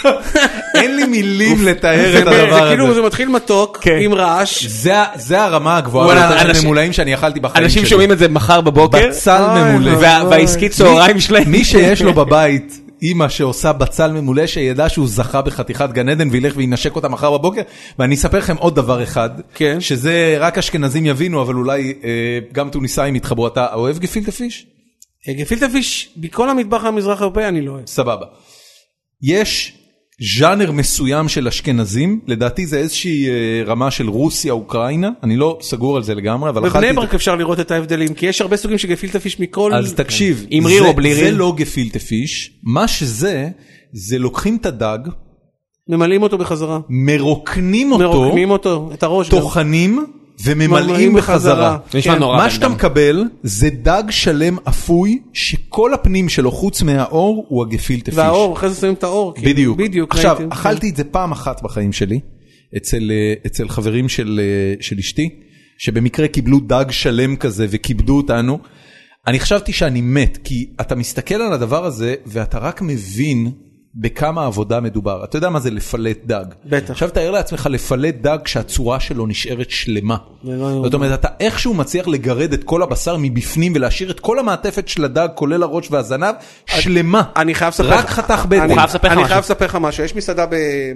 A: אין לי מילים לתאר את הדבר הזה.
C: זה כאילו, זה מתחיל מתוק, עם רעש.
A: זה הרמה הגבוהה ביותר של ממולאים שאני אכלתי בחיים שלי.
B: אנשים שומעים את זה מחר בבוקר.
A: בצל ממולא.
B: והעסקית צהריים שלהם.
A: מי שיש לו בבית... אמא שעושה בצל ממולא שידע שהוא זכה בחתיכת גן עדן וילך וינשק אותה מחר בבוקר, ואני אספר לכם עוד דבר אחד,
C: כן.
A: שזה רק אשכנזים יבינו, אבל אולי אה, גם טוניסאים יתחברו. אתה אוהב גפילטע פיש?
C: גפילטע פיש, בכל המטבח המזרח אירופאי אני לא אוהב.
A: סבבה. יש ז'אנר מסוים של אשכנזים, לדעתי זה איזושהי אה, רמה של רוסיה, אוקראינה, אני לא סגור על זה לגמרי, אבל
C: בבני ברק אפשר לראות את ההבדלים, כי יש הרבה סוגים של גפילטע פיש מכל...
A: אז תקשיב,
B: עם ריר או בלי ריר.
A: זה לא גפילטע פיש, מה שזה, זה לוקחים את הדג,
C: ממלאים אותו בחזרה.
A: מרוקנים אותו,
C: מרוקנים אותו, את הראש.
A: טוחנים, וממלאים בחזרה. מה שאתה מקבל זה דג שלם אפוי שכל הפנים שלו חוץ מהאור הוא הגפילטע פיש.
C: והאור, אחרי זה שמים את האור.
A: בדיוק. עכשיו, אכלתי את זה פעם אחת בחיים שלי, אצל חברים של אשתי, שבמקרה קיבלו דג שלם כזה וכיבדו אותנו. אני חשבתי שאני מת, כי אתה מסתכל על הדבר הזה ואתה רק מבין בכמה עבודה מדובר. אתה יודע מה זה לפלט דג?
C: בטח.
A: עכשיו תאר לעצמך לפלט דג כשהצורה שלו נשארת שלמה. זאת אומרת, אתה איכשהו מצליח לגרד את כל הבשר מבפנים ולהשאיר את כל המעטפת של הדג, כולל הראש והזנב, שלמה.
C: אני חייב לספר
A: רק חתך בטן.
C: אני חייב לספר לך משהו. יש מסעדה ב...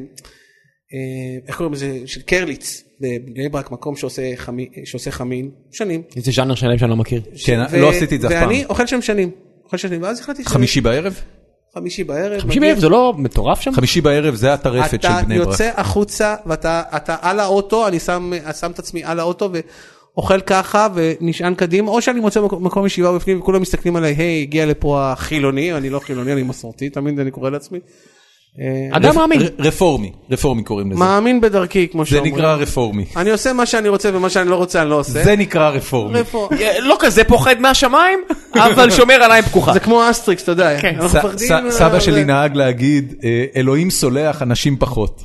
C: איך קוראים לזה? של קרליץ, בבני ברק, מקום שעושה חמין, שנים.
B: זה ז'אנר שלם שאני לא מכיר.
A: כן, לא עשיתי את זה אף פעם.
C: ואני אוכל שם שנים. אוכל שנים, ואז החלטתי...
A: חמישי בערב?
C: חמישי בערב.
B: חמישי בערב זה לא מטורף שם?
A: חמישי בערב זה הטרפת של בני ברק.
C: אתה יוצא החוצה ואתה על האוטו, אני שם את עצמי על האוטו ואוכל ככה ונשען קדימה, או שאני מוצא מקום ישיבה בפנים וכולם מסתכלים עליי, היי, הגיע לפה החילוני, אני לא חילוני, אני מסורתי, תמיד אני קורא לעצמי.
B: אדם מאמין.
A: רפורמי, רפורמי קוראים לזה.
C: מאמין בדרכי, כמו שאומרים.
A: זה נקרא רפורמי.
C: אני עושה מה שאני רוצה ומה שאני לא רוצה אני לא עושה.
A: זה נקרא רפורמי.
B: לא כזה פוחד מהשמיים, אבל שומר עליהם פקוחה.
C: זה כמו אסטריקס, אתה יודע.
A: סבא שלי נהג להגיד, אלוהים סולח, אנשים פחות.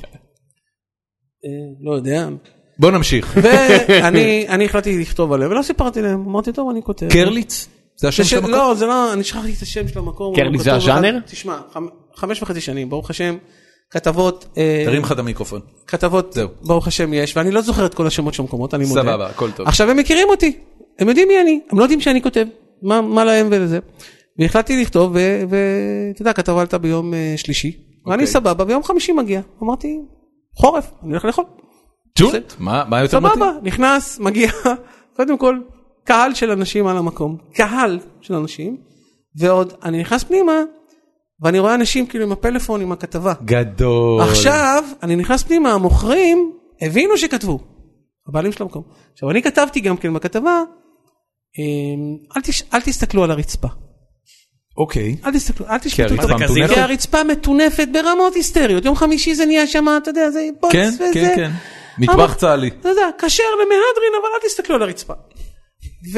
C: לא יודע.
A: בוא נמשיך.
C: ואני החלטתי לכתוב עליהם, ולא סיפרתי להם, אמרתי טוב, אני כותב.
A: קרליץ? זה השם של המקום?
C: לא, זה לא, אני שכחתי את השם של המקום.
B: קרליץ זה הז'אנר?
C: תשמע, חמש וחצי שנים, ברוך השם, כתבות...
A: תרים לך את המיקרופון.
C: כתבות, ברוך השם יש, ואני לא זוכר את כל השמות של המקומות, אני מודה.
A: סבבה, הכל טוב.
C: עכשיו הם מכירים אותי, הם יודעים מי אני, הם לא יודעים שאני כותב, מה להם ולזה. והחלטתי לכתוב, ואתה יודע, כתבה עלתה ביום שלישי, ואני סבבה, ביום חמישי מגיע. אמרתי, חורף, אני הולך לאכול.
A: ג'ונט? מה יותר מתאים?
C: סבבה, נכנס, מגיע, קודם כל, קהל של אנשים על המקום, קהל של אנשים, ועוד, אני נכנס פנימה, ואני רואה אנשים כאילו עם הפלאפון, עם הכתבה.
A: גדול.
C: עכשיו, אני נכנס פנימה, המוכרים, הבינו שכתבו, הבעלים של המקום. עכשיו, אני כתבתי גם כן בכתבה, אל, תש... אל תסתכלו על הרצפה.
A: אוקיי.
C: אל תסתכלו, אל תשפטו.
A: כי הרצפה מטונפת?
C: כי הרצפה מטונפת ברמות היסטריות. יום חמישי זה נהיה שם, אתה יודע, זה בוץ
A: כן,
C: וזה.
A: כן, כן. מטבח צהלי.
C: אתה יודע, כשר למהדרין, אבל אל תסתכלו על הרצפה. ו...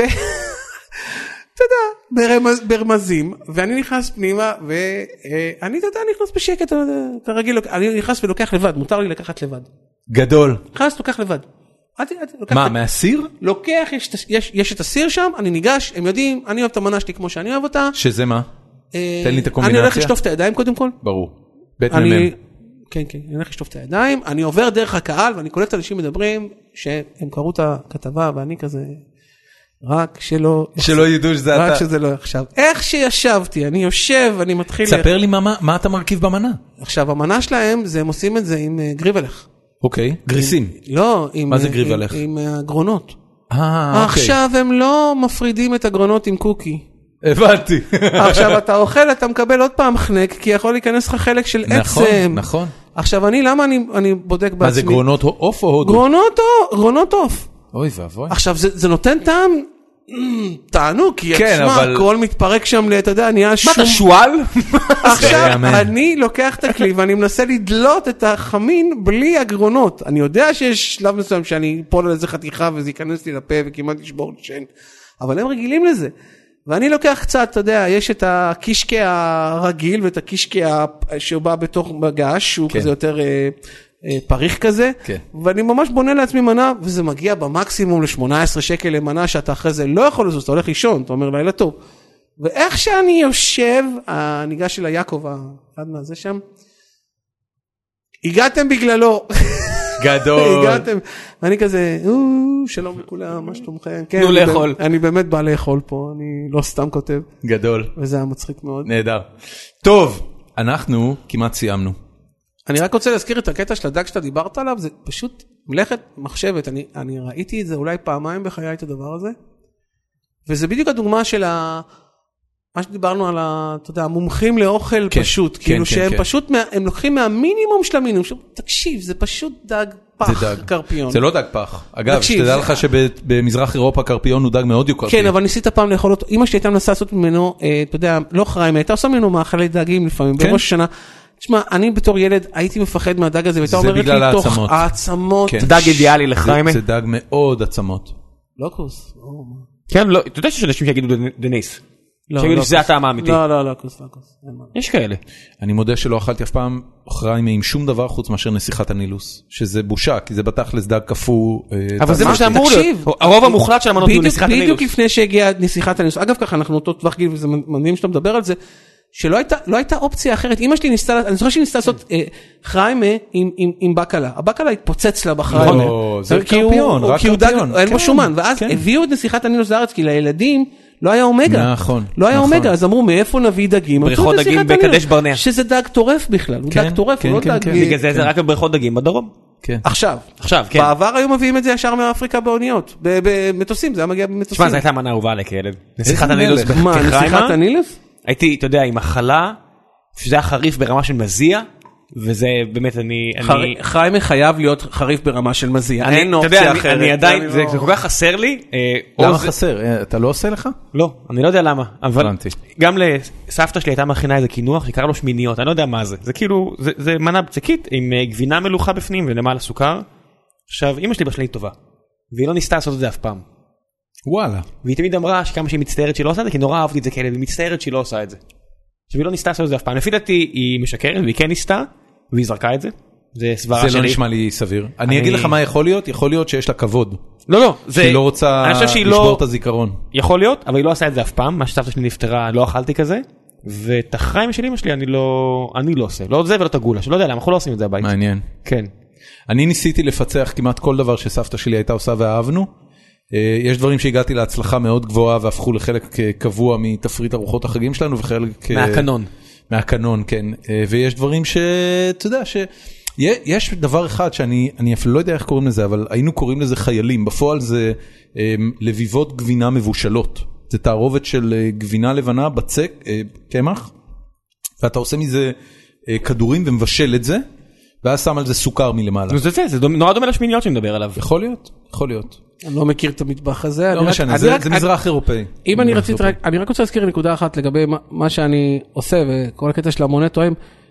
C: אתה יודע, ברמז, ברמזים, ואני נכנס פנימה, ואני, אתה יודע, נכנס בשקט, אתה רגיל, אני נכנס ולוקח לבד, מותר לי לקחת לבד.
A: גדול.
C: נכנס, לוקח לבד.
A: מה, מהסיר?
C: לוקח, יש, יש, יש את הסיר שם, אני ניגש, הם יודעים, אני אוהב את המנה שלי כמו שאני אוהב אותה.
A: שזה מה? תן לי את הקומבינציה.
C: אני הולך לשטוף את הידיים קודם כל.
A: ברור. בית ממם.
C: כן, כן, אני הולך לשטוף את הידיים, אני עובר דרך הקהל, ואני קולט אנשים מדברים, שהם קראו את הכתבה, ואני כזה... רק שלא...
A: שלא ידעו שזה אתה.
C: רק שזה לא עכשיו. איך שישבתי, אני יושב, אני מתחיל...
A: ספר לי מה, מה אתה מרכיב במנה.
C: עכשיו, המנה שלהם, זה, הם עושים את זה עם גריבלך.
A: אוקיי, גריסים.
C: לא, עם...
A: מה זה גריבלך?
C: עם הגרונות.
A: אה, אוקיי.
C: עכשיו, הם לא מפרידים את הגרונות עם קוקי.
A: הבנתי.
C: עכשיו, אתה אוכל, אתה מקבל עוד פעם חנק, כי יכול להיכנס לך חלק של עצם.
A: נכון, נכון.
C: עכשיו, אני, למה אני, אני בודק בעצמי?
A: מה זה, גרונות אוף או הודו?
C: גרונות או, גרונות אוף.
A: אוי ואבוי.
C: עכשיו, זה, זה נותן טעם, טענו, כי
A: כן,
C: תשמע,
A: אבל...
C: הכל מתפרק שם, אתה יודע, נהיה שום...
B: מה, אתה שואל?
C: עכשיו, אני לוקח את הכלי, ואני מנסה לדלות את החמין בלי הגרונות. אני יודע שיש שלב מסוים שאני אפול על איזה חתיכה, וזה ייכנס לי לפה, וכמעט ישבור לי שן. אבל הם רגילים לזה. ואני לוקח קצת, אתה יודע, יש את הקישקה הרגיל, ואת הקישקה שהוא בא בתוך מגש, שהוא כזה יותר פריך כזה, ואני ממש בונה לעצמי מנה, וזה מגיע במקסימום ל-שמונה עשרה שקל למנה, שאתה אחרי זה לא יכול לזוז, אתה הולך לישון, אתה אומר לילה טוב. ואיך שאני יושב, הניגש של היעקב, אחד מהזה שם, הגעתם בגללו.
A: גדול.
C: הגעתם, ואני כזה, שלום לכולם, מה שלומכם?
B: תנו לאכול.
C: אני באמת בא לאכול פה, אני לא סתם כותב.
A: גדול.
C: וזה היה מצחיק מאוד.
A: נהדר. טוב, אנחנו כמעט סיימנו.
C: אני רק רוצה להזכיר את הקטע של הדג שאתה דיברת עליו, זה פשוט מלאכת מחשבת, אני, אני ראיתי את זה אולי פעמיים בחיי את הדבר הזה, וזה בדיוק הדוגמה של ה... מה שדיברנו על ה... אתה יודע, המומחים לאוכל כן, פשוט, כן, כאילו כן, שהם כן. פשוט, מה, הם לוקחים מהמינימום של המינימום, תקשיב, זה פשוט דג פח דג. קרפיון.
A: זה לא דג פח. אגב, שתדע לך שבמזרח אירופה קרפיון הוא דג מאוד יוקרתי.
C: כן, אבל ניסית פעם לאכול אותו, אמא שלי הייתה מנסה לעשות ממנו, אתה יודע, לא חריים, הייתה עושה ממנו מאכלי דגים לפעמים, כן? בראש השנה, תשמע, אני בתור ילד הייתי מפחד מהדג הזה, והייתה אומרת לי תוך העצמות.
B: זה דג אידיאלי לחיים.
A: זה דג מאוד עצמות.
C: לא כוס.
B: כן, לא, אתה יודע שיש אנשים שיגידו דניס. שיגידו שזה הטעם האמיתי.
C: לא, לא, לא, כוס, לא כוס.
B: יש כאלה.
A: אני מודה שלא אכלתי אף פעם חריים עם שום דבר חוץ מאשר נסיכת הנילוס, שזה בושה, כי זה בתכלס דג קפוא.
B: אבל זה מה שאמור להיות. הרוב המוחלט של המנות הוא נסיכת הנילוס.
C: בדיוק לפני שהגיעה נסיכת הנילוס. אגב ככה, אנחנו אותו טווח גיל, וזה מדהים שאתה מדבר על זה, שלא הייתה, לא הייתה אופציה אחרת. אמא שלי ניסתה, אני זוכר שהיא ניסתה לעשות חריימה עם, עם, עם בקלה. הבקלה התפוצץ לה בחריימה.
A: לא, זה קרפיון, רק קרפיון.
C: אין בו שומן, ואז הביאו את נסיכת הנילוס לארץ, כי לילדים לא היה אומגה.
A: נכון.
C: לא היה אומגה, אז אמרו, מאיפה נביא דגים?
B: בריכות דגים בקדש ברנע.
C: שזה דג טורף בכלל, הוא דג טורף, הוא לא דג...
B: בגלל זה זה רק בבריכות דגים בדרום.
C: עכשיו,
B: עכשיו, כן.
C: בעבר היו מביאים את זה ישר מאפריקה באוניות, במטוסים, זה היה מגיע במטוסים.
B: תשמע, זו הייתה מנה אהובה לכלב. נסיכת הנילוס
C: מה, נסיכת הנילוס?
B: הייתי, אתה יודע, עם החלה, שזה היה חריף ברמה של מזיע, וזה באמת, אני...
C: חריימה חייב להיות חריף ברמה של מזיע, אין אופציה אחרת.
B: אני עדיין, זה כל כך חסר לי.
A: למה חסר? אתה לא עושה לך?
B: לא, אני לא יודע למה, אבל גם לסבתא שלי הייתה מכינה איזה קינוח, שקרא לו שמיניות, אני לא יודע מה זה. זה כאילו, זה מנה בצקית עם גבינה מלוכה בפנים ולמעלה סוכר. עכשיו, אמא שלי בשלי טובה, והיא לא ניסתה לעשות את זה אף פעם.
A: וואלה.
B: והיא תמיד אמרה שכמה שהיא מצטערת שהיא לא עושה את זה, כי נורא אהבתי את זה כאלה, והיא מצטערת שהיא לא עושה את זה. שהיא לא ניסתה לעשות את זה אף פעם. לפי דעתי היא משקרת, והיא כן ניסתה, והיא זרקה את זה. זה סברה שלי.
A: זה לא נשמע לי סביר. אני אגיד לך מה יכול להיות, יכול להיות שיש לה כבוד.
B: לא, לא.
A: שהיא לא רוצה לשבור את הזיכרון.
B: יכול להיות, אבל היא לא עשה את זה אף פעם. מה שסבתא שלי נפטרה, לא אכלתי כזה. ואת החיים של אמא שלי אני לא, אני לא עושה. לא את זה ולא את הגולה, שלא יודע למה, אנחנו לא עושים את זה הבית.
A: מעניין.
B: כן.
A: אני ניסיתי לפצח כמעט כל דבר שסבתא שלי הייתה עושה ואהבנו. יש דברים שהגעתי להצלחה מאוד גבוהה והפכו לחלק קבוע מתפריט ארוחות החגים שלנו וחלק...
B: מהקנון.
A: מהקנון, כן. ויש דברים שאתה יודע ש... יש דבר אחד שאני אני אפילו לא יודע איך קוראים לזה, אבל היינו קוראים לזה חיילים. בפועל זה לביבות גבינה מבושלות. זה תערובת של גבינה לבנה, בצק, קמח, ואתה עושה מזה כדורים ומבשל את זה, ואז שם על זה סוכר מלמעלה.
B: זה זה, זה נורא דומה לשמיניות שמדבר עליו.
A: יכול להיות, יכול להיות.
C: אני לא מכיר את המטבח הזה.
A: לא משנה, זה מזרח אירופאי.
C: אם אני רציתי, אני רק רוצה להזכיר נקודה אחת לגבי מה שאני עושה, וכל הקטע של המונה תואם,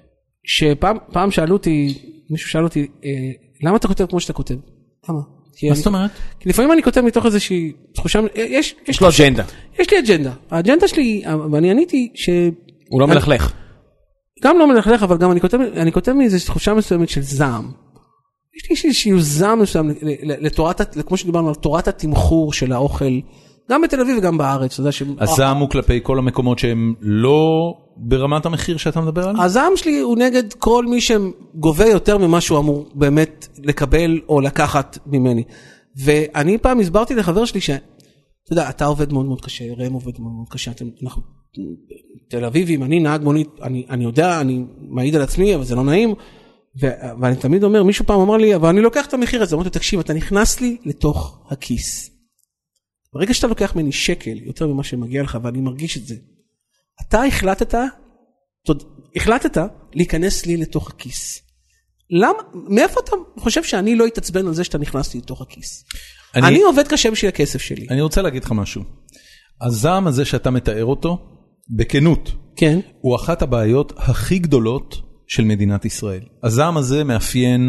C: שפעם שאלו אותי, מישהו שאל אותי, למה אתה כותב כמו שאתה כותב? למה?
A: מה זאת אומרת?
C: כי לפעמים אני כותב מתוך איזושהי תחושה, יש...
B: יש לו אג'נדה.
C: יש לי אג'נדה. האג'נדה שלי, ואני עניתי ש...
B: הוא לא מלכלך.
C: גם לא מלכלך, אבל גם אני כותב מאיזושהי תחושה מסוימת של זעם. יש לי איזושהי זעם מסוים, לתורת, כמו שדיברנו, לתורת התמחור של האוכל, גם בתל אביב וגם בארץ.
A: הזעם הוא כלפי כל המקומות שהם לא ברמת המחיר שאתה מדבר עליו?
C: הזעם שלי הוא נגד כל מי שגובה יותר ממה שהוא אמור באמת לקבל או לקחת ממני. ואני פעם הסברתי לחבר שלי ש... אתה יודע, אתה עובד מאוד מאוד קשה, רם עובד מאוד מאוד קשה, אנחנו תל אביבים, אני נהג מונית, אני, אני יודע, אני מעיד על עצמי, אבל זה לא נעים, ו... ואני תמיד אומר, מישהו פעם אמר לי, אבל אני לוקח את המחיר הזה, אמרתי, תקשיב, אתה נכנס לי לתוך הכיס. ברגע שאתה לוקח ממני שקל, יותר ממה שמגיע לך, ואני מרגיש את זה, אתה החלטת, החלטת להיכנס לי לתוך הכיס. למה, מאיפה אתה חושב שאני לא אתעצבן על זה שאתה נכנס לי לתוך הכיס? אני, אני עובד קשה בשביל הכסף שלי.
A: אני רוצה להגיד לך משהו. הזעם הזה שאתה מתאר אותו, בכנות,
C: כן.
A: הוא אחת הבעיות הכי גדולות של מדינת ישראל. הזעם הזה מאפיין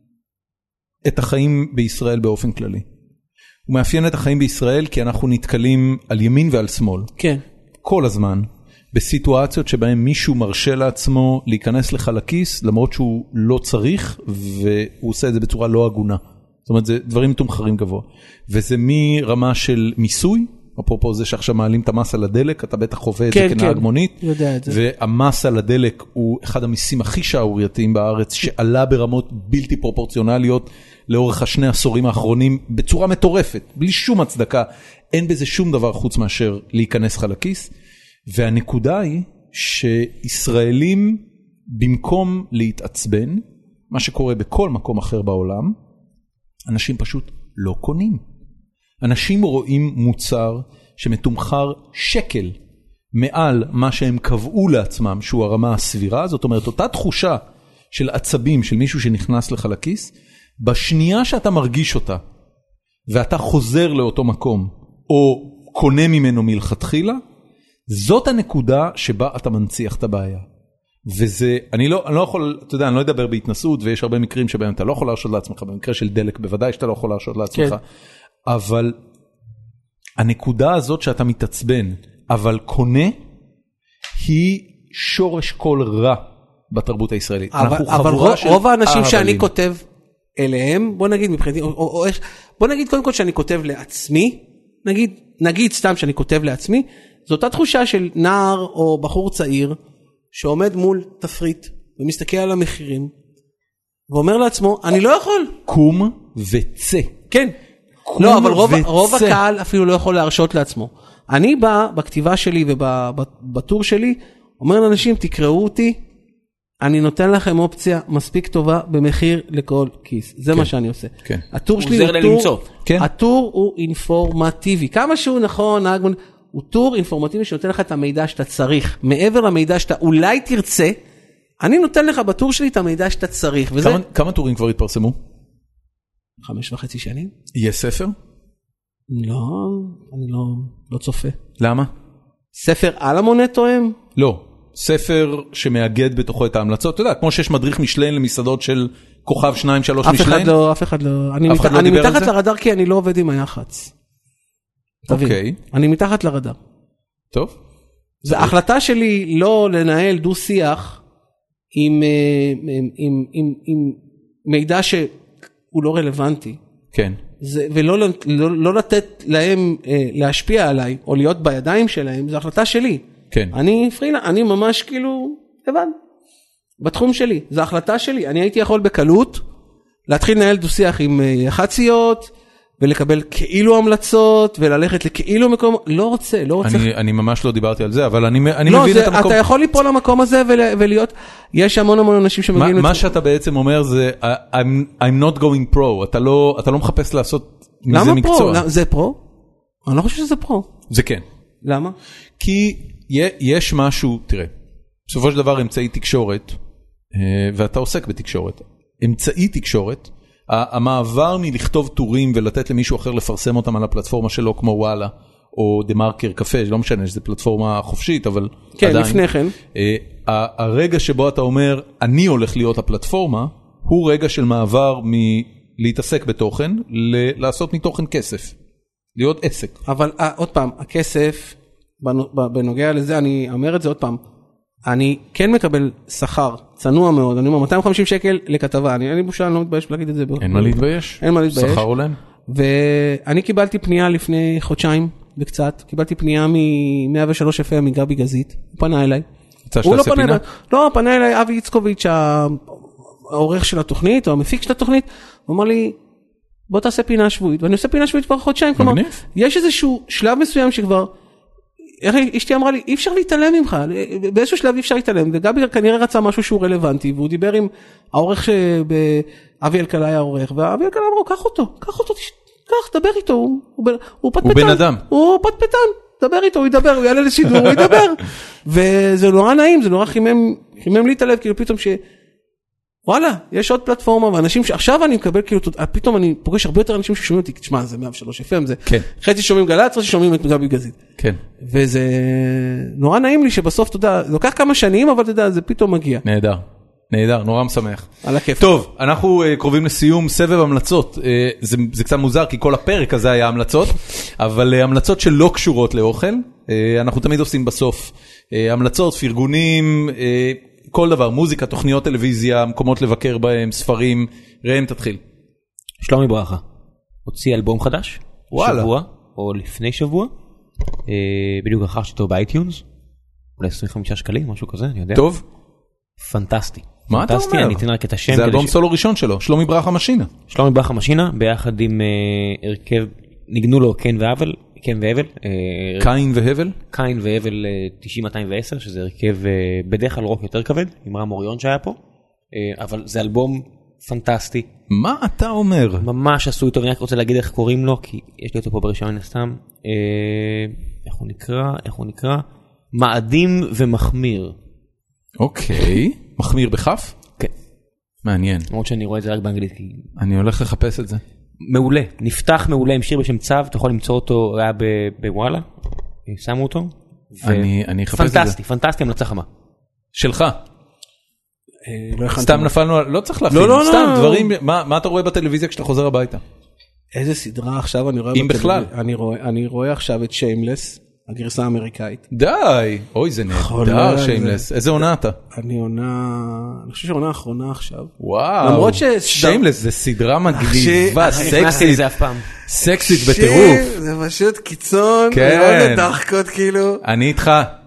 A: את החיים בישראל באופן כללי. הוא מאפיין את החיים בישראל כי אנחנו נתקלים על ימין ועל שמאל.
C: כן. כל
A: הזמן. בסיטואציות שבהן מישהו מרשה לעצמו להיכנס לך לכיס, למרות שהוא לא צריך, והוא עושה את זה בצורה לא הגונה. זאת אומרת, זה דברים מתומחרים גבוה. וזה מרמה של מיסוי, אפרופו זה שעכשיו מעלים את המס על הדלק, אתה בטח חווה את זה כנהג מונית, והמס על הדלק הוא אחד המיסים הכי שערורייתיים בארץ, שעלה ברמות בלתי פרופורציונליות, לאורך השני עשורים האחרונים, בצורה מטורפת, בלי שום הצדקה, אין בזה שום דבר חוץ מאשר להיכנס לך לכיס, והנקודה היא שישראלים, במקום להתעצבן, מה שקורה בכל מקום אחר בעולם, אנשים פשוט לא קונים. אנשים רואים מוצר שמתומחר שקל מעל מה שהם קבעו לעצמם, שהוא הרמה הסבירה, זאת אומרת, אותה תחושה של עצבים של מישהו שנכנס לך לכיס, בשנייה שאתה מרגיש אותה, ואתה חוזר לאותו מקום, או קונה ממנו מלכתחילה, זאת הנקודה שבה אתה מנציח את הבעיה. וזה, אני לא, אני לא יכול, אתה יודע, אני לא אדבר בהתנסות, ויש הרבה מקרים שבהם אתה לא יכול להרשות לעצמך, במקרה של דלק בוודאי שאתה לא יכול להרשות לעצמך, כן. אבל הנקודה הזאת שאתה מתעצבן, אבל קונה, היא שורש כל רע בתרבות הישראלית.
C: אבל, אבל רוב, רוב האנשים אהבלים. שאני כותב אליהם, בוא נגיד מבחינתי, או, או, או, בוא נגיד קודם כל שאני כותב לעצמי, נגיד, נגיד סתם שאני כותב לעצמי, זו אותה תחושה של נער או בחור צעיר, שעומד מול תפריט, ומסתכל על המחירים, ואומר לעצמו, אני לא יכול.
A: קום וצא.
C: כן. לא, אבל רוב, רוב הקהל אפילו לא יכול להרשות לעצמו. אני בא בכתיבה שלי ובטור שלי, אומר לאנשים, תקראו אותי, אני נותן לכם אופציה מספיק טובה במחיר לכל כיס. זה כן. מה שאני עושה. כן. הטור שלי הוא טור, כן. הטור הוא אינפורמטיבי. כמה שהוא נכון, הוא טור אינפורמטיבי שנותן לך את המידע שאתה צריך. מעבר למידע שאתה אולי תרצה, אני נותן לך בטור שלי את המידע שאתה צריך. וזה...
A: כמה, כמה טורים כבר התפרסמו?
C: חמש וחצי שנים.
A: יהיה ספר?
C: לא, אני לא, לא צופה.
A: למה?
C: ספר על המונה תואם?
A: לא. ספר שמאגד בתוכו את ההמלצות, אתה יודע, כמו שיש מדריך משליין למסעדות של כוכב שניים, שלוש משליין.
C: אף אחד לא, אף אחד לא. אני, מת... לא אני מתחת לרדאר כי אני לא עובד עם היח"צ. תבין, okay. אני מתחת לרדאר.
A: טוב.
C: זו החלטה שלי לא לנהל דו שיח עם, עם, עם, עם, עם מידע שהוא לא רלוונטי.
A: כן.
C: זה, ולא לא, לא לתת להם להשפיע עליי, או להיות בידיים שלהם, זו החלטה שלי.
A: כן.
C: אני פרילה, אני ממש כאילו, הבן, בתחום שלי, זו החלטה שלי, אני הייתי יכול בקלות, להתחיל לנהל דו שיח עם יח"ציות, ולקבל כאילו המלצות, וללכת לכאילו מקום, לא רוצה, לא רוצה.
A: אני, אני ממש לא דיברתי על זה, אבל אני, אני
C: לא,
A: מבין
C: זה,
A: את המקום.
C: אתה יכול ליפול למקום הזה ולהיות, יש המון המון אנשים שמגיעים.
A: מה, מה שאתה בעצם אומר זה, I'm, I'm not going pro, אתה לא, אתה לא מחפש לעשות מזה מקצוע.
C: למה פרו? זה פרו? אני לא חושב שזה פרו.
A: זה כן.
C: למה?
A: כי יש משהו, תראה, בסופו של דבר אמצעי תקשורת, ואתה עוסק בתקשורת, אמצעי תקשורת, המעבר מלכתוב טורים ולתת למישהו אחר לפרסם אותם על הפלטפורמה שלו, כמו וואלה, או דה מרקר קפה, לא משנה, שזו פלטפורמה חופשית, אבל
C: כן,
A: עדיין.
C: לפני כן.
A: הרגע שבו אתה אומר, אני הולך להיות הפלטפורמה, הוא רגע של מעבר מלהתעסק בתוכן, לעשות מתוכן כסף, להיות עסק.
C: אבל עוד פעם, הכסף, בנוגע לזה, אני אומר את זה עוד פעם, אני כן מקבל שכר, צנוע מאוד, אני אומר, מאתיים וחמישים שקל לכתבה, אני אין לי בושה, אני לא מתבייש להגיד את זה.
A: אין מה להתבייש?
C: אין מה להתבייש.
A: שכר עולם?
C: ואני קיבלתי פנייה לפני חודשיים, בקצת, קיבלתי פנייה מ-מאה ושלוש אף אם מגבי גזית, הוא פנה אליי.
A: יצא שתעשה פינה?
C: לא, פנה אליי אבי יצקוביץ', העורך של התוכנית, או המפיק של התוכנית, הוא אמר לי, בוא תעשה פינה שבועית, ואני עושה פינה שבועית כבר חודשיים, כלומר, יש איזשהו שלב מסוים שכבר איך אשתי אמרה לי, אי אפשר להתעלם ממך, באיזשהו שלב אי אפשר להתעלם, וגבי כנראה רצה משהו שהוא רלוונטי, והוא דיבר עם העורך שאבי אלקלעי העורך, ואבי אלקלעי אמרו, קח אותו, קח אותו, קח, דבר איתו, הוא פטפטן.
A: הוא בן אדם.
C: הוא פטפטן, דבר איתו, הוא ידבר, הוא יעלה לשידור, הוא ידבר. וזה נורא נעים, זה נורא חימם לי את הלב, כאילו פתאום ש... וואלה, יש עוד פלטפורמה, ואנשים שעכשיו אני מקבל, כאילו, פתאום אני פוגש הרבה יותר אנשים ששומעים אותי, תשמע, זה מאה ושלוש אף אם, זה חצי שומעים גל"צ, חצי שומעים את גבי גזית.
A: כן.
C: וזה נורא נעים לי שבסוף, אתה יודע, לוקח כמה שנים, אבל אתה יודע, זה פתאום מגיע.
A: נהדר, נהדר, נורא משמח.
C: על הכיף.
A: טוב, אנחנו קרובים לסיום סבב המלצות. זה, זה קצת מוזר, כי כל הפרק הזה היה המלצות, אבל המלצות שלא קשורות לאוכל, אנחנו תמיד עושים בסוף המלצות, פרגונים, כל דבר, מוזיקה, תוכניות טלוויזיה, מקומות לבקר בהם, ספרים. ראם, תתחיל.
B: שלומי ברכה, הוציא אלבום חדש,
A: וואלה.
B: שבוע, או לפני שבוע, בדיוק רכשתי אותו באייטיונס, אולי עשרים וחמישה שקלים, משהו כזה, אני יודע.
A: טוב.
B: פנטסטי.
A: מה אתה אומר?
B: אני אתן רק את השם.
A: זה אלבום סולו ראשון שלו, שלומי ברכה משינה.
B: שלומי ברכה משינה, ביחד עם הרכב, ניגנו לו קן והבל, קן והבל.
A: קין והבל?
B: קין והבל תשעים מאתיים ועשר, שזה הרכב בדרך כלל רוק יותר כבד, עם רם אוריון שהיה פה, אבל זה אלבום פנטסטי.
A: מה אתה אומר?
B: ממש עשו איתו, אני רק רוצה להגיד איך קוראים לו, כי יש לי אותו פה ברשיון סתם. איך הוא נקרא? איך הוא נקרא? מאדים ומחמיר.
A: אוקיי. מחמיר בכף?
B: כן.
A: מעניין.
B: למרות שאני רואה את זה רק באנגלית.
A: אני הולך לחפש את זה.
B: מעולה. נפתח מעולה עם שיר בשם צו, אתה יכול למצוא אותו, היה בוואלה. שמו אותו.
A: אני אחפש את זה.
B: פנטסטי, פנטסטי, המלצה חמה.
A: שלך. סתם נפלנו, לא צריך להכין, סתם דברים, מה אתה רואה בטלוויזיה כשאתה חוזר הביתה?
C: איזה סדרה עכשיו אני רואה
A: אם בכלל.
C: אני רואה עכשיו את שיימלס, הגרסה האמריקאית.
A: די, אוי זה נהדר שיימלס, איזה עונה אתה?
C: אני עונה, אני חושב שעונה האחרונה עכשיו.
A: וואו, שיימלס זה סדרה מגניבה, סקסית, סקסית בטירוף.
C: זה פשוט קיצון, מאוד דחקות כאילו.
A: אני איתך,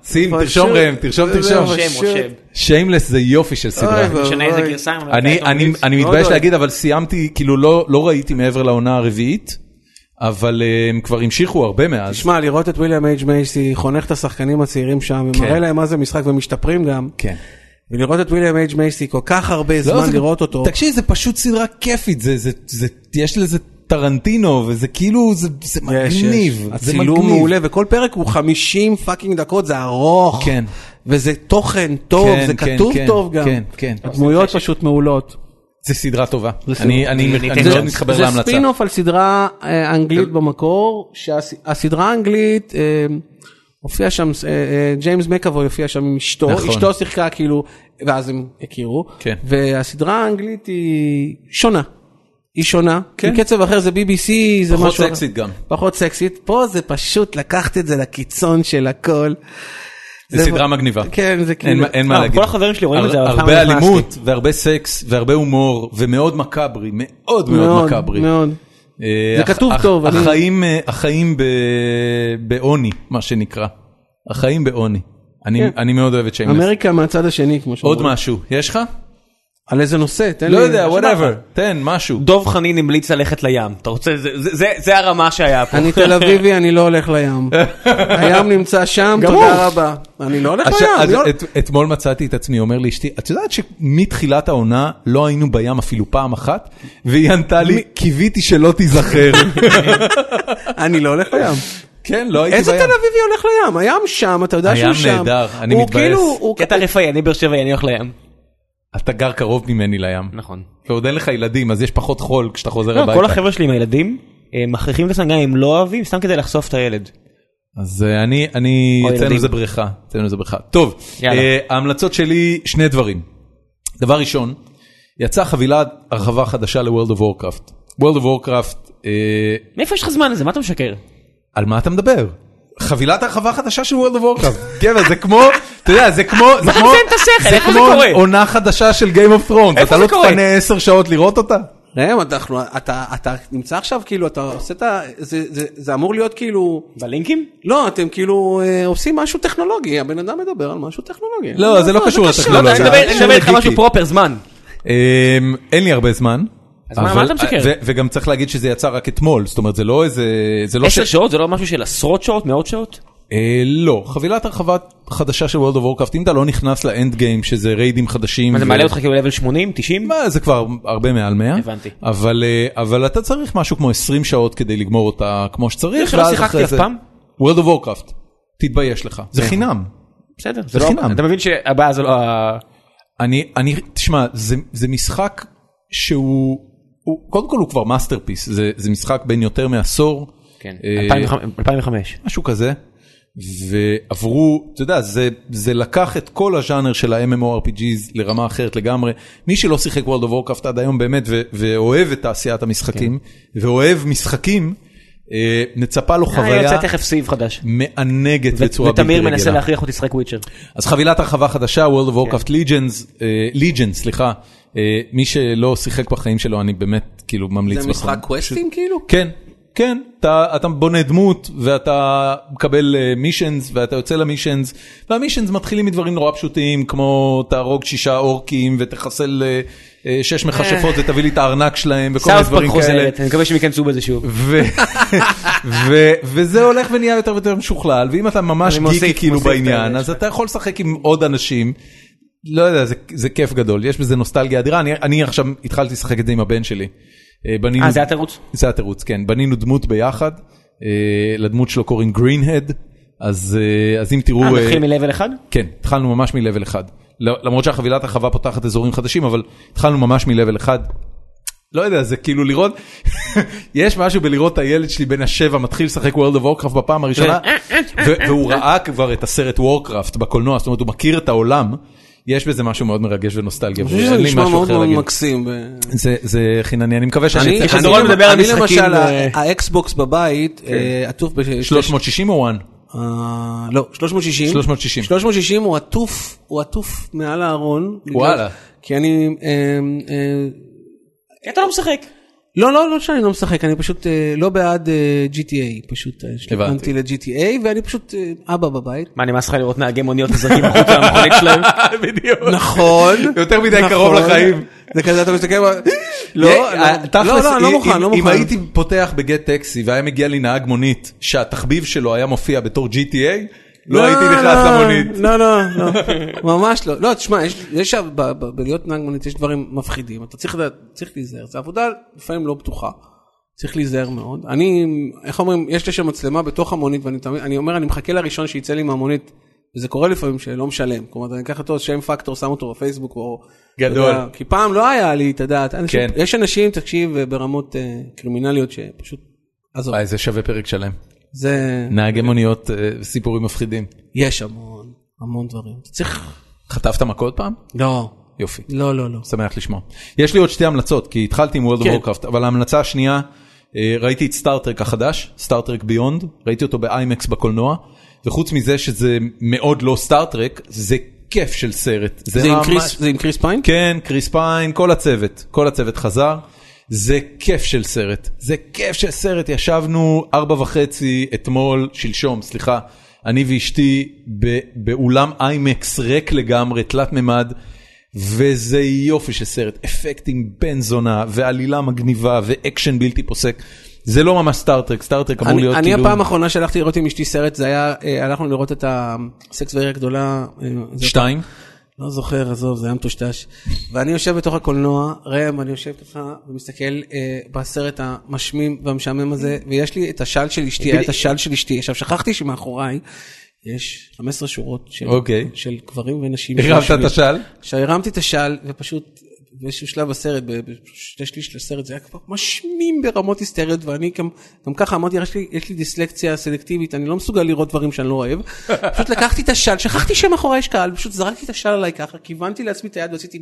A: שים, תרשום רם, תרשום, תרשום.
B: שם, מושב.
A: שיימלס זה יופי של סדרה.
B: משנה איזה גרסה.
A: אני מתבייש להגיד, אבל סיימתי, כאילו לא ראיתי מעבר לעונה הרביעית, אבל הם כבר המשיכו הרבה מאז.
C: תשמע, לראות את וויליאם אייג' מייסי, חונך את השחקנים הצעירים שם, ומראה להם מה זה משחק ומשתפרים גם.
A: כן.
C: ולראות את וויליאם אייג' מייסי כל כך הרבה זמן לראות אותו.
A: תקשיב, זה פשוט סדרה כיפית, יש לזה טרנטינו, וזה כאילו, זה מגניב.
C: הצילום מעולה, וכל פרק הוא חמישים פאקינג דקות, זה ארוך.
A: כן.
C: וזה תוכן טוב, זה כתוב טוב גם.
A: כן, כן.
C: הדמויות פשוט מעולות.
A: זה סדרה טובה. אני מאוד מתחבר להמלצה.
C: זה ספין-אוף על סדרה אנגלית במקור, שהסדרה האנגלית, הופיע שם, ג'יימס מקאבוי הופיע שם עם אשתו, אשתו שיחקה כאילו, ואז הם הכירו, והסדרה האנגלית היא שונה. היא שונה, עם קצב אחר זה בי בי סי, זה משהו...
A: פחות סקסית גם.
C: פחות סקסית, פה זה פשוט לקחת את זה לקיצון של הכל.
A: זה סדרה מגניבה.
C: כן, זה כאילו...
A: אין מה להגיד.
B: כל החברים שלי רואים את זה.
A: הרבה אלימות, והרבה סקס, והרבה הומור, ומאוד מקאברי, מאוד מאוד מקאברי.
C: מאוד, זה כתוב טוב.
A: החיים בעוני, מה שנקרא. החיים בעוני. אני מאוד אוהב את שיימלס.
C: אמריקה מהצד השני, כמו שאומרים.
A: עוד משהו. יש לך?
C: על איזה נושא? תן לי...
A: לא יודע, whatever. תן, משהו.
B: דוב חנין המליץ ללכת לים. אתה רוצה, זה הרמה שהיה פה.
C: אני תל אביבי, אני לא הולך לים. הים נמצא שם, תודה רבה. אני לא הולך לים.
A: אתמול מצאתי את עצמי, אומר לאשתי, את יודעת שמתחילת העונה לא היינו בים אפילו פעם אחת, והיא ענתה לי, קיוויתי שלא תיזכר.
C: אני לא הולך לים.
A: כן, לא הייתי בים.
C: איזה תל אביבי הולך לים? הים שם, אתה יודע שהוא שם.
A: הים נהדר, אני מתבאס.
B: קטע רפאי, אני באר שבעי, אני הולך לים.
A: אתה גר קרוב ממני לים.
B: נכון.
A: ועוד אין לך ילדים, אז יש פחות חול כשאתה חוזר
B: לא,
A: הביתה.
B: כל החבר'ה שלי עם הילדים, מכריחים את הסנגה, הם לא אוהבים, סתם כדי לחשוף את הילד.
A: אז אני, אני, אצלנו זה בריכה, אצלנו זה בריכה. טוב, ההמלצות שלי, שני דברים. דבר ראשון, יצאה חבילת הרחבה חדשה ל-World of Warcraft. World of Warcraft...
B: מאיפה יש לך זמן לזה? מה אתה משקר?
A: על מה אתה מדבר? חבילת הרחבה חדשה של World of Warcraft. גבר, זה כמו, אתה יודע, זה כמו, זה כמו, זה כמו עונה חדשה של Game of Thrones. אתה לא תפנה עשר שעות לראות אותה?
C: ראם, אתה נמצא עכשיו כאילו, אתה עושה את ה... זה אמור להיות כאילו...
B: בלינקים?
C: לא, אתם כאילו עושים משהו טכנולוגי, הבן אדם מדבר על משהו טכנולוגי.
A: לא, זה לא קשור לטכנולוגיה.
B: אני מדבר איתך משהו פרופר זמן.
A: אין לי הרבה זמן.
B: אז מה אתה משקר?
A: וגם צריך להגיד שזה יצא רק אתמול, זאת אומרת זה לא איזה...
B: עשר שעות? זה לא משהו של עשרות שעות, מאות שעות?
A: לא, חבילת הרחבה חדשה של World of Warcraft, אם אתה לא נכנס לאנד גיים שזה ריידים חדשים...
B: מה זה מעלה אותך כאילו לבל שמונים, תשעים?
A: זה כבר הרבה מעל מאה.
B: הבנתי.
A: אבל אתה צריך משהו כמו עשרים שעות כדי לגמור אותה כמו שצריך.
B: לא שיחקתי אף פעם?
A: World of Warcraft, תתבייש לך, זה חינם.
B: בסדר, זה חינם. אתה מבין שהבאה זה לא...
A: אני, תשמע, זה משחק שהוא... קודם כל הוא כבר מאסטרפיס, זה, זה משחק בין יותר מעשור.
B: כן, אלפיים וחמש.
A: משהו כזה. ועברו, אתה יודע, זה, זה לקח את כל הז'אנר של ה-אם אם או אר פי ג'יז לרמה אחרת לגמרי. מי שלא שיחק World of Warcraft עד היום באמת, ו- ואוהב את תעשיית המשחקים, כן. ואוהב משחקים, אה, נצפה לו חוויה...
B: יוצא תכף סעיף חדש.
A: מענגת ו- בצורה בלתי
B: רגילה. ותמיר מנסה להכריח אותי לשחק וויצ'ר.
A: אז חבילת הרחבה חדשה, World of Warcraft כן. Legions, אה, Legions, סליחה. מי שלא שיחק בחיים שלו, אני באמת כאילו ממליץ.
C: זה משחק קווסטים כאילו?
A: כן, כן. אתה בונה דמות, ואתה מקבל מישנס, ואתה יוצא למישנס, והמישנס מתחילים מדברים נורא פשוטים, כמו תהרוג שישה אורקים, ותחסל שש מכשפות, ותביא לי את הארנק שלהם, וכל מיני דברים כאלה.
B: אני מקווה שהם ייכנסו בזה שוב.
A: וזה הולך ונהיה יותר ויותר משוכלל, ואם אתה ממש גיקי כאילו בעניין, אז אתה יכול לשחק עם עוד אנשים, לא יודע, זה, זה כיף גדול, יש בזה נוסטלגיה אדירה, אני, אני עכשיו התחלתי לשחק את זה עם הבן שלי. בנינו,
B: אה, זה התירוץ?
A: זה התירוץ, כן. בנינו דמות ביחד, לדמות שלו קוראים גרינהד, אז, אז אם תראו...
B: אה, נתחיל מלבל אחד?
A: כן, התחלנו ממש מלבל אחד. למרות שהחבילת הרחבה פותחת אזורים חדשים, אבל התחלנו ממש מלבל אחד. לא יודע, זה כאילו לראות, יש משהו בלראות את הילד שלי בין השבע, מתחיל לשחק World of Warcraft בפעם הראשונה, והוא ראה כבר את הסרט Warcraft בקולנוע, זאת אומרת, הוא מכיר את העולם, יש בזה משהו מאוד מרגש ונוסטלגיה.
C: זה נשמע מאוד מאוד מקסים.
A: זה חינני, אני מקווה שאני...
C: אני למשל, האקסבוקס בבית, עטוף ב...
A: שלוש מאות שישים או אחת?
C: לא, שלוש מאות שישים.
A: שלוש מאות שישים.
C: שלוש מאות שישים הוא עטוף, הוא עטוף מעל הארון.
A: וואלה.
C: כי אני...
B: אתה לא משחק.
C: לא, לא, לא שאני לא משחק, אני פשוט לא בעד ג'י טי איי, פשוט השתקנתי ל-ג'י טי איי, ואני פשוט אבא בבית.
B: מה, נמאס לך לראות נהגי מוניות נזרקים בחוץ מהמכונית שלהם?
A: בדיוק.
C: נכון.
A: יותר מדי קרוב לחיים.
C: זה כזה, אתה מסתכל, לא, לא, לא מוכן, לא מוכן.
A: אם הייתי פותח בגט טקסי, והיה מגיע לי נהג מונית, שהתחביב שלו היה מופיע בתור ג'י טי איי, לא הייתי נכנס למונית.
C: לא, לא, לא, ממש לא. לא, תשמע, יש, בלהיות נהג מונית יש דברים מפחידים. אתה צריך להיזהר. זו עבודה לפעמים לא בטוחה. צריך להיזהר מאוד. אני, איך אומרים, יש לי שם מצלמה בתוך המונית, ואני אומר, אני מחכה לראשון שיצא לי מהמונית, וזה קורה לפעמים שלא משלם. כלומר, אני אקח אותו, שם פקטור, שם אותו בפייסבוק, או...
A: גדול.
C: כי פעם לא היה לי, אתה יודע, יש אנשים, תקשיב, ברמות קרימינליות שפשוט...
A: וואי, זה שווה פרק שלם.
C: זה...
A: נהגי מוניות, סיפורים מפחידים.
C: יש המון, המון דברים. אתה צריך...
A: חטפת מכות פעם?
C: לא.
A: יופי.
C: לא, לא, לא.
A: שמח לשמוע. יש לי עוד שתי המלצות, כי התחלתי עם World of Warcraft, אבל ההמלצה השנייה, ראיתי את סטארטרק החדש, סטארטרק ביונד, ראיתי אותו באיימקס בקולנוע, וחוץ מזה שזה מאוד לא סטארטרק, זה כיף של סרט.
C: זה עם קריס, זה עם קריס פיין?
A: כן, קריס פיין, כל הצוות, כל הצוות חזר. זה כיף של סרט, זה כיף של סרט, ישבנו ארבע וחצי אתמול, שלשום, סליחה, אני ואשתי באולם איימקס ריק לגמרי, תלת ממד, וזה יופי של סרט, אפקטים בן זונה, ועלילה מגניבה, ואקשן בלתי פוסק, זה לא ממש סטארטרק, סטארטרק אמור להיות
C: כאילו... אני הפעם האחרונה שהלכתי לראות עם אשתי סרט, זה היה, הלכנו לראות את הסקס והעיר הגדולה.
A: שתיים?
C: לא זוכר, עזוב, זה היה מטושטש. ואני יושב בתוך הקולנוע, רם, אני יושב ככה ומסתכל אה, בסרט המשמים והמשעמם הזה, ויש לי את השל של אשתי, היה את השל של אשתי. עכשיו, שכחתי שמאחוריי יש חמש עשרה שורות של,
A: okay.
C: של גברים ונשים.
A: הרמת את השל?
C: שהרמתי את השל, ופשוט באיזשהו שלב בסרט, בשתי שליש לסרט, זה היה כבר משמים ברמות היסטריות, ואני גם, גם ככה אמרתי, יש לי, יש לי דיסלקציה סלקטיבית, אני לא מסוגל לראות דברים שאני לא אוהב. פשוט לקחתי את השל, שכחתי שמאחורי יש קהל, פשוט זרקתי את השל עליי ככה, כיוונתי לעצמי את היד ועשיתי...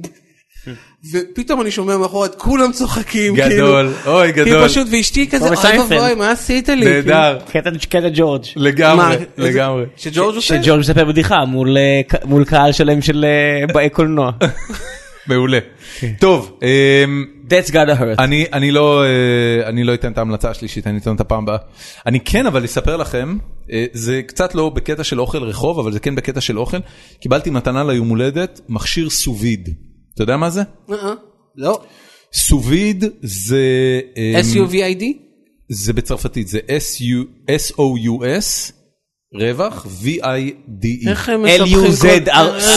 C: ופתאום אני שומע מאחורי, כולם צוחקים,
A: גדול, אוי גדול.
C: כי פשוט, ואשתי כזה, אוי ובוי, מה עשית לי?
A: נהדר.
B: קטע ג'ורג'.
A: לגמרי, לגמרי.
C: שג'ורג' עושה?
B: שג'ורג' מספר בדיחה מול קהל שלהם של באי קולנוע.
A: מעולה. טוב,
B: That's gotta hurt.
A: אני, אני לא, אני לא אתן את ההמלצה השלישית, אני אתן את הפעם הבאה. אני כן, אבל אספר לכם, זה קצת לא בקטע של אוכל רחוב, אבל זה כן בקטע של אוכל. קיבלתי מתנה ליום הולדת, מכשיר סוביד. אתה יודע מה זה?
C: לא.
A: סוביד זה...
C: אס יו וי איי די?
A: זה בצרפתית, זה אס או יו אס. רווח, וי איי די אי.
C: איך הם מספחים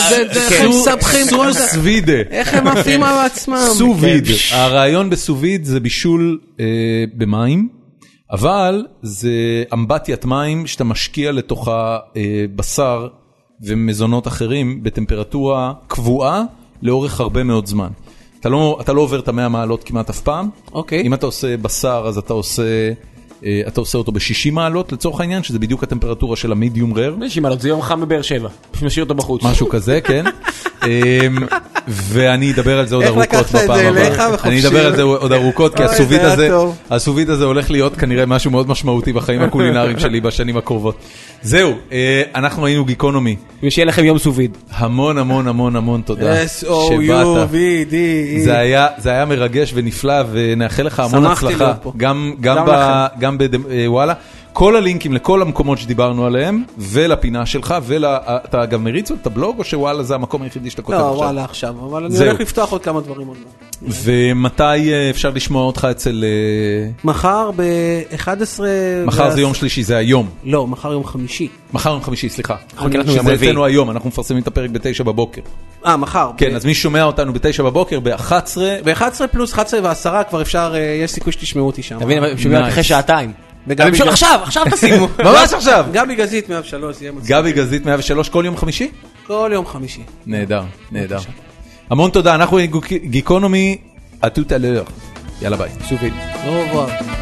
C: כל זה?
A: סווידה.
C: איך הם עפים על עצמם?
A: סוביד. הרעיון בסוביד זה בישול במים, אבל זה אמבטיית מים שאתה משקיע לתוכה בשר ומזונות אחרים בטמפרטורה קבועה לאורך הרבה מאוד זמן. אתה לא, אתה לא עובר את המאה מעלות כמעט אף פעם.
C: אוקיי.
A: אם אתה עושה בשר, אז אתה עושה... אתה עושה אותו ב-שישים מעלות לצורך העניין, שזה בדיוק הטמפרטורה של המדיום רר.
B: שישים מעלות, זה יום חם בבאר שבע. נשאיר אותו בחוץ.
A: משהו כזה, כן. ואני אדבר על זה עוד ארוכות בפעם הבאה. אני אדבר על זה עוד ארוכות, כי הסוביד הזה הולך להיות כנראה משהו מאוד משמעותי בחיים הקולינריים שלי בשנים הקרובות. זהו, אנחנו היינו גיקונומי.
B: ושיהיה לכם יום סוביד.
A: המון המון המון המון תודה.
C: אס או יו וי די אי.
A: זה היה מרגש ונפלא, ונאחל לך המון הצלחה. גם בוואלה. כל הלינקים לכל המקומות שדיברנו עליהם, ולפינה שלך, ואתה גם מריץ את הבלוג, או שוואלה זה המקום היחידי שאתה כותב עכשיו?
C: לא, וואלה עכשיו, אבל אני הולך לפתוח עוד כמה דברים עוד לא.
A: ומתי אפשר לשמוע אותך אצל...
C: מחר ב-אחת עשרה...
A: מחר זה יום שלישי, זה היום.
C: לא, מחר יום חמישי.
A: מחר יום חמישי, סליחה. שזה אצלנו היום, אנחנו מפרסמים את הפרק בתשע בבוקר.
C: אה, מחר.
A: כן, אז מי שומע אותנו בתשע בבוקר, ב-אחת עשרה...
C: ב-אחת עשרה פלוס אחת עשרה ועשרה כבר אפשר, יש סיכוי שתשמעו אותי שם.
B: תבין, שומע אחרי שעתיים.
C: עכשיו, עכשיו תשימו.
A: ממש עכשיו.
C: גבי גזית מאה ושלוש.
A: גבי גזית מאה ושלוש כל יום חמישי?
C: כל יום חמישי.
A: נהדר, נהדר. המון תודה, אנחנו גיקונומי, à tout à l'heure. יאללה ביי.
C: סוביד. au revoir.